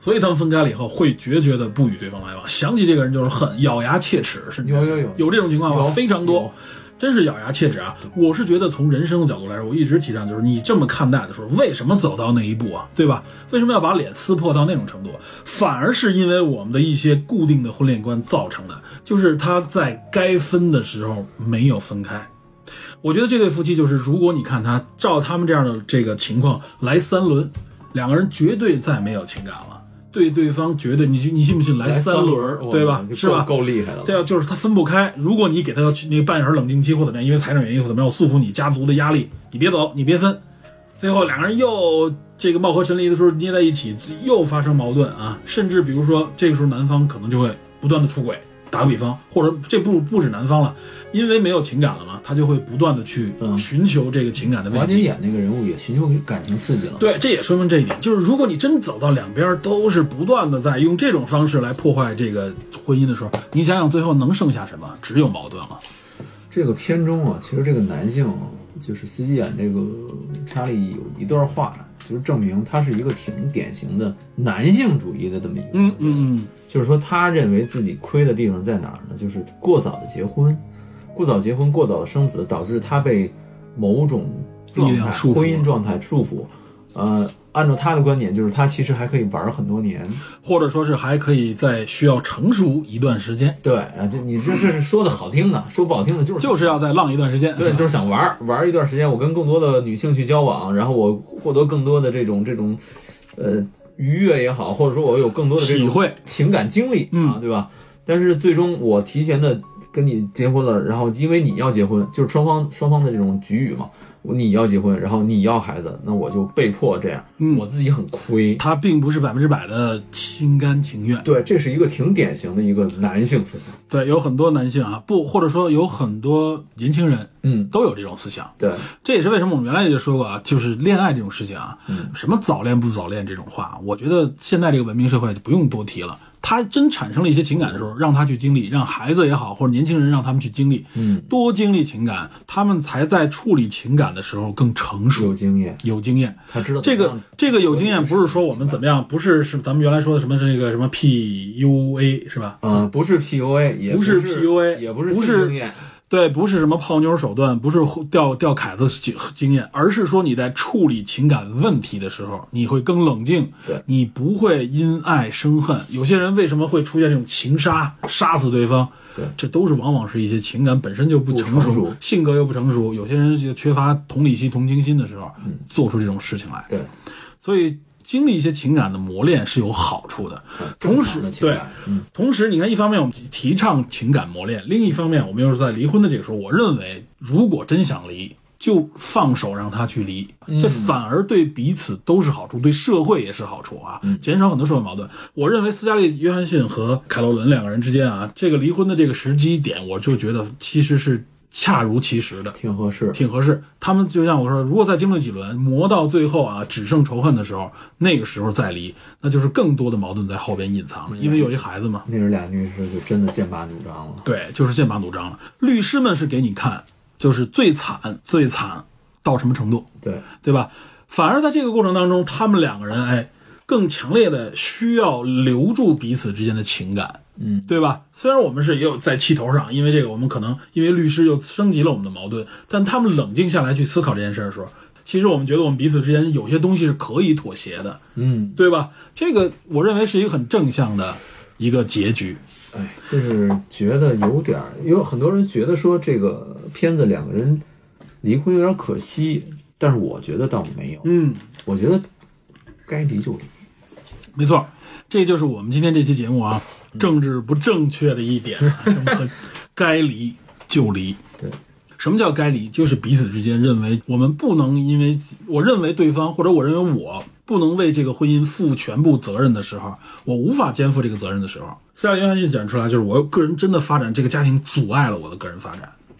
所以他们分开了以后会决绝的不与对方来往，想起这个人就是恨，咬牙切齿，甚至有有有有这种情况吗？非常多。真是咬牙切齿啊！我是觉得从人生的角度来说，我一直提倡就是你这么看待的时候，为什么走到那一步啊？对吧？为什么要把脸撕破到那种程度？反而是因为我们的一些固定的婚恋观造成的，就是他在该分的时候没有分开。我觉得这对夫妻就是，如果你看他照他们这样的这个情况来三轮，两个人绝对再没有情感了。对对方绝对，你你信不信来三轮，对吧？是吧？ 够厉害了。 对啊，就是他分不开。如果你给他那个半小时冷静期或怎么样，因为财政原因或怎么样束缚你家族的压力，你别走，你别分。最后两个人又这个貌合神离的时候捏在一起，又发生矛盾啊，甚至比如说这个时候男方可能就会不断的出轨。打个比方，或者这不不止男方了，因为没有情感了嘛，他就会不断的去寻求这个情感的慰藉。 王晶演那个人物也寻求感情刺激了。 对，这也说明这一点，就是如果你真走到两边都是不断的在用这种方式来破坏这个婚姻的时候，你想想最后能剩下什么？只有矛盾了。 这个片中啊，其实这个男性啊，就是司机演这个查理有一段话，就是证明他是一个挺典型的男性主义的这么一个人。 嗯嗯嗯， 就是说他认为自己亏的地方在哪儿呢？就是过早的结婚，过早结婚，过早的生子，导致他被某种状态、婚姻状态束缚。呃，按照他的观点，就是他其实还可以玩很多年， 或者说是还可以再需要成熟一段时间。 对啊，这你这这是说的好听的，说不好听的就是就是要再浪一段时间。 对，就是想玩玩一段时间，我跟更多的女性去交往，然后我获得更多的这种这种呃愉悦也好，或者说我有更多的这种体会情感经历啊， 嗯， 对吧？但是最终我提前的跟你结婚了，然后因为你要结婚，就是双方双方的这种局域嘛。你要结婚，然后你要孩子，那我就被迫这样， 嗯， 我自己很亏。 他并不是百分之百的心甘情愿。 对，这是一个挺典型的一个男性思想。 对，有很多男性啊，不，或者说有很多年轻人， 嗯， 都有这种思想。 对， 这也是为什么我们原来也就说过啊，就是恋爱这种事情啊， 嗯， 什么早恋不早恋这种话，我觉得现在这个文明社会就不用多提了。他真产生了一些情感的时候，让他去经历，让孩子也好，或者年轻人让他们去经历， 嗯， 多经历情感，他们才在处理情感的时候更成熟， 有经验， 有经验。 他知道这个这个有经验，不是说我们怎么样，不是是咱们原来说的什么是那个什么 P U A 是吧？ 啊、呃，不是 P U A， 也不是 P U A， 也不是不是。对，不是什么泡妞手段，不是钓钓凯子经验，而是说你在处理情感问题的时候，你会更冷静， 对， 你不会因爱生恨。有些人为什么会出现这种情杀，杀死对方？ 对， 这都是往往是一些情感本身就不成熟， 成熟性格又不成熟，有些人就缺乏同理心、同情心的时候， 嗯， 做出这种事情来。 对， 所以经历一些情感的磨练是有好处的，同时对， 嗯， 同时你看，一方面我们提倡情感磨练，另一方面我们又是在离婚的这个时候，我认为如果真想离，就放手让他去离，这反而对彼此都是好处，对社会也是好处啊，减少很多社会矛盾。我认为斯嘉丽·约翰逊和凯罗伦两个人之间啊，这个离婚的这个时机点，我就觉得其实是恰如其时的， 挺合适， 挺合适。他们就像我说，如果再经历几轮，磨到最后啊，只剩仇恨的时候，那个时候再离，那就是更多的矛盾在后边隐藏了，因为有一孩子嘛。 那是俩律师就真的剑拔弩张了。 对，就是剑拔弩张了。律师们是给你看，就是最惨最惨到什么程度， 对对吧？反而在这个过程当中，他们两个人哎，更强烈的需要留住彼此之间的情感。 嗯， 对吧？虽然我们是也有在气头上，因为这个我们可能因为律师又升级了我们的矛盾，但他们冷静下来去思考这件事的时候，其实我们觉得我们彼此之间有些东西是可以妥协的， 嗯， 对吧？这个我认为是一个很正向的一个结局。 哎，就是觉得有点，有很多人觉得说这个片子两个人离婚有点可惜，但是我觉得倒没有。 嗯， 我觉得该离就离。 没错，这就是我们今天这期节目啊，政治不正确的一点，什么该离就离。 对， 什么叫该离？就是彼此之间认为我们不能因为我认为对方或者我认为我不能为这个婚姻负全部责任的时候，我无法肩负这个责任的时候，斯嘉丽·约翰逊讲出来就是我个人真的发展这个家庭阻碍了我的个人发展。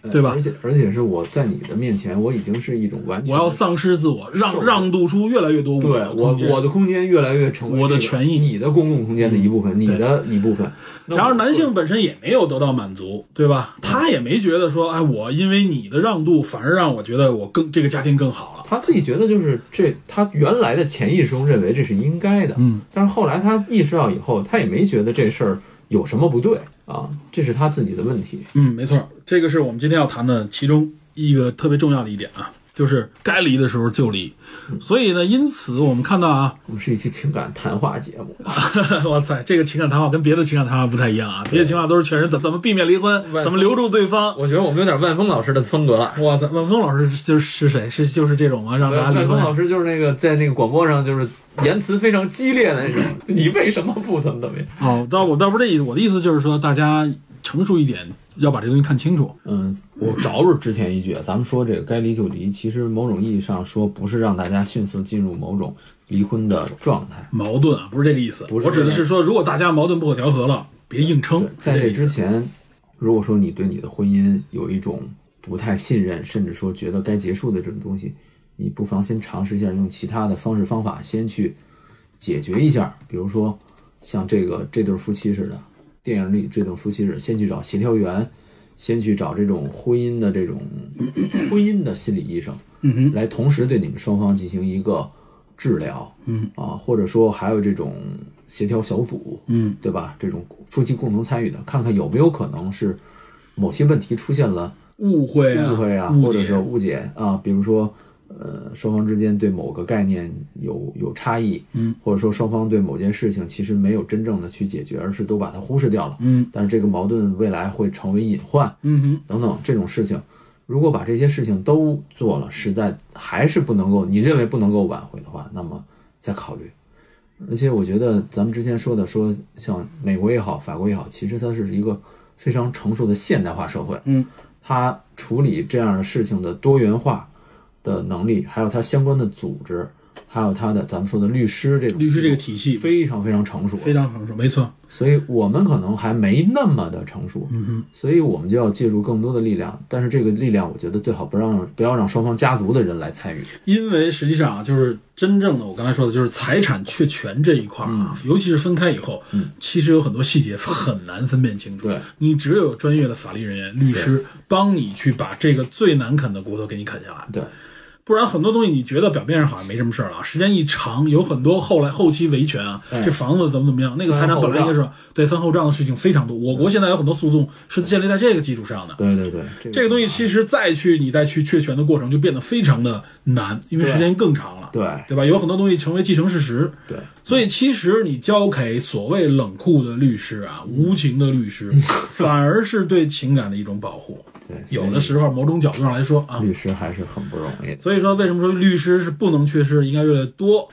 对吧？ 而且而且是我在你的面前，我已经是一种完全我要丧失自我，让让渡出越来越多对我我的空间越来越成为我的权益， 你的公共空间的一部分，嗯、你的一部分。 然而男性本身也没有得到满足，对吧？他也没觉得说，哎，我因为你的让渡，反而让我觉得我更这个家庭更好了。 他自己觉得就是这，他原来的潜意识中认为这是应该的， 嗯， 但是后来他意识到以后，他也没觉得这事儿有什么不对啊，这是他自己的问题。 嗯，没错，这个是我们今天要谈的其中一个特别重要的一点啊。就是该离的时候就离，所以呢，因此我们看到啊， 我们是一期情感谈话节目。 哇塞，这个情感谈话跟别的情感谈话不太一样啊，别的情感都是劝人怎怎么避免离婚，怎么留住对方。 我觉得我们有点万峰老师的风格了。 哇塞，万峰老师就是是谁？是就是这种啊，让大家离婚。 万峰老师就是那个在那个广播上就是言辞非常激烈的那种，你为什么不怎么怎么样？ 哦，倒我倒不是这意思，我的意思就是说大家成熟一点。要把这东西看清楚。 嗯，我着入之前一句，咱们说这个该离就离，其实某种意义上说不是让大家迅速进入某种离婚的状态， 矛盾啊，不是这个意思。 不是， 我指的是说，如果大家矛盾不可调和了，别硬撑。 在这之前，如果说你对你的婚姻有一种不太信任，甚至说觉得该结束的这种东西，你不妨先尝试一下用其他的方式方法先去解决一下，比如说像这个这对夫妻似的。电影里这种夫妻是先去找协调员，先去找这种婚姻的这种婚姻的心理医生， 嗯哼， 来同时对你们双方进行一个治疗， 嗯啊，或者说还有这种协调小组， 嗯， 对吧？这种夫妻共同参与的，看看有没有可能是某些问题出现了误会啊， 误会啊，或者说误解啊，比如说。呃，双方之间对某个概念有有差异， 嗯， 或者说双方对某件事情其实没有真正的去解决，而是都把它忽视掉了， 嗯， 但是这个矛盾未来会成为隐患， 嗯哼， 等等这种事情，如果把这些事情都做了，实在还是不能够，你认为不能够挽回的话，那么再考虑。而且我觉得咱们之前说的说像美国也好，法国也好，其实它是一个非常成熟的现代化社会， 嗯， 它处理这样的事情的多元化的能力，还有它相关的组织，还有它的咱们说的律师这种律师这个体系非常非常成熟， 非常成熟，没错。 所以我们可能还没那么的成熟， 嗯哼， 所以我们就要借助更多的力量，但是这个力量我觉得最好不让不要让双方家族的人来参与， 因为实际上啊，就是真正的我刚才说的就是财产确权这一块啊、嗯，尤其是分开以后、 嗯， 其实有很多细节很难分辨清楚。 对， 你只有专业的法律人员、律师帮你去把这个最难啃的骨头给你啃下来。 对。 不然很多东西你觉得表面上好像没什么事儿了，时间一长，有很多后来后期维权啊， 哎、 这房子怎么怎么样，那个财产本来应该是对分后账的事情非常多。我国现在有很多诉讼是建立在这个基础上的。 对对对，这个、 这个东西其实再去你再去确权的过程就变得非常的难，因为时间更长了。 对对吧？有很多东西成为既成事实。 对， 所以其实你交给所谓冷酷的律师啊，无情的律师，反而是对情感的一种保护。 对， 有的时候某种角度上来说啊， 律师还是很不容易的。 所以说，为什么说律师是不能缺失，应该越来越多？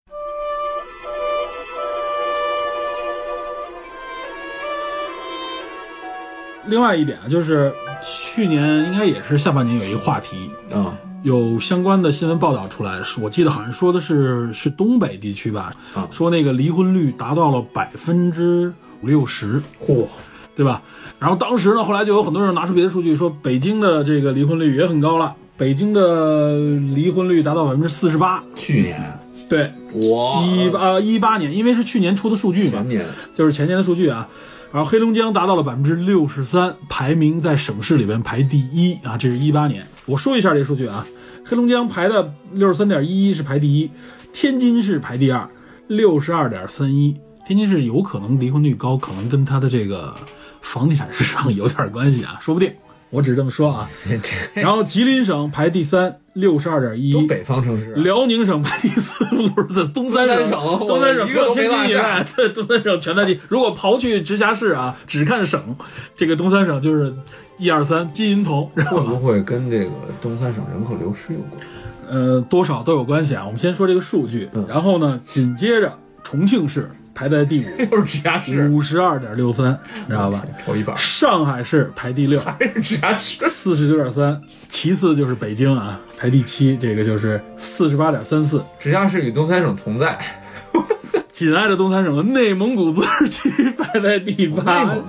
另外一点啊，就是去年应该也是下半年有一个话题啊、 嗯，有相关的新闻报道出来，我记得好像说的是是东北地区吧， 啊， 说那个离婚率达到了百分之五六十， 嚯！ 对吧？然后当时呢，后来就有很多人拿出别的数据，说北京的这个离婚率也很高了，北京的离婚率达到百分之四十八。 去年， 对， 哇， 一八一八年，因为是去年出的数据嘛， 前年就是前年的数据啊。然后黑龙江达到了百分之六十三，排名在省市里边排第一啊，这是一八年。我说一下这个数据啊，黑龙江排的六十三点一一是排第一，天津市排第二，六十二点三一。天津市有可能离婚率高，可能跟它的这个房地产市场有点关系啊，说不定，我只是这么说啊。然后吉林省排第三，六十二点一一， 都北方城市、啊。 辽宁省排第四，不是在东三省，东三省除了天津以外，对，东三省全在第。如果刨去直辖市啊，只看省，这个东三省就是一二三，金银铜。 会不会跟这个东三省人口流失有关？ 呃，多少都有关系啊。我们先说这个数据， 嗯、 然后呢，紧接着重庆市。排在第五， 又是直辖市， 五十二点六三，知道吧？ 抽一半。 上海市排第六， 还是直辖市， 四十九点三。其次就是北京啊，排第七，这个就是四十八点三四。 直辖市与东三省同在。 紧挨着东三省的内蒙古自治区排在第八，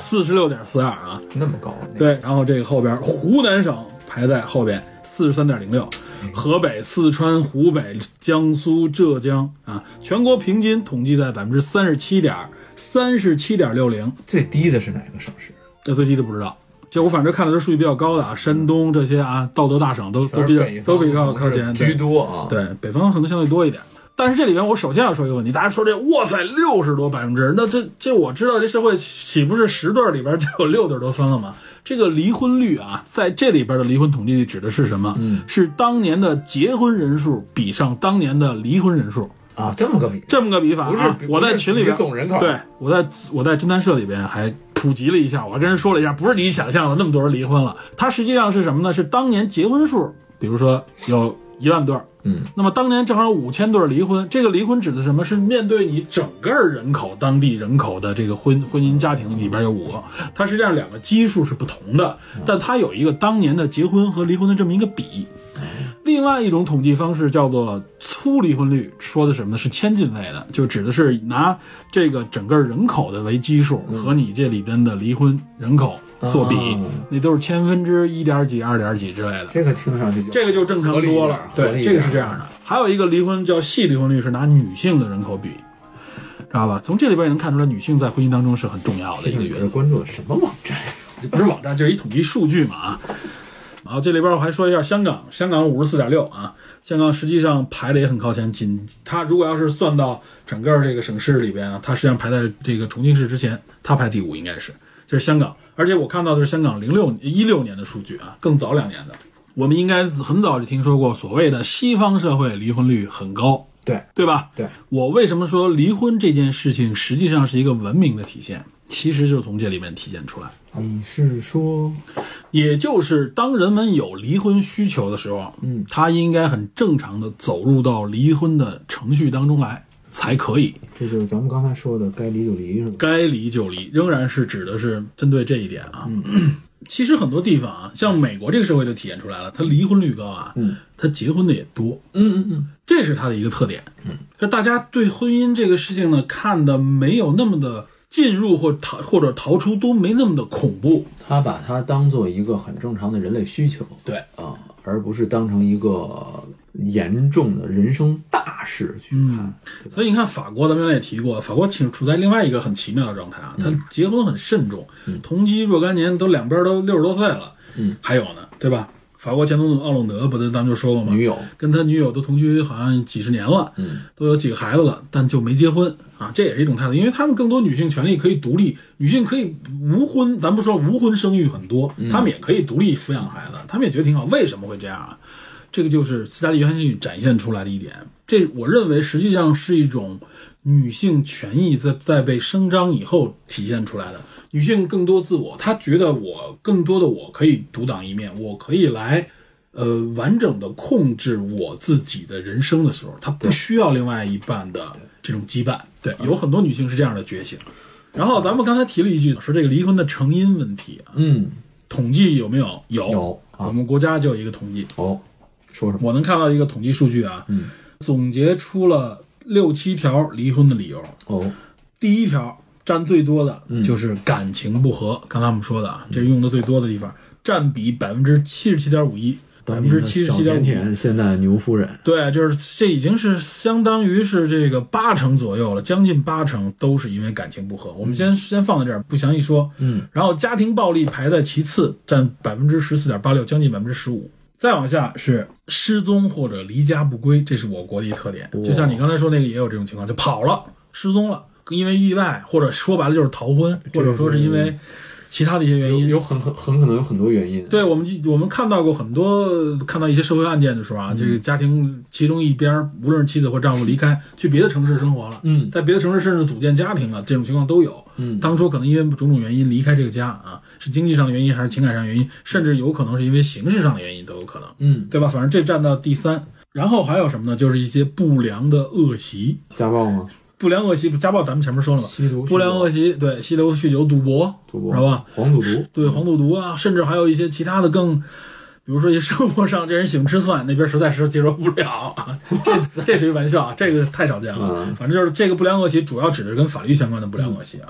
四十六点四二啊， 那么高。 对，然后这个后边湖南省排在后边四十三点零六，河北、四川、湖北、江苏、浙江啊，全国平均统计在百分之三十七点三十七点六零。 最低的是哪个省市？ 这最低的不知道。就我反正看的是数据比较高的啊，山东这些啊，道德大省都都比较都比较靠前， 居多啊。 对，北方可能相对多一点。但是这里边我首先要说一个问题，大家说这哇塞六十多百分之，那这这我知道这社会岂不是十对里边就有六对都分了吗？这个离婚率啊，在这里边的离婚统计率指的是什么？嗯，是当年的结婚人数比上当年的离婚人数啊，这么个比， 这么个比法啊。 不是， 我在群里边总人口， 对，我在我在侦探社里边还普及了一下，我还跟人说了一下，不是你想象的那么多人离婚了，它实际上是什么呢？是当年结婚数，比如说有一万对。 嗯， 那么当年正好有五千对离婚，这个离婚指的是什么？是面对你整个人口、当地人口的这个婚婚姻家庭里边有五个，它实际上两个基数是不同的，但它有一个当年的结婚和离婚的这么一个比。另外一种统计方式叫做粗离婚率，说的什么呢？是千进位的，就指的是拿这个整个人口的为基数和你这里边的离婚人口做比，嗯、那都是千分之一点几、二点几之类的。 这个听上去就这个就正常多了。对，这个是这样的。还有一个离婚叫细离婚率，是拿女性的人口比，知道吧？从这里边也能看出来，女性在婚姻当中是很重要的一个元素。 关注的什么网站？ 这不是网站，这是一统计数据嘛啊。然后这里边我还说一下香港，香港五十四点六啊，香港实际上排的也很靠前，仅它如果要是算到整个这个省市里边啊，它实际上排在这个重庆市之前，它排第五应该是，这是香港。而且我看到的是香港零六一六年的数据啊，更早两年的。我们应该很早就听说过所谓的西方社会离婚率很高， 对对吧？ 对。 我为什么说离婚这件事情实际上是一个文明的体现？其实就从这里面体现出来。 你是说， 也就是当人们有离婚需求的时候， 嗯， 他应该很正常的走入到离婚的程序当中来才可以。 这就是咱们刚才说的该离就离是吧？ 该离就离，仍然是指的是针对这一点啊。 嗯， 其实很多地方啊，像美国这个社会就体现出来了，它离婚率高啊， 嗯， 它结婚的也多， 嗯嗯嗯， 这是它的一个特点。 嗯， 就大家对婚姻这个事情呢，看的没有那么的进入或逃或者逃出都没那么的恐怖， 他把它当做一个很正常的人类需求， 对啊，而不是当成一个严重的人生大事去看。 嗯、所以你看法国，咱们原来也提过，法国处处在另外一个很奇妙的状态啊，他结婚很慎重， 嗯、 同居若干年，都两边都六十多岁了， 嗯， 还有呢，对吧？法国前总统奥朗德不是咱们就说过吗？ 女友跟他女友都同居好像几十年了， 嗯， 都有几个孩子了，但就没结婚啊，这也是一种态度，因为他们更多女性权利可以独立，女性可以无婚，咱不说无婚生育很多， 嗯、 他们也可以独立抚养孩子，他们也觉得挺好。为什么会这样啊？这个就是斯嘉丽·约翰逊展现出来的一点，这我认为实际上是一种女性权益在在被声张以后体现出来的。女性更多自我，她觉得我更多的我可以独当一面，我可以来呃完整的控制我自己的人生的时候，她不需要另外一半的这种羁绊。对，有很多女性是这样的觉醒。然后咱们刚才提了一句，说这个离婚的成因问题啊， 嗯， 统计有没有？有， 有啊， 我们国家就有一个统计。 哦，说什么？ 我能看到一个统计数据啊， 嗯， 总结出了六七条离婚的理由。 哦， 第一条占最多的就是感情不和，嗯、刚才我们说的啊，这是用的最多的地方，占比百分之七十七点五一，百分之七十七点五。 现在牛夫人， 对，就是这已经是相当于是这个八成左右了，将近八成都是因为感情不和。我们先、嗯、先放在这儿，不详细说。 嗯， 然后家庭暴力排在其次，占百分之十四点八六，将近百分之十五。再往下是失踪或者离家不归，这是我国的一特点。就像你刚才说那个也有这种情况，就跑了，失踪了。因为意外，或者说白了就是逃婚，或者说是因为其他的一些原因， 有很很很可能有很多原因。 对，我们我们看到过很多，看到一些社会案件的时候啊，嗯、这个家庭其中一边无论是妻子或丈夫离开去别的城市生活了， 嗯， 在别的城市甚至组建家庭了，这种情况都有。 嗯， 当初可能因为种种原因离开这个家啊，是经济上的原因还是情感上的原因，甚至有可能是因为形式上的原因都有可能。 嗯， 对吧？反正这占到第三。然后还有什么呢？就是一些不良的恶习， 家暴吗？ 不良恶习，家暴咱们前面说了嘛， 吸毒、 不良恶习，对，吸毒、酗酒、赌博， 赌博， 知道吧？ 黄赌毒， 对，黄赌毒啊，甚至还有一些其他的更，比如说一些生活上，这人喜欢吃蒜，那边实在是接受不了啊。这这是一玩笑啊，这个太少见了。 嗯、 反正就是这个不良恶习，主要指的是跟法律相关的不良恶习啊。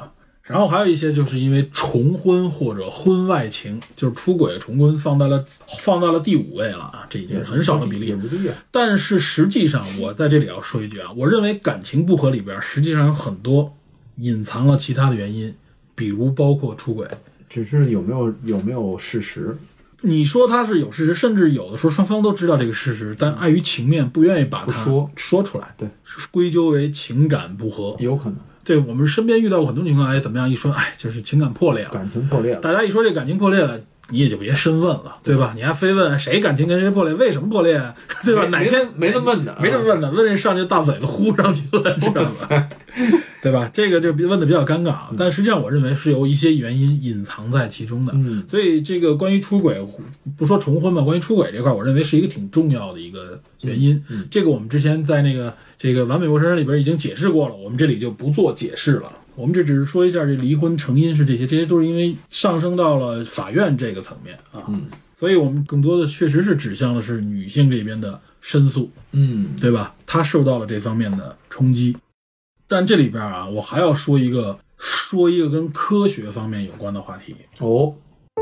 然后还有一些就是因为重婚或者婚外情，就是出轨重婚放到了放到了第五位了啊，这已经是很少的比例。但是实际上我在这里要说一句啊，我认为感情不和里边实际上有很多隐藏了其他的原因，比如包括出轨， 只是有没有有没有事实。 你说他是有事实，甚至有的时候双方都知道这个事实，但碍于情面不愿意把它说说出来， 对， 归咎为情感不和， 有可能。 对，我们身边遇到过很多情况，哎，怎么样一说，哎，就是情感破裂了， 感情破裂了。 大家一说这感情破裂了，你也就别深问了，对吧？你还非问谁感情跟谁破裂，为什么破裂，对吧？哪天没这么问的， 没这么问的，问这上去大嘴巴呼上去了，知道吧？对吧？这个就问的比较尴尬，但实际上我认为是有一些原因隐藏在其中的。 嗯， 所以这个关于出轨，不说重婚吧，关于出轨这块，我认为是一个挺重要的一个原因。 嗯嗯、 这个我们之前在那个这个完美陌生人里边已经解释过了，我们这里就不做解释了。我们这只是说一下这离婚成因是这些，这些都是因为上升到了法院这个层面啊。 嗯， 所以我们更多的确实是指向的是女性这边的申诉， 嗯， 对吧？她受到了这方面的冲击。但这里边啊，我还要说一个说一个跟科学方面有关的话题哦。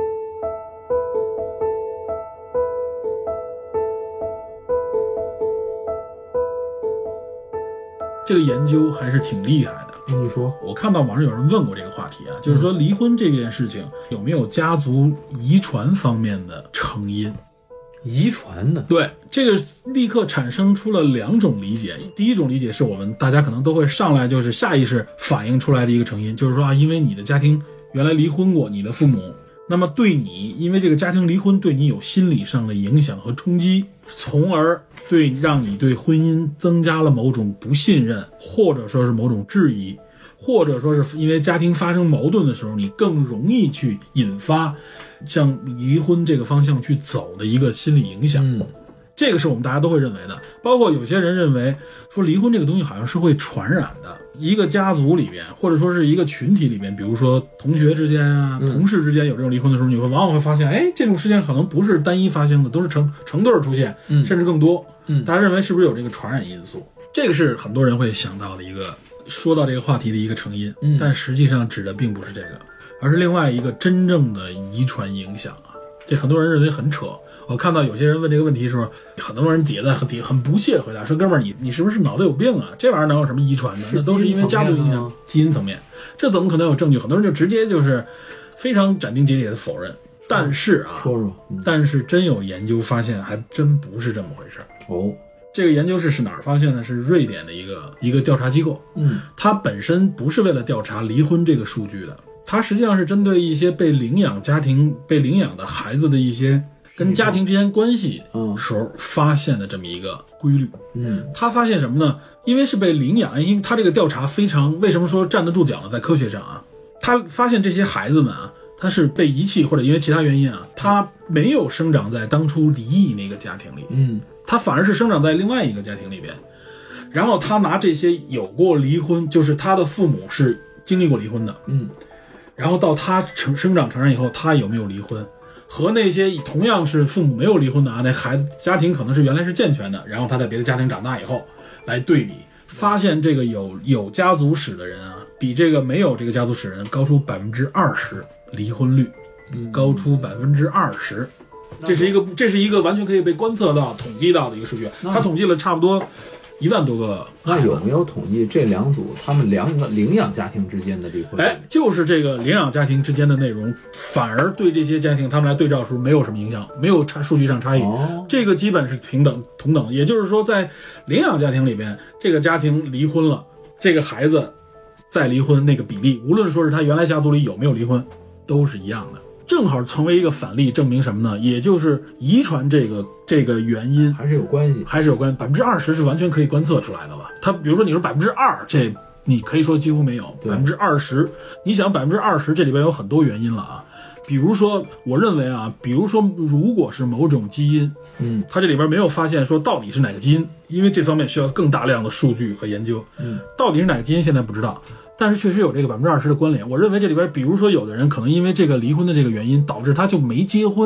这个研究还是挺厉害的。 你说， 我看到网上有人问过这个话题啊，就是说离婚这件事情有没有家族遗传方面的成因？ 遗传的， 对，这个立刻产生出了两种理解。第一种理解是我们大家可能都会上来就是下意识反映出来的一个成因，就是说啊，因为你的家庭原来离婚过，你的父母，那么对你因为这个家庭离婚对你有心理上的影响和冲击，从而对让你对婚姻增加了某种不信任，或者说是某种质疑，或者说是因为家庭发生矛盾的时候，你更容易去引发向离婚这个方向去走的一个心理影响。 嗯， 这个是我们大家都会认为的。包括有些人认为说离婚这个东西好像是会传染的，一个家族里边或者说是一个群体里边，比如说同学之间啊、 嗯、 同事之间有这种离婚的时候，你会往往会发现，哎，这种事件可能不是单一发生的，都是成成对出现， 嗯， 甚至更多。 嗯， 大家认为是不是有这个传染因素？这个是很多人会想到的一个说到这个话题的一个成因， 嗯， 但实际上指的并不是这个，而是另外一个真正的遗传影响啊。这很多人认为很扯。我看到有些人问这个问题的时候，很多人底下很很不屑回答说：“哥们儿，你你是不是脑子有病啊？这玩意儿能有什么遗传的？那都是因为家族影响，基因层面，这怎么可能有证据？”很多人就直接就是非常斩钉截铁的否认。但是啊， 说说， 嗯、但是真有研究发现，还真不是这么回事哦。 这个研究是是哪儿发现的？是瑞典的一个一个调查机构。 嗯， 它本身不是为了调查离婚这个数据的，它实际上是针对一些被领养家庭、被领养的孩子的一些跟家庭之间关系时候发现的这么一个规律。 嗯， 他发现什么呢？因为是被领养，因为他这个调查非常，为什么说站得住脚呢？在科学上啊，他发现这些孩子们啊，他是被遗弃或者因为其他原因啊，他没有生长在当初离异那个家庭里， 嗯， 他反而是生长在另外一个家庭里边。然后他拿这些有过离婚，就是他的父母是经历过离婚的， 嗯， 然后到他成生长成人以后，他有没有离婚？和那些同样是父母没有离婚的啊，那孩子家庭可能是原来是健全的，然后他在别的家庭长大以后来对比，发现这个有有家族史的人啊，比这个没有这个家族史的人高出百分之二十离婚率，高出百分之二十，这是一个这是一个完全可以被观测到、统计到的一个数据。他统计了差不多一万多个。 那有没有统计这两组他们两个领养家庭之间的离婚？ 哎，就是这个领养家庭之间的内容，反而对这些家庭他们来对照的时候没有什么影响，没有差数据上差异， 哦， 这个基本是平等同等。也就是说，在领养家庭里边，这个家庭离婚了，这个孩子再离婚那个比例，无论说是他原来家族里有没有离婚，都是一样的。正好成为一个反例，证明什么呢？也就是遗传这个这个原因还是有关系， 还是有关。百分之二十是完全可以观测出来的了。他比如说你说百分之二，这你可以说几乎没有。百分之二十，你想百分之二十，这里边有很多原因了啊。比如说，我认为啊，比如说如果是某种基因， 嗯， 它这里边没有发现说到底是哪个基因，因为这方面需要更大量的数据和研究。 嗯， 到底是哪个基因现在不知道。但是确实有这个百分之二十的关联，我认为这里边，比如说有的人可能因为这个离婚的这个原因，导致他就没结婚，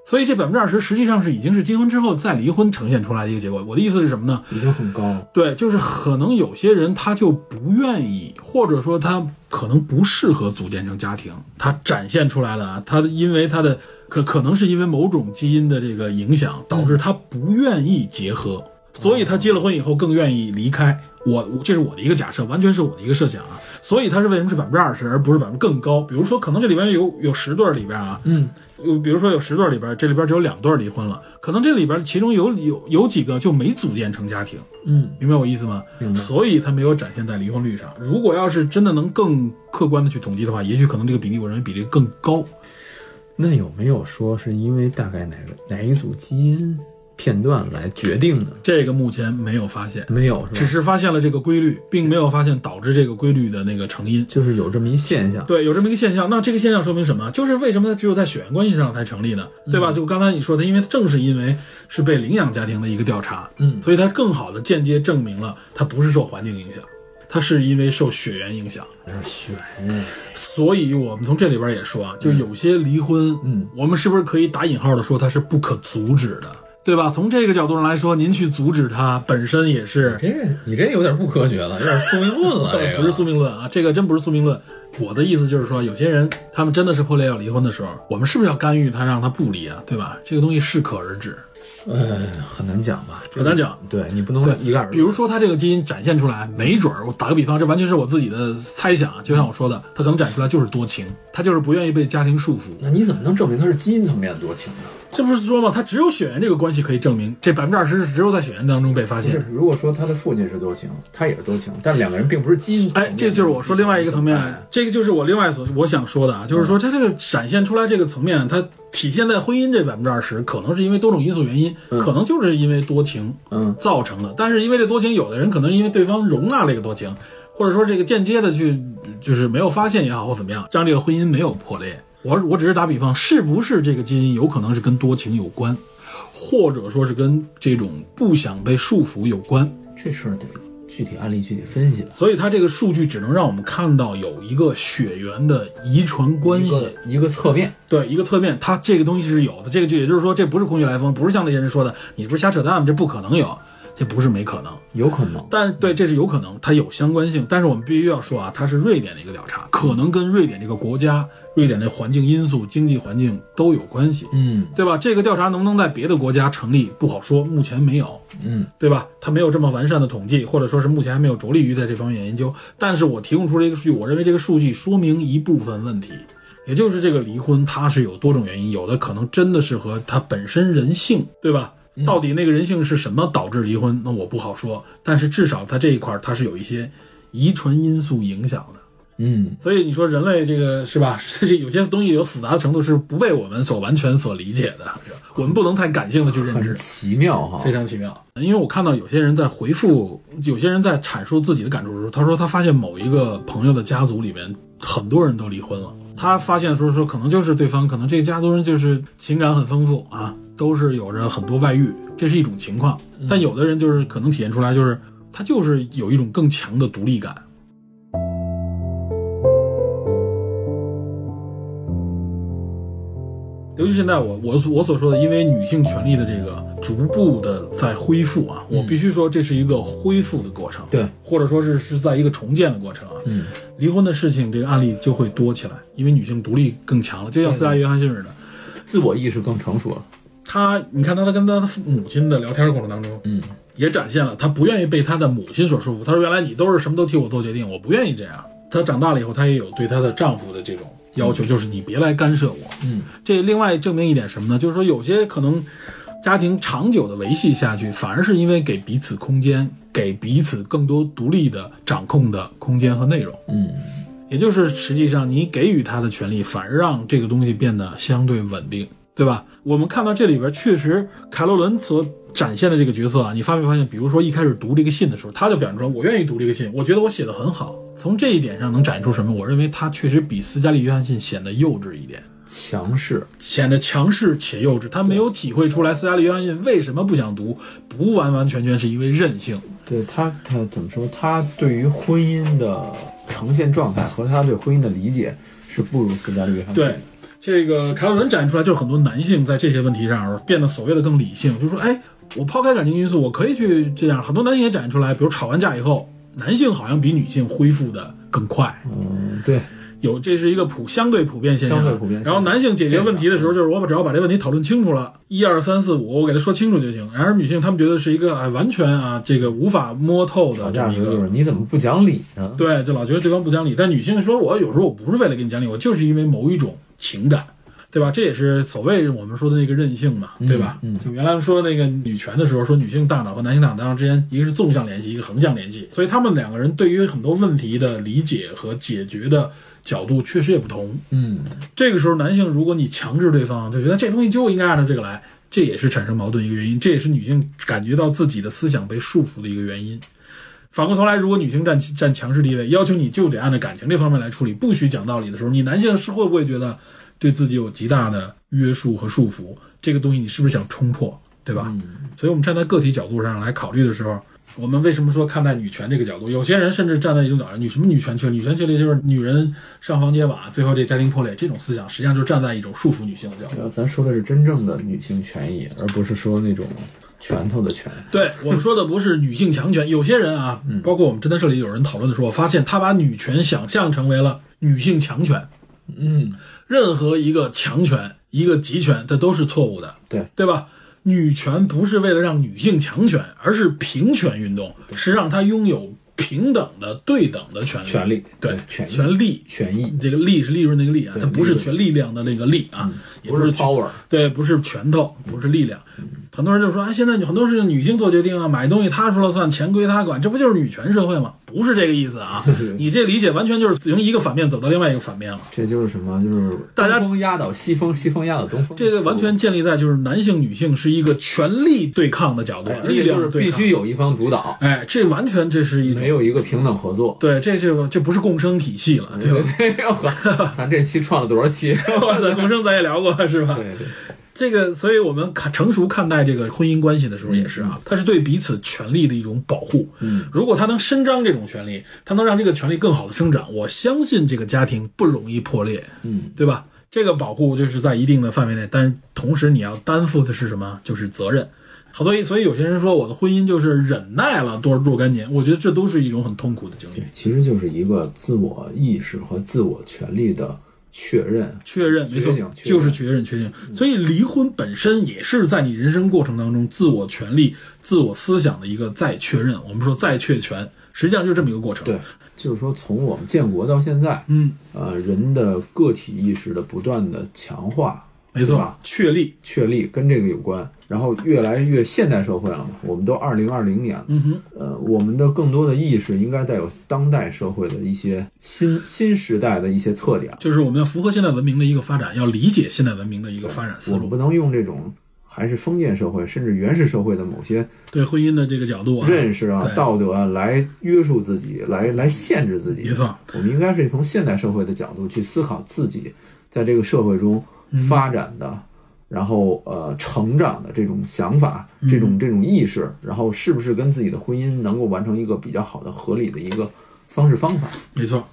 所以这百分之二十实际上是已经是结婚之后再离婚呈现出来的一个结果。我的意思是什么呢？ 已经很高了。 对，就是可能有些人他就不愿意，或者说他可能不适合组建成家庭，他展现出来了啊，他因为他的可可能是因为某种基因的这个影响，导致他不愿意结合，嗯、所以他结了婚以后更愿意离开。我这是我的一个假设，完全是我的一个设想啊。所以它是为什么是百分之二十而不是百分之更高？比如说，可能这里边有有十对里边啊，嗯，有比如说有十对里边，这里边只有两对离婚了，可能这里边其中有有有几个就没组建成家庭，嗯，明白我意思吗？ 明白。 所以它没有展现在离婚率上。如果要是真的能更客观的去统计的话，也许可能这个比例，我认为比例更高。 那有没有说是因为大概哪个哪一组基因片段来决定的？ 这个目前没有发现， 没有，是吧？ 只是发现了这个规律，并没有发现导致这个规律的那个成因， 就是有这么一现象。 对，有这么一个现象。那这个现象说明什么？就是为什么它只有在血缘关系上才成立呢？对吧？嗯、就刚才你说的，因为正是因为是被领养家庭的一个调查，嗯，所以它更好的间接证明了它不是受环境影响，它是因为受血缘影响。 血缘。 所以我们从这里边也说啊，就有些离婚，嗯，我们是不是可以打引号的说它是不可阻止的？对吧？从这个角度上来说，您去阻止它本身也是这个，你这有点不科学了，有点宿命论了。这个不是宿命论啊，这个真不是宿命论。我的意思就是说，有些人他们真的是破裂要离婚的时候，我们是不是要干预他，让他不离啊？对吧？这个东西适可而止。 呃，很难讲吧？ 很难讲。 对，你不能一概而论。 比如说，他这个基因展现出来，没准儿，我打个比方，这完全是我自己的猜想。就像我说的，他可能展出来就是多情，他就是不愿意被家庭束缚。 那你怎么能证明他是基因层面的多情呢？ 这不是说吗？他只有血缘这个关系可以证明，这百分之二十是只有在血缘当中被发现。 如果说他的父亲是多情，他也是多情，但两个人并不是基因。 哎，这就是我说另外一个层面，这个就是我另外所我想说的啊，就是说他这个展现出来这个层面，它体现在婚姻这百分之二十，可能是因为多种因素原因，嗯、可能就是因为多情嗯造成的。但是因为这多情，有的人可能是因为对方容纳这个多情，或者说这个间接的去就是没有发现也好或怎么样，让这个婚姻没有破裂。我我只是打比方，是不是这个基因有可能是跟多情有关，或者说是跟这种不想被束缚有关？ 这事儿得具体案例具体分析了。 所以它这个数据只能让我们看到有一个血缘的遗传关系， 一个, 一个侧面， 对，一个侧面，它这个东西是有的。这个就也就是说，这不是空穴来风，不是像那些人说的，你不是瞎扯淡吗？这不可能有。这不是没可能， 有可能， 但对，这是有可能，它有相关性。但是我们必须要说啊，它是瑞典的一个调查，可能跟瑞典这个国家、瑞典的环境因素、经济环境都有关系，嗯，对吧？这个调查能不能在别的国家成立，不好说，目前没有，嗯，对吧？它没有这么完善的统计，或者说是目前还没有着力于在这方面研究。但是我提供出了一个数据，我认为这个数据说明一部分问题，也就是这个离婚它是有多种原因，有的可能真的是和它本身人性，对吧？到底那个人性是什么导致离婚？那我不好说，但是至少它这一块它是有一些遗传因素影响的。嗯，所以你说人类这个是吧？这有些东西有复杂的程度是不被我们所完全所理解的，我们不能太感性的去认知。 很奇妙哈， 非常奇妙。因为我看到有些人在回复，有些人在阐述自己的感受的时候，他说他发现某一个朋友的家族里面很多人都离婚了。他发现说说可能就是对方可能这个家族人就是情感很丰富啊，都是有着很多外遇，这是一种情况。但有的人就是可能体现出来就是他就是有一种更强的独立感。尤其现在我我我所说的，因为女性权利的这个逐步的在恢复啊，我必须说这是一个恢复的过程， 对， 或者说是是在一个重建的过程啊。嗯，离婚的事情这个案例就会多起来，因为女性独立更强了，就像斯嘉约翰逊似的， 自我意识更成熟了。 他，你看他跟他的母亲的聊天过程当中，嗯，也展现了他不愿意被他的母亲所束缚。他说：“原来你都是什么都替我做决定，我不愿意这样。”她长大了以后，她也有对她的丈夫的这种要求，就是你别来干涉我。嗯，这另外证明一点什么呢？就是说有些可能家庭长久的维系下去，反而是因为给彼此空间，给彼此更多独立的掌控的空间和内容。嗯，也就是实际上你给予他的权利，反而让这个东西变得相对稳定，对吧？我们看到这里边确实凯洛伦所展现的这个角色啊，你发没发现，比如说一开始读这个信的时候，他就表现出我愿意读这个信，我觉得我写得很好。从这一点上能展现出什么？我认为他确实比斯嘉丽·约翰逊显得幼稚一点， 强势， 显得强势且幼稚。他没有体会出来斯嘉丽·约翰逊为什么不想读，不完完全全是因为任性。 对他，他怎么说？他对于婚姻的呈现状态和他对婚姻的理解是不如斯嘉丽·约翰逊。 对。 这个凯勒伦展现出来就是很多男性在这些问题上变得所谓的更理性，就是说，哎，我抛开感情因素，我可以去这样。很多男性也展现出来，比如吵完架以后，男性好像比女性恢复的更快。 嗯，对。 有，这是一个普相对普遍现象， 相对普遍。 然后男性解决问题的时候，就是我只要把这问题讨论清楚了，一二三四五，我给他说清楚就行。然而女性她们觉得是一个啊完全啊这个无法摸透的这么一个， 就是你怎么不讲理呢？ 对，就老觉得对方不讲理。但女性说，我有时候我不是为了跟你讲理，我就是因为某一种情感。对吧？这也是所谓我们说的那个韧性嘛，对吧？ 嗯，嗯就原来说那个女权的时候，说女性大脑和男性大脑之间一个是纵向联系，一个横向联系，所以他们两个人对于很多问题的理解和解决的角度确实也不同。 嗯， 这个时候男性如果你强制对方，就觉得这东西就应该按照这个来，这也是产生矛盾一个原因，这也是女性感觉到自己的思想被束缚的一个原因。反过头来，如果女性占占强势地位，要求你就得按照感情这方面来处理，不许讲道理的时候，你男性是会不会觉得对自己有极大的约束和束缚？这个东西你是不是想冲破，对吧？ 嗯， 所以我们站在个体角度上来考虑的时候，我们为什么说看待女权这个角度？有些人甚至站在一种角度，女什么女权确立？女权确立就是女人上房揭瓦，最后这家庭破裂，这种思想实际上就站在一种束缚女性的角度。 咱说的是真正的女性权益，而不是说那种拳头的拳。 对，我们说的不是女性强权。有些人啊， 嗯、 包括我们侦探社里有人讨论的时候，我发现他把女权想象成为了女性强权。 嗯， 任何一个强权，一个集权，这都是错误的， 对对吧？女权不是为了让女性强权，而是平权运动，是让她拥有平等的、对等的权利。 权利， 对， 权权利， 权益。 这个利是利润那个利啊，它不是全力量的那个利啊， 嗯、 也不是 power， 对，不是拳头，不是力量。嗯、很多人就说，哎，现在很多事情女性做决定啊，买东西她说了算，钱归她管，这不就是女权社会吗？不是这个意思啊，你这理解完全就是从一个反面走到另外一个反面了。 这就是什么？就是大家东风压倒西风，西风压倒东风。 这个完全建立在就是男性女性是一个权力对抗的角度， 哎、 力量就是必须有一方主导。 哎，这完全这是一种没有一个平等合作。 对，这是这不是共生体系了，对吧？咱这期创了多少期？ 咱共生咱也聊过是吧？ 对对。 这个，所以我们看成熟看待这个婚姻关系的时候也是啊，它是对彼此权利的一种保护。 嗯， 如果他能伸张这种权利，他能让这个权利更好的生长，我相信这个家庭不容易破裂。 嗯， 对吧？这个保护就是在一定的范围内，但是同时你要担负的是什么？就是责任。好多，所以有些人说我的婚姻就是忍耐了多若干年，我觉得这都是一种很痛苦的经历。 其实就是一个自我意识和自我权利的确认， 确认，没错，就是确认，确认。所以离婚本身也是在你人生过程当中自我权利、自我思想的一个再确认。我们说再确权，实际上就是这么一个过程。 对，就是说从我们建国到现在， 嗯， 呃，人的个体意识的不断的强化， 没错，确立， 确立跟这个有关。然后越来越现代社会了嘛，我们都二零二零年了， 嗯哼， 呃，我们的更多的意识应该带有当代社会的一些新新时代的一些特点， 就是我们要符合现代文明的一个发展，要理解现代文明的一个发展思路。 我们不能用这种还是封建社会甚至原始社会的某些对婚姻的这个角度啊、 认识啊、道德啊来约束自己，来来限制自己。 没错， 我们应该是从现代社会的角度去思考自己在这个社会中发展的。嗯，然后呃，成长的这种想法，这种这种意识，然后是不是跟自己的婚姻能够完成一个比较好的、合理的一个方式方法？ 没错。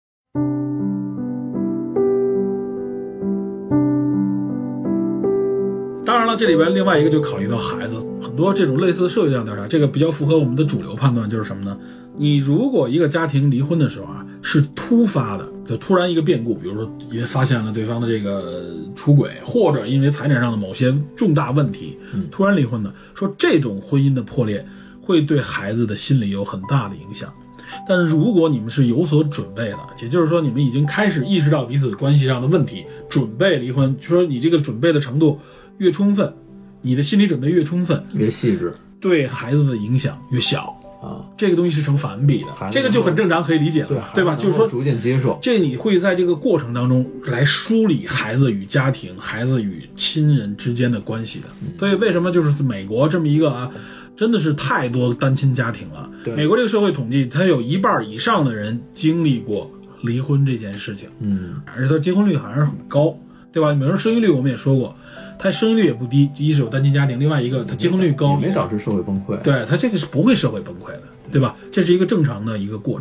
当然了，这里边另外一个就考虑到孩子，很多这种类似的社会上调查，这个比较符合我们的主流判断，就是什么呢？你如果一个家庭离婚的时候啊，是突发的，就突然一个变故，比如说因为发现了对方的这个出轨，或者因为财产上的某些重大问题，突然离婚的，说这种婚姻的破裂会对孩子的心理有很大的影响。但是如果你们是有所准备的，也就是说你们已经开始意识到彼此关系上的问题，准备离婚，就说你这个准备的程度越充分，你的心理准备越充分， 越细致， 对孩子的影响越小。 啊， 这个东西是成反比的，这个就很正常，可以理解了， 对对吧？就是说逐渐接受， 这你会在这个过程当中来梳理孩子与家庭、孩子与亲人之间的关系的。嗯、所以为什么就是美国这么一个啊，真的是太多单亲家庭了。美国这个社会统计，它有一半以上的人经历过离婚这件事情， 嗯， 而且它结婚率好像是很高，对吧？美国生育率我们也说过。他生育率也不低，一是有单亲家庭，另外一个他结婚率高， 也没导致社会崩溃。 对，他这个是不会社会崩溃的，对吧？这是一个正常的一个过程。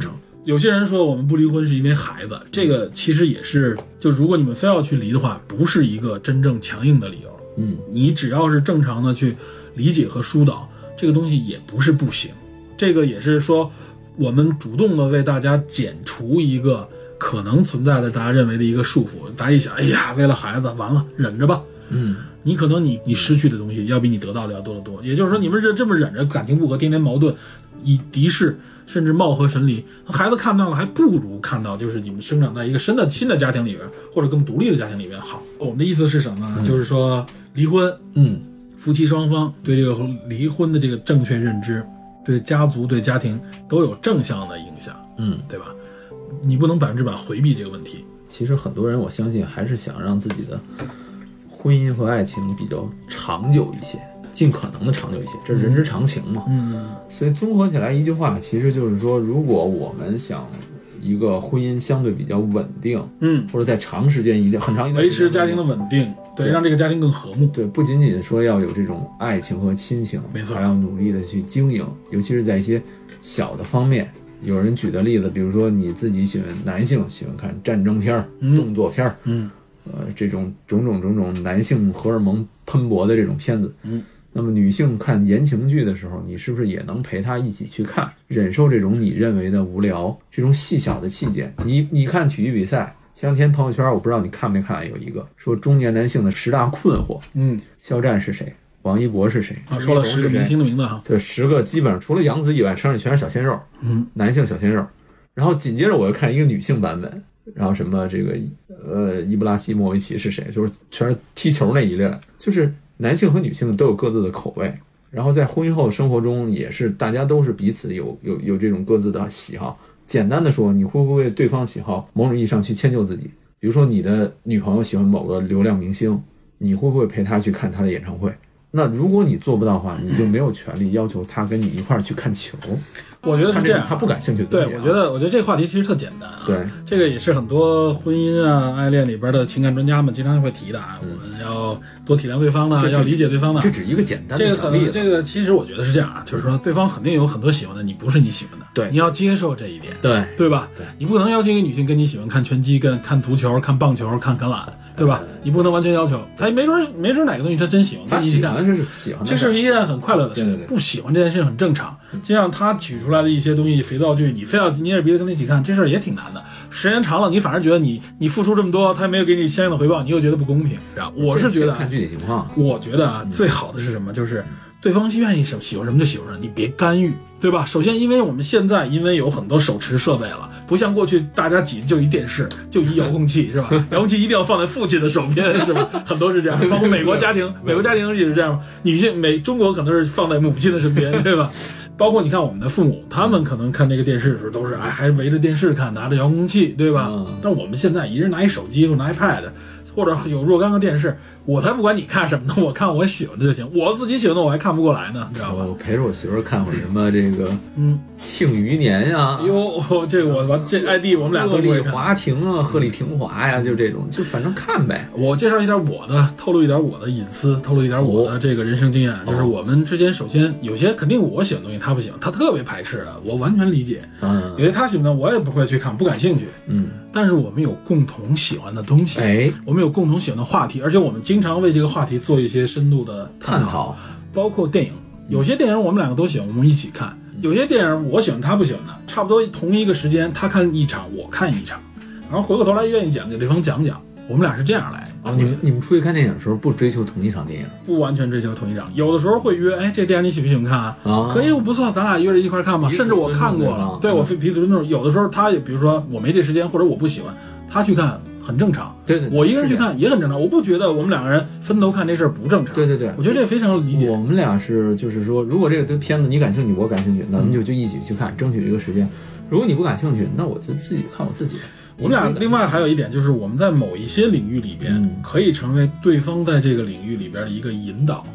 有些人说我们不离婚是因为孩子，这个其实也是，就如果你们非要去离的话，不是一个真正强硬的理由。 嗯， 你只要是正常的去理解和疏导，这个东西也不是不行。这个也是说，我们主动的为大家减除一个可能存在的大家认为的一个束缚。大家一想，哎呀，为了孩子，完了，忍着吧。 嗯， 你可能你你失去的东西要比你得到的要多得多。也就是说，你们这这么忍着，感情不和，天天矛盾，以敌视，甚至貌合神离，孩子看到了，还不如看到就是你们生长在一个新的新的家庭里边，或者更独立的家庭里边好。我们的意思是什么呢？嗯、就是说离婚， 嗯， 夫妻双方对这个离婚的这个正确认知，对家族对家庭都有正向的影响， 嗯， 对吧？你不能百分之百回避这个问题。 其实很多人我相信还是想让自己的婚姻和爱情比较长久一些，尽可能的长久一些，这是人之常情嘛。 嗯， 所以综合起来一句话，其实就是说，如果我们想一个婚姻相对比较稳定， 嗯， 或者在长时间一定很长一段维持家庭的稳定，对，让这个家庭更和睦。 对，不仅仅说要有这种爱情和亲情， 没错， 还要努力的去经营，尤其是在一些小的方面。有人举的例子，比如说你自己喜欢男性喜欢看战争片、嗯、动作片， 嗯。 呃，这种种种种种男性荷尔蒙喷薄的这种片子， 嗯， 那么女性看言情剧的时候，你是不是也能陪她一起去看，忍受这种你认为的无聊，这种细小的细节？你你看体育比赛，前两天朋友圈我不知道你看没看，有一个说中年男性的十大困惑， 嗯， 肖战是谁？王一博是谁？ 啊，说了十个明星的名字哈， 对，十个基本上除了杨紫以外，身上全是小鲜肉， 嗯， 男性小鲜肉。然后紧接着我又看一个女性版本。然后什么这个呃伊布拉希莫维奇是谁？就是全是踢球那一类，就是男性和女性都有各自的口味。然后在婚姻后生活中也是大家都是彼此有有有这种各自的喜好。简单的说，你会不会为对方喜好某种意义上去迁就自己？比如说你的女朋友喜欢某个流量明星，你会不会陪她去看她的演唱会？那如果你做不到的话，你就没有权利要求她跟你一块儿去看球。 我觉得是这样， 他不感兴趣的东西、啊。 对，我觉得，我觉得这个话题其实特简单啊。 对， 这个也是很多婚姻啊、爱恋里边的情感专家们经常会提的啊。嗯、我们要多体谅对方的，要理解对方的。 这只一个简单的小例子。 这个这个其实我觉得是这样啊，就是说对方肯定有很多喜欢的，你不是你喜欢的。 对， 你要接受这一点。 对， 对吧？ 对， 你不能要求一个女性跟你喜欢看拳击、跟看足球、看棒球、看橄榄，对吧？你不能完全要求她，没准没准哪个东西她真喜欢， 她喜欢这是喜欢， 这是一件很快乐的事。 对对对， 不喜欢这件事情很正常。就像他举出来的一些东西，肥皂剧，你非要捏着鼻子跟他一起看，这事儿也挺难的。时间长了，你反而觉得你你付出这么多，他没有给你相应的回报，你又觉得不公平。是吧？我是觉得看具体情况。 我觉得啊，嗯、最好的是什么？就是对方愿意什么喜欢什么就喜欢什么，你别干预，对吧？首先，因为我们现在因为有很多手持设备了，不像过去大家挤就一电视，就一遥控器，是吧？遥控器一定要放在父亲的手边，是吧？很多是这样，包括美国家庭，美国家庭也是这样，女性美中国可能是放在母亲的身边，对吧？包括你看我们的父母，他们可能看这个电视的时候都是哎还围着电视看，拿着遥控器，对吧？嗯、但我们现在一人拿一手机或拿 iPad， 或者有若干个电视，我才不管你看什么呢，我看我喜欢的就行。我自己喜欢的我还看不过来呢，你知道吧？ 我陪着我媳妇看会儿什么这个嗯庆余年呀、啊， 哟，这个我这 I D 我们俩都会看。 鹤唳华庭啊，鹤唳廷华呀，就这种，就反正看呗。 我介绍一点我的，透露一点我的隐私，透露一点我的这个人生经验，哦、就是我们之间首先有些肯定我喜欢的东西他不喜欢，他特别排斥的，我完全理解。 嗯， 有些他喜欢的我也不会去看，不感兴趣。 嗯， 但是我们有共同喜欢的东西， 哎， 我们有共同喜欢的话题，而且我们经常为这个话题做一些深度的探讨， 探讨包括电影。有些电影我们两个都喜欢，我们一起看；有些电影我喜欢他不喜欢的，差不多同一个时间，他看一场，我看一场，然后回过头来愿意讲给对方讲讲，我们俩是这样来。 哦，你们你们出去看电影的时候不追求同一场电影？ 不完全追求同一场，有的时候会约，哎，这电影你喜不喜欢看啊？ 啊， 可以，不错，咱俩约着一块看吧。甚至我看过了，对我彼此尊重。有的时候他也，比如说我没这时间，或者我不喜欢，他去看很正常。 对对， 我一个人去看也很正常。我不觉得我们两个人分头看这事儿不正常。 对对对， 我觉得这非常理解。 我们俩是就是说，如果这个片子你感兴趣，我感兴趣，那咱们就就一起去看，争取一个时间。如果你不感兴趣，那我就自己看我自己的。 我们俩另外还有一点就是我们在某一些领域里边可以成为对方在这个领域里边的一个引导，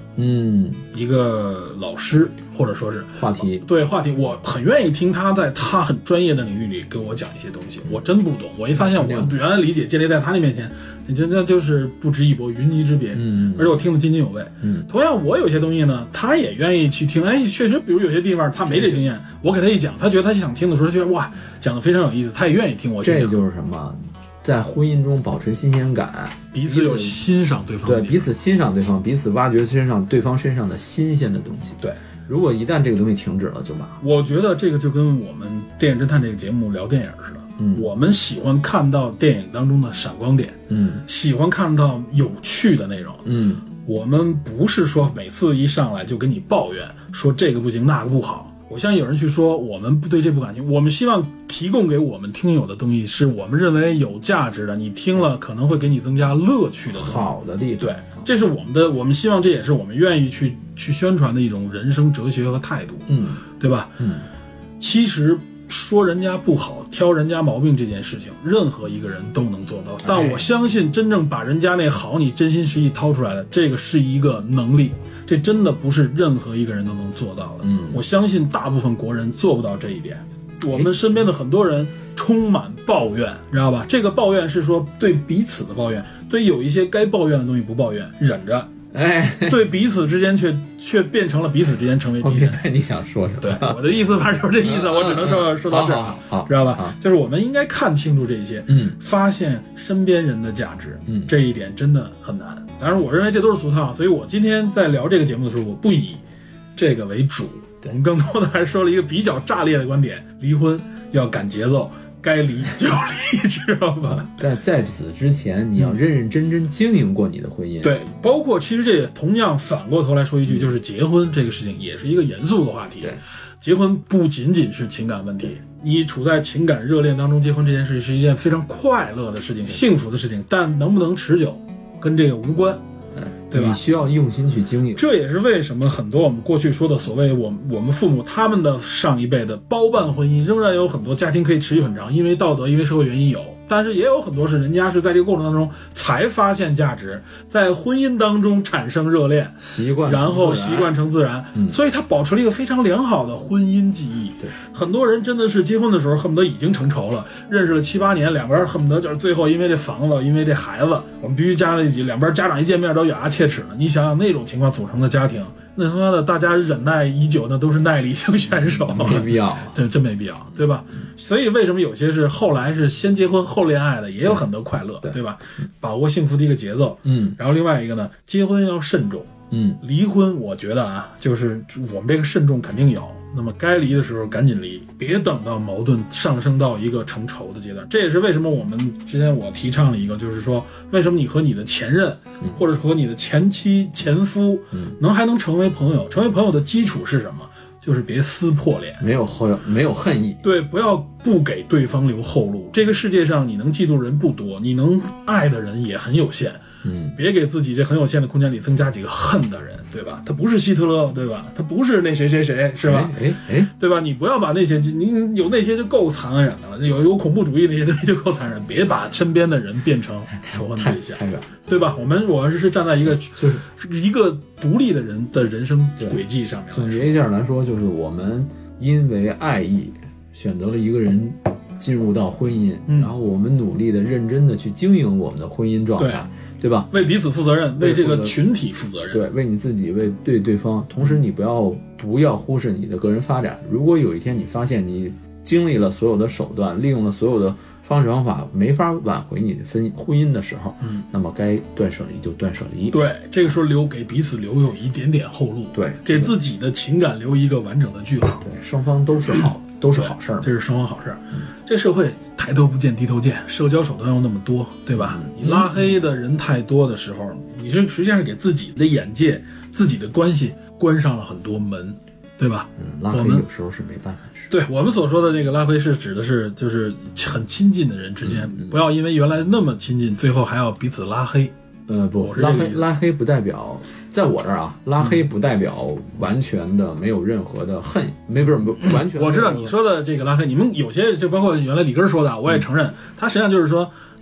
嗯， 一个老师或者说是话题， 对话题，我很愿意听他在他很专业的领域里给我讲一些东西，我真不懂，我一发现我原来理解建立在他那面前，你真的就是不值一驳，云泥之别， 嗯， 而且我听得津津有味， 嗯， 同样我有些东西呢，他也愿意去听，哎，确实，比如有些地方他没这经验，我给他一讲，他觉得他想听的时候，他觉得哇，讲的非常有意思，他也愿意听我去讲。 这就是什么？在婚姻中保持新鲜感， 彼此有欣赏对方， 对，彼此欣赏对方，彼此挖掘身上对方身上的新鲜的东西。 对， 如果一旦这个东西停止了，就麻烦。 我觉得这个就跟我们电影侦探这个节目聊电影似的，嗯，我们喜欢看到电影当中的闪光点，嗯，喜欢看到有趣的内容， 嗯， 我们不是说每次一上来就跟你抱怨说这个不行那个不好。我相信有人去说我们不对这不感兴趣，我们希望提供给我们听友的东西是我们认为有价值的，你听了可能会给你增加乐趣的东西， 好的地方。 对，这是我们的，我们希望这也是我们愿意去去宣传的一种人生哲学和态度， 嗯， 对吧？ 嗯， 其实说人家不好，挑人家毛病这件事情，任何一个人都能做到，但我相信真正把人家那好你真心实意掏出来的，这个是一个能力。这真的不是任何一个人都能做到的，嗯，我相信大部分国人做不到这一点。我们身边的很多人充满抱怨，知道吧？这个抱怨是说对彼此的抱怨，对有一些该抱怨的东西不抱怨，忍着， 哎， 对彼此之间却却变成了彼此之间成为敌人。 我明白你想说什么？ 对，我的意思反正就是这意思，我只能说说到这儿， 好， 知道吧？就是我们应该看清楚这些，嗯，发现身边人的价值，嗯，这一点真的很难。当然，我认为这都是俗套，所以我今天在聊这个节目的时候，我不以这个为主，我们更多的还是说了一个比较炸裂的观点：离婚要赶节奏，该离就离，知道吧？ 但在此之前，你要认认真真经营过你的婚姻。 对，包括其实这也同样反过头来说一句，就是结婚这个事情也是一个严肃的话题。 对， 结婚不仅仅是情感问题，你处在情感热恋当中，结婚这件事是一件非常快乐的事情，幸福的事情，但能不能持久，跟这个无关。对吧？ 你需要用心去经营， 这也是为什么很多我们过去说的所谓我们我们父母他们的上一辈的包办婚姻，仍然有很多家庭可以持续很长，因为道德，因为社会原因有，但是也有很多是人家是在这个过程当中才发现价值，在婚姻当中产生热恋习惯， 然后习惯成自然， 嗯， 所以他保持了一个非常良好的婚姻记忆。 对， 很多人真的是结婚的时候恨不得已经成仇了，认识了七八年，两边恨不得就是最后因为这房子，因为这孩子，我们必须加了一起，两边家长一见面都咬牙切齿了。你想想那种情况组成的家庭，那他妈的大家忍耐已久，那都是耐力型选手， 没必要， 这真没必要，对吧？所以为什么有些是后来是先结婚后恋爱的，也有很多快乐，对, 对吧？把握幸福的一个节奏，嗯。然后另外一个呢，结婚要慎重，嗯。离婚我觉得啊，就是我们这个慎重肯定有，那么该离的时候赶紧离，别等到矛盾上升到一个成仇的阶段。这也是为什么我们之前我提倡了一个，就是说为什么你和你的前任，嗯，或者和你的前妻前夫，嗯，能还能成为朋友？成为朋友的基础是什么？就是别撕破脸， 没有后没有恨意， 对，不要不给对方留后路。这个世界上你能记住人不多，你能爱的人也很有限，嗯，别给自己这很有限的空间里增加几个恨的人，对吧？他不是希特勒，对吧？他不是那谁谁谁，是吧？ 哎哎， 对吧？你不要把那些，你有那些就够残忍的了，有有恐怖主义那些东西就够残忍，别把身边的人变成仇恨对象， 太远， 对吧？我们我是站在一个就是一个独立的人的人生轨迹上面。 总结一下来说，就是我们因为爱意选择了一个人进入到婚姻，嗯，然后我们努力的、认真的去经营我们的婚姻状态，对, 对吧？ 为彼此负责任，为这个群体负责任， 对，为你自己，为对对方。同时，你不要不要忽视你的个人发展。如果有一天你发现你经历了所有的手段，利用了所有的方式方法，没法挽回你的婚婚姻的时候，嗯，那么该断舍离就断舍离。 对，这个时候留给彼此留有一点点后路， 对， 给自己的情感留一个完整的句号。 对，双方都是好，都是好事儿， 这是双方好事儿。嗯，这社会抬头不见低头见，社交手段又那么多，对吧？嗯，你拉黑的人太多的时候，你是实际上是给自己的眼界、自己的关系关上了很多门。对吧？ 嗯，拉黑有时候是没办法的。 对，我们所说的这个拉黑是指的是就是很亲近的人之间，嗯嗯，不要因为原来那么亲近，最后还要彼此拉黑。 呃，不，拉黑拉黑不代表，在我这儿啊，拉黑不代表完全的没有任何的恨，没不是完全。 我知道你说的这个拉黑，你们有些就包括原来李根说的，我也承认，嗯，他实际上就是说。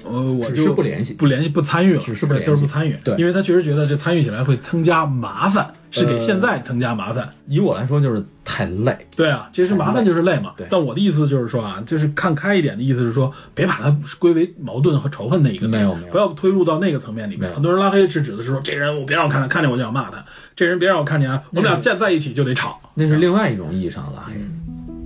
呃，我就只是不联系， 不联系，不参与了， 只是不联系就是不参与。 对， 因为他确实觉得这参与起来会增加麻烦，是给现在增加麻烦。呃、 以我来说就是太累。 对啊，其实麻烦就是累嘛。 对。 但我的意思就是说啊，就是看开一点的意思是说，别把它归为矛盾和仇恨那一个， 没有没有， 不要推入到那个层面里面。很多人拉黑是指的是说，这人我别让我看见，看见我就想骂他；这人别让我看见啊，我们俩站在一起就得吵。 那是另外一种意义上的拉黑。嗯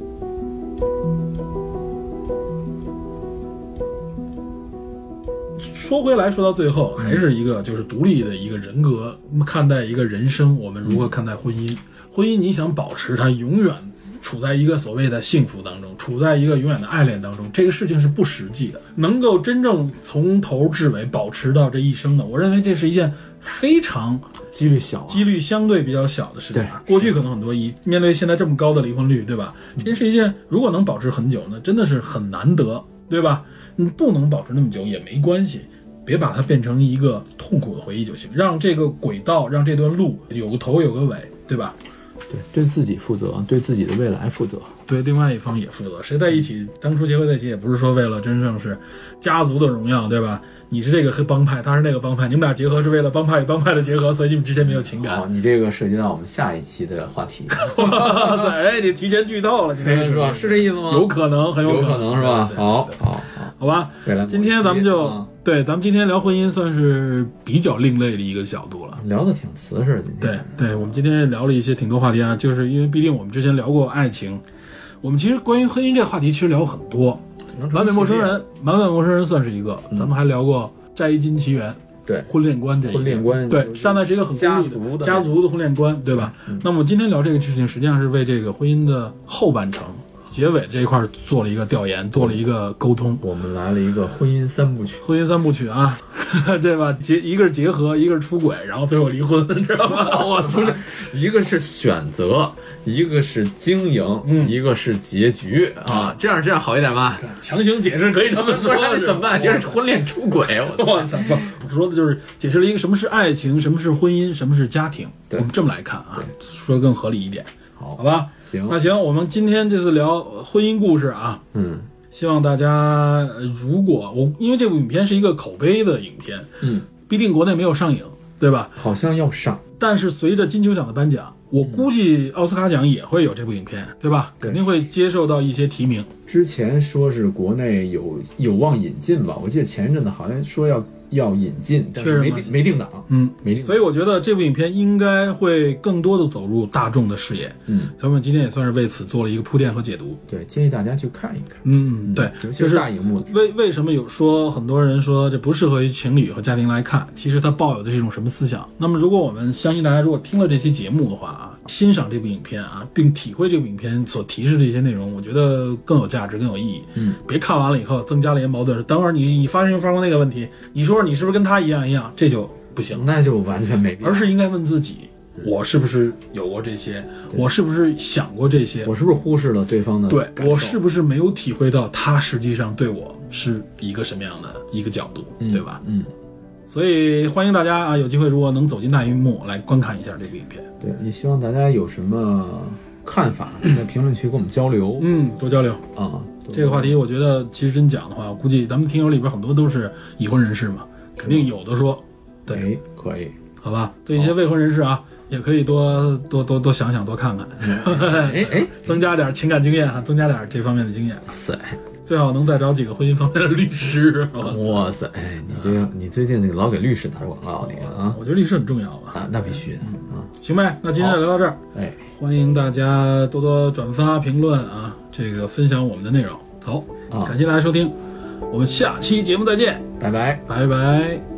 说回来，说到最后，还是一个就是独立的一个人格看待一个人生。我们如何看待婚姻？婚姻你想保持它永远处在一个所谓的幸福当中，处在一个永远的爱恋当中，这个事情是不实际的。能够真正从头至尾保持到这一生的，我认为这是一件非常几率小、啊、 几率相对比较小的事情。过去可能很多，以面对现在这么高的离婚率，对吧？这是一件如果能保持很久呢，真的是很难得，对吧？你不能保持那么久也没关系。别把它变成一个痛苦的回忆就行，让这个轨道，让这段路有个头有个尾，对吧？ 对，对自己负责，对自己的未来负责， 对另外一方也负责。谁在一起，当初结合在一起，也不是说为了真正是家族的荣耀，对吧？你是这个帮派，他是那个帮派，你们俩结合是为了帮派与帮派的结合，所以你们之间没有情感。 哦，你这个涉及到我们下一期的话题。 哇塞，哎，你提前剧透了，你这是吧？是这意思吗？ 有可能，很有可能，有可能是吧？好，好，好， 好吧。今天咱们就、啊、对，咱们今天聊婚姻算是比较另类的一个角度了， 聊得挺瓷实。今天， 对，对，我们今天聊了一些挺多话题啊，就是因为毕竟我们之前聊过爱情，我们其实关于婚姻这个话题其实聊过很多。满北陌生人，满北陌生人算是一个，嗯、咱们还聊过。摘金奇缘， 对婚恋观这一婚恋观， 对，善奈是一个很家族的家族的婚恋观，对吧？嗯、那么我今天聊这个事情，实际上是为这个婚姻的后半程、结尾这一块做了一个调研，做了一个沟通。 我们来了一个婚姻三部曲， 婚姻三部曲啊，对吧？结一个是结合，一个是出轨，然后最后离婚，知道吗？ 我不是，一个是选择，一个是经营，嗯、一个是结局啊。这样这样好一点吧？ 强行解释可以这么说， 那怎么办？这是婚恋出轨， 我操！不说的就是解释了一个什么是爱情，什么是婚姻，什么是家庭。我们这么来看啊，说的更合理一点。 好， 好吧， 行， 那行，我们今天这次聊婚姻故事啊， 嗯， 希望大家如果我因为这部影片是一个口碑的影片， 嗯， 必定国内没有上映，对吧？ 好像要上， 但是随着金球奖的颁奖，我估计奥斯卡奖也会有这部影片，对吧？肯定会接受到一些提名。 之前说是国内有有望引进吧，我记得前一阵子好像说要。要引进，但是没定没定档， 嗯， 没定档。 所以我觉得这部影片应该会更多的走入大众的视野， 嗯， 所以我们今天也算是为此做了一个铺垫和解读。 对，建议大家去看一看。 嗯，对， 尤其是大荧幕的。 为为什么有说很多人说这不适合于情侣和家庭来看？其实他抱有的是一种什么思想？那么如果我们相信大家如果听了这期节目的话啊，欣赏这部影片啊，并体会这部影片所提示的一些内容，我觉得更有价值，更有意义。 嗯， 别看完了以后增加了一些矛盾。等会儿你你发生发生那个问题，你说你是不是跟他一样？一样，这就不行， 那就完全没必要。 而是应该问自己，我是不是有过这些？我是不是想过这些？ 我是不是忽视了对方的对感受？ 我是不是没有体会到他实际上对我是一个什么样的一个角度， 嗯、 对吧？ 嗯。 所以欢迎大家啊，有机会如果能走进大荧幕来观看一下这个影片。 对，也希望大家有什么看法，在评论区跟我们交流。 嗯，多交流啊。 这个话题，我觉得其实真讲的话，我估计咱们听友里边很多都是已婚人士嘛。肯定有的说，对， 可以， 好吧。对一些未婚人士啊，也可以多多多多想想，多看看， 哎哎， 增加点情感经验啊，增加点这方面的经验。 塞， 最好能再找几个婚姻方面的律师。 哇塞，哎，你这个你最近那个老给律师打广告那个啊， 我觉得律师很重要吧？ 啊，那必须的啊。 行呗，那今天就聊到这儿。 哎， 欢迎大家多多转发、评论啊，这个分享我们的内容。好，感谢大家收听。我们下期节目再见， 拜拜， 拜拜。